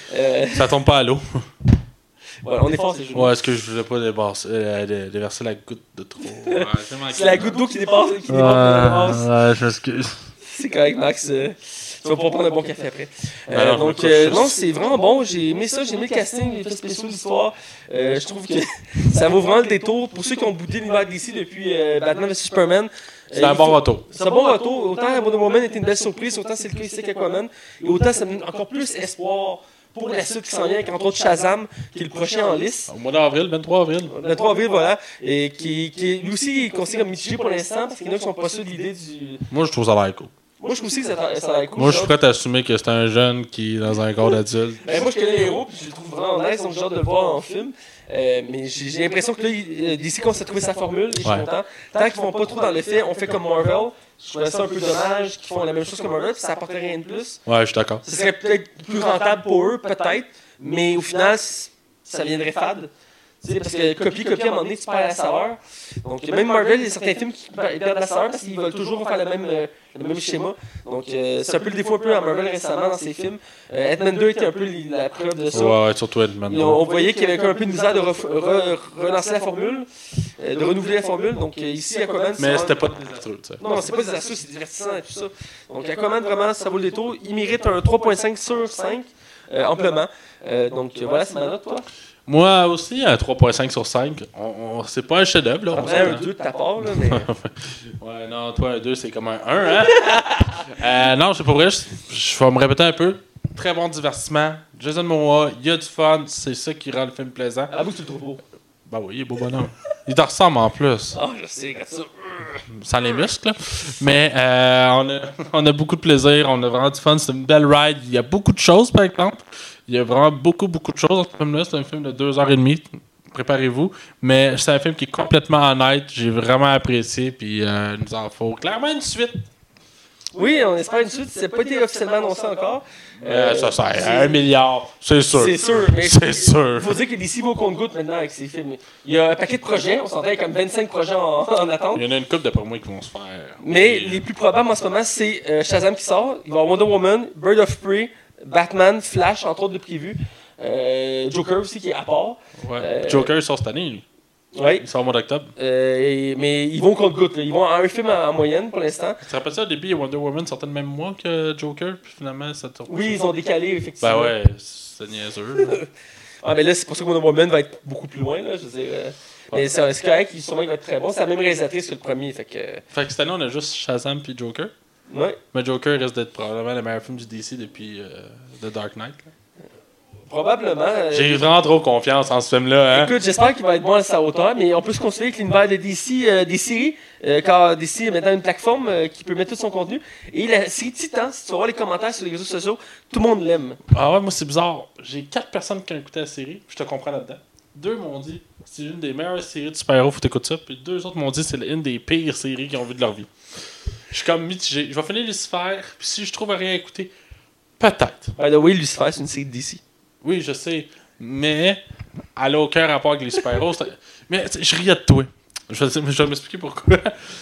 Ça tombe pas à l'eau. Voilà, on est fort, c'est juste. Ouais, est-ce que je voulais pas déverser la goutte de trop? Ouais, c'est la goutte d'eau qui dépasse. Ouais, je m'excuse. C'est correct, Max. Tu vas pouvoir prendre un bon café après. Non, c'est vraiment bon. J'ai aimé ça. J'ai aimé le casting, les effets spéciaux, l'histoire. Je trouve que ça vaut vraiment le détour. Pour ceux qui ont bouté l'univers d'ici depuis Batman vs Superman. C'est un bon retour. C'est un bon retour. Autant Wonder Woman était une belle surprise, autant c'est le cas ici qu'Aquaman. Et autant ça me donne encore plus espoir pour la suite qui s'en vient, avec entre autres Shazam, qui est le prochain en liste. Au mois d'avril, 23 avril. 23 avril, voilà. Et qui lui aussi est considéré comme mitigé pour l'instant, parce qu'il y en a qui sont pas sûrs de l'idée du. Moi, je trouve ça a l'air cool. Moi, je trouve aussi que ça a l'air cool. Moi, je suis prêt à assumer que c'est un jeune qui est dans un corps d'adulte. Moi, je connais les héros, puis je le trouve vraiment nice, donc j'ai hâte de le voir en film. Mais j'ai l'impression que là, d'ici qu'on s'est trouvé sa formule, et je suis content. Tant qu'ils vont pas trop dans le fait, on fait comme Marvel. Je trouvais ça un peu dommage qu'ils font la même chose que Marvel, puis ça apporterait rien de plus. Ouais, je suis d'accord. Ce serait peut-être plus rentable pour eux, peut-être, mais au final, ça viendrait fade. Parce que copier, à un moment donné, tu perds la saveur. Donc, même Marvel, il y a certains films qui perdent la saveur parce qu'ils veulent toujours refaire le même schéma. Donc, c'est un peu le défaut un peu à Marvel récemment dans ses films. Ant-Man 2 était un peu la preuve de ça. Ouais, surtout Ant-Man 2. On voyait qu'il y avait un peu de misère de relancer la formule, de renouveler la formule. Donc, ici, Aquaman... Mais c'était pas désastreux, tu sais. Non, c'est pas désastreux, c'est divertissant et tout ça. Donc, Aquaman, vraiment, ça vaut le détour. Il mérite un 3.5 sur 5, amplement. Donc, voilà, c'est ma note, toi. Moi aussi, un 3.5 sur 5. C'est pas un chef-d'œuvre, là. On un 2 de ta part, là, mais... Ouais, non, toi, un 2, c'est comme un 1, hein? Non, c'est pas vrai, je vais me répéter un peu. Très bon divertissement. Jason Momoa, il y a du fun, c'est ça qui rend le film plaisant. Avoue que tu le trouves beau. Ben oui, il est beau bonhomme. Il te ressemble en plus. Ah, je sais, regarde ça. Sans les muscles, là. Mais on a beaucoup de plaisir, on a vraiment du fun. C'est une belle ride. Il y a beaucoup de choses, par exemple. Il y a vraiment beaucoup de choses dans ce film-là. C'est un film de 2h30. Préparez-vous. Mais c'est un film qui est complètement honnête. J'ai vraiment apprécié. Puis il nous en faut clairement une suite. Oui, on espère une suite. C'est pas été officiellement annoncé encore. Ça sert à 1 milliard. C'est sûr. C'est sûr. Mais c'est sûr. Il faut dire que DC va au compte-goutte maintenant avec ces films. Il y a un paquet de projets. On s'entend comme 25 projets en attente. Il y en a une couple d'après moi qui vont se faire. Mais les plus probables en ce moment, c'est Shazam qui sort. Il va y avoir Wonder Woman, Bird of Prey, Batman, Flash, entre autres de prévus. Joker aussi qui est à part. Ouais. Joker sort cette année, lui. Oui. Il sort au mois d'octobre. Mais ils vont compte-goutte. Ils vont à un film en moyenne pour l'instant. Tu te rappelles ça, au début, Wonder Woman sortait le même mois que Joker, puis finalement, ça tourne. Oui, ils ont décalé, effectivement. Ben ouais, c'est niaiseux. Mais là, c'est pour ça que Wonder Woman va être beaucoup plus loin, là, je veux dire. Mais c'est correct, sûrement il va être très bon. C'est la même réalisatrice que le premier, fait que cette année, on a juste Shazam puis Joker. Ouais. Mais Joker risque d'être probablement le meilleur film du DC depuis The Dark Knight. Là. Probablement. J'ai vraiment trop confiance en ce film-là. Hein? Écoute, j'espère qu'il va être bon à sa hauteur, mais on peut se considérer que l'univers de DC, des séries, car DC est maintenant une plateforme qui peut mettre tout son contenu. Et la série Titan, si tu vas voir les commentaires sur les réseaux sociaux, tout le monde l'aime. Ah ouais, moi c'est bizarre. J'ai 4 personnes qui ont écouté la série, je te comprends là-dedans. 2 m'ont dit c'est une des meilleures séries de super-héros, faut t'écouter ça. Puis 2 autres m'ont dit c'est une des pires séries qu'ils ont vues de leur vie. Je suis comme mitigé. Je vais finir Lucifer, puis si je trouve rien à écouter, peut-être. By the way, Lucifer, c'est une série d'ici. Oui, je sais. Mais elle a aucun rapport avec les super-héros. Mais je riais de toi. Je vais m'expliquer pourquoi.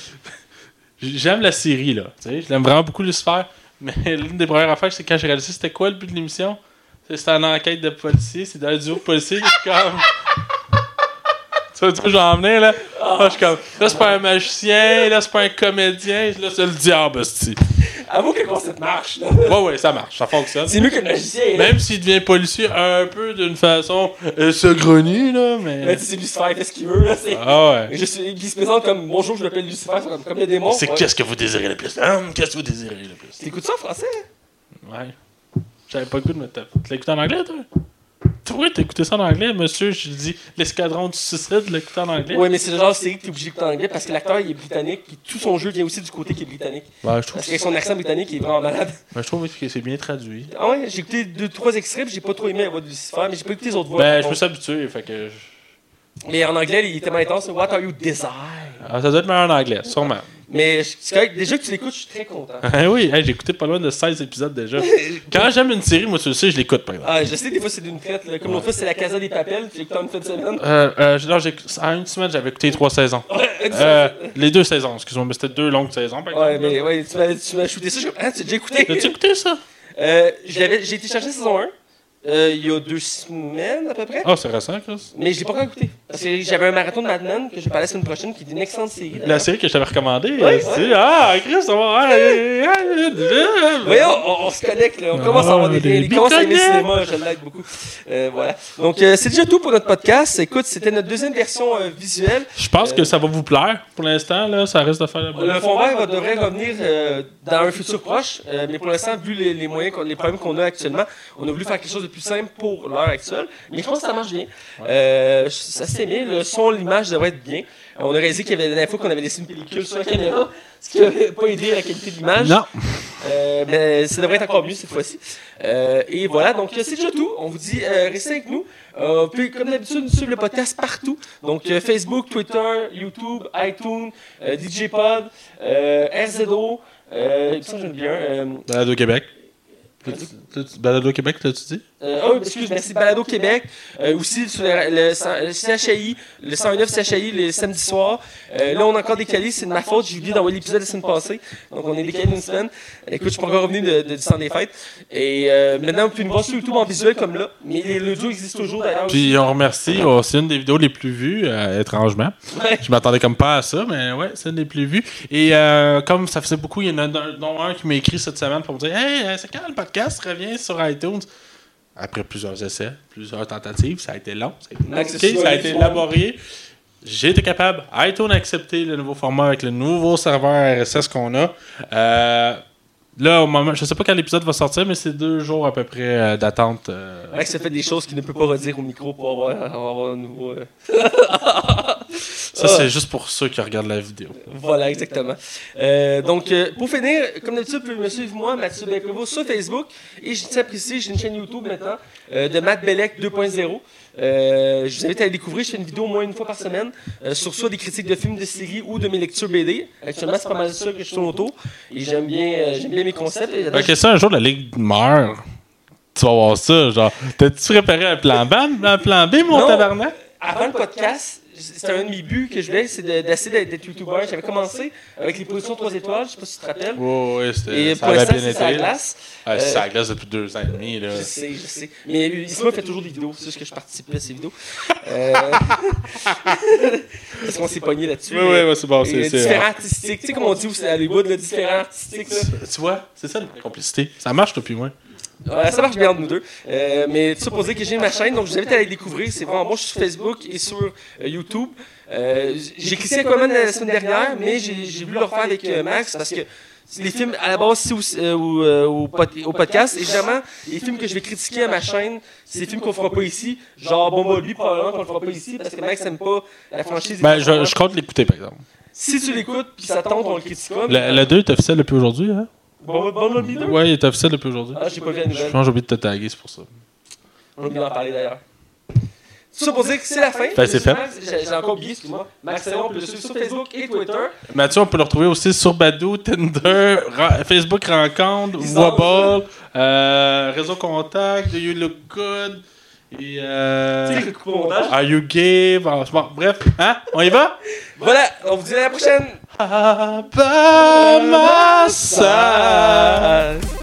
J'aime la série, là. T'sais, je l'aime vraiment beaucoup, Lucifer. Mais l'une des premières affaires, c'est quand j'ai réalisé c'était quoi le but de l'émission. C'était une enquête de policier. C'est dans le duo de policier. Je suis comme... Tu vois où j'en venais, là? Là, je suis comme... Là, c'est pas un magicien. Là, c'est pas un comédien. Là, c'est le diable, c'ti. Avoue que le concept marche, là. Ouais, ça marche. Ça fonctionne. C'est mieux que le magicien. Même s'il devient policier un peu d'une façon saugrenue, là, mais... Mais tu sais, Lucifer, il fait ce qu'il veut, là. Ah ouais. Il se présente comme « Bonjour, je m'appelle Lucifer », comme le démon. C'est qu'est-ce que vous désirez le plus? Qu'est-ce que vous désirez le plus? T'écoutes ça en français? Ouais. J'avais pas le goût de me taper. Tu l'as écouté en anglais, toi? Oui, t'as écouté ça en anglais, monsieur. Je dis l'escadron du suicide, tu l'as écouté en anglais. Oui, mais c'est le genre de série que t'es obligé d'écouter en anglais parce que l'acteur il est britannique puis tout son jeu vient aussi du côté qui est britannique. Ouais, je trouve Parce qu'avec son accent britannique, il est vraiment malade. je trouve que c'est bien traduit. Ah ouais, j'ai écouté 2-3 extraits puis j'ai pas trop aimé la voix de Lucifer, mais j'ai pas écouté les autres voix. Ben, je me suis habitué, fait que... Mais en anglais, il est tellement intense. What are you desire? Ah, ça doit être meilleur en anglais, sûrement. Mais c'est correct. Déjà que tu l'écoutes, je suis très content. Oui, hey, j'ai écouté pas loin de 16 épisodes déjà. Quand j'aime une série, moi, tu le sais, je l'écoute, par exemple. Ah, je sais, des fois, c'est d'une traite. Là. Comme l'autre fois, c'est la Casa des Papels. J'ai écouté en une fin de semaine. En une semaine, j'avais écouté 3 saisons. Les 2 saisons, excuse-moi, mais c'était 2 longues saisons, par exemple. Ouais, mais ouais, tu m'as shooté ça. Hein, tu as déjà écouté? As-tu écouté ça? J'ai été chercher la saison 1. Il y a 2 semaines à peu près. Ah, c'est récent, Chris. Mais je l'ai pas encore écouté. Parce que j'avais un marathon de Mad Men que je vais parler la semaine prochaine qui est une excellente série. La d'ailleurs. série que je t'avais recommandée. Ouais. Chris, on va. Voyons, on se connecte, là. On commence à avoir des liens. Il commence à aimer le cinéma, je l'aide beaucoup. Voilà. Donc, c'est déjà tout pour notre podcast. Écoute, c'était notre deuxième version visuelle. Je pense que ça va vous plaire pour l'instant. Là, ça reste de faire la bonne. Le fond vert devrait revenir dans un futur proche. Mais pour l'instant, vu les moyens, les problèmes qu'on a actuellement, on a voulu faire quelque chose de plus simple pour l'heure actuelle. Mais je pense que ça marche bien. Ça s'est bien. Le son, l'image devrait être bien. On a réalisé qu'il y avait la dernière fois qu'on avait laissé une pellicule sur la caméra, ce qui n'avait pas aidé à la qualité de l'image. Non. Mais ça devrait être encore mieux cette fois-ci. Et voilà, donc c'est déjà tout. On vous dit, restez avec nous. Vous pouvez, comme d'habitude, nous suivre le podcast partout. Donc Facebook, Twitter, YouTube, iTunes, DJ Pod, RZO, il me semble que j'en oublie un. Balado Québec. Balado Québec, l'as-tu dit? Merci. Balado Québec. Aussi sur le CHI, le 109 CHI, le samedi soir. Là, on a encore décalé. C'est de ma faute. J'ai oublié d'envoyer l'épisode la semaine passée. Donc, on est décalé d'une semaine. Écoute, je suis pas encore revenu du temps des fêtes. Et maintenant, vous pouvez nous voir sur YouTube en visuel comme là. Mais le duo existe toujours d'ailleurs. Puis, on remercie. C'est une des vidéos les plus vues, étrangement. Ouais. Je m'attendais comme pas à ça, mais ouais, c'est une des plus vues. Et comme ça faisait beaucoup, il y en a un qui m'a écrit cette semaine pour me dire « Hey, c'est quand le podcast revient sur iTunes? » Après plusieurs essais, plusieurs tentatives, ça a été long, ça a été laborieux. J'ai été capable, iTunes a accepté le nouveau format avec le nouveau serveur RSS qu'on a. Là, au moment, je sais pas quand l'épisode va sortir, mais c'est 2 jours à peu près d'attente. Max a fait des choses qu'il ne peut pas redire au micro pour avoir un nouveau... Ça, c'est juste pour ceux qui regardent la vidéo. Voilà, exactement. Donc, pour finir, comme d'habitude, vous pouvez me suivre moi, Mathieu Belcovo, sur Facebook. Et je tiens à préciser, j'ai une chaîne YouTube maintenant de Matt Bellec 2.0. Je vous invite à la découvrir. Je fais une vidéo au moins une fois par semaine sur soit des critiques de films, de séries ou de mes lectures BD. Actuellement, c'est pas mal ça que je tourne autour. Et j'aime bien mes concepts. Ok, ça, un jour, la Ligue meurt. Tu vas voir ça, genre, t'as-tu préparé un plan B, mon tabarnak? Avant le podcast, c'était un de mes buts que je voulais, c'est d'essayer d'être youtubeur. J'avais commencé avec les positions 3 étoiles, je sais pas si tu te rappelles. Oui, et ça pour avait l'instant, bien c'est été. à la glace. C'est à la glace depuis 2 ans et demi. Là. Je sais. Mais Isma fait toujours des vidéos, c'est juste que je participe à ces vidéos. Parce qu'on s'est pogné là-dessus. Oui, c'est bon. C'est différent artistique. Tu sais, comme on dit à Hollywood, le différent artistique. Tu vois, c'est ça la complicité. Ça marche depuis moi. Ouais, ça marche bien entre nous deux. Mais tout ça pour dire que j'ai ma chaîne, donc je vous invite à la découvrir. C'est vraiment bon. Je suis sur Facebook et sur YouTube. J'ai critiqué Aquaman la semaine dernière, mais j'ai voulu le refaire avec Max parce que les films, à la base, c'est au podcast. Et généralement, les films que je vais critiquer à ma chaîne, c'est des films qu'on fera pas ici. Genre Bumblebee, probablement qu'on le fera pas ici parce que Max n'aime pas la franchise. Ben, je compte l'écouter, par exemple. Si tu l'écoutes puis ça tente, on le critiquera. Le 2 est officiel depuis aujourd'hui, hein? Bumblebee 2? Ouais, il est officiel depuis aujourd'hui. Ah, j'ai pas vu la nouvelle. Je pense que j'ai oublié de te taguer, c'est pour ça. On a oublié d'en parler d'ailleurs. Ça pour dire que c'est la fin. Ben, c'est fait. J'ai encore oublié, excuse-moi. Max Saint-Onge, on peut le suivre sur Facebook et Twitter. Mathieu, on peut le retrouver aussi sur Badoo, Tinder, Facebook Rencontre, Wobble, Réseau Contact, Do You Look Good, et Are You Gay? Bon, bref, hein? On y va? Voilà, on vous dit à la prochaine! Abba Massa.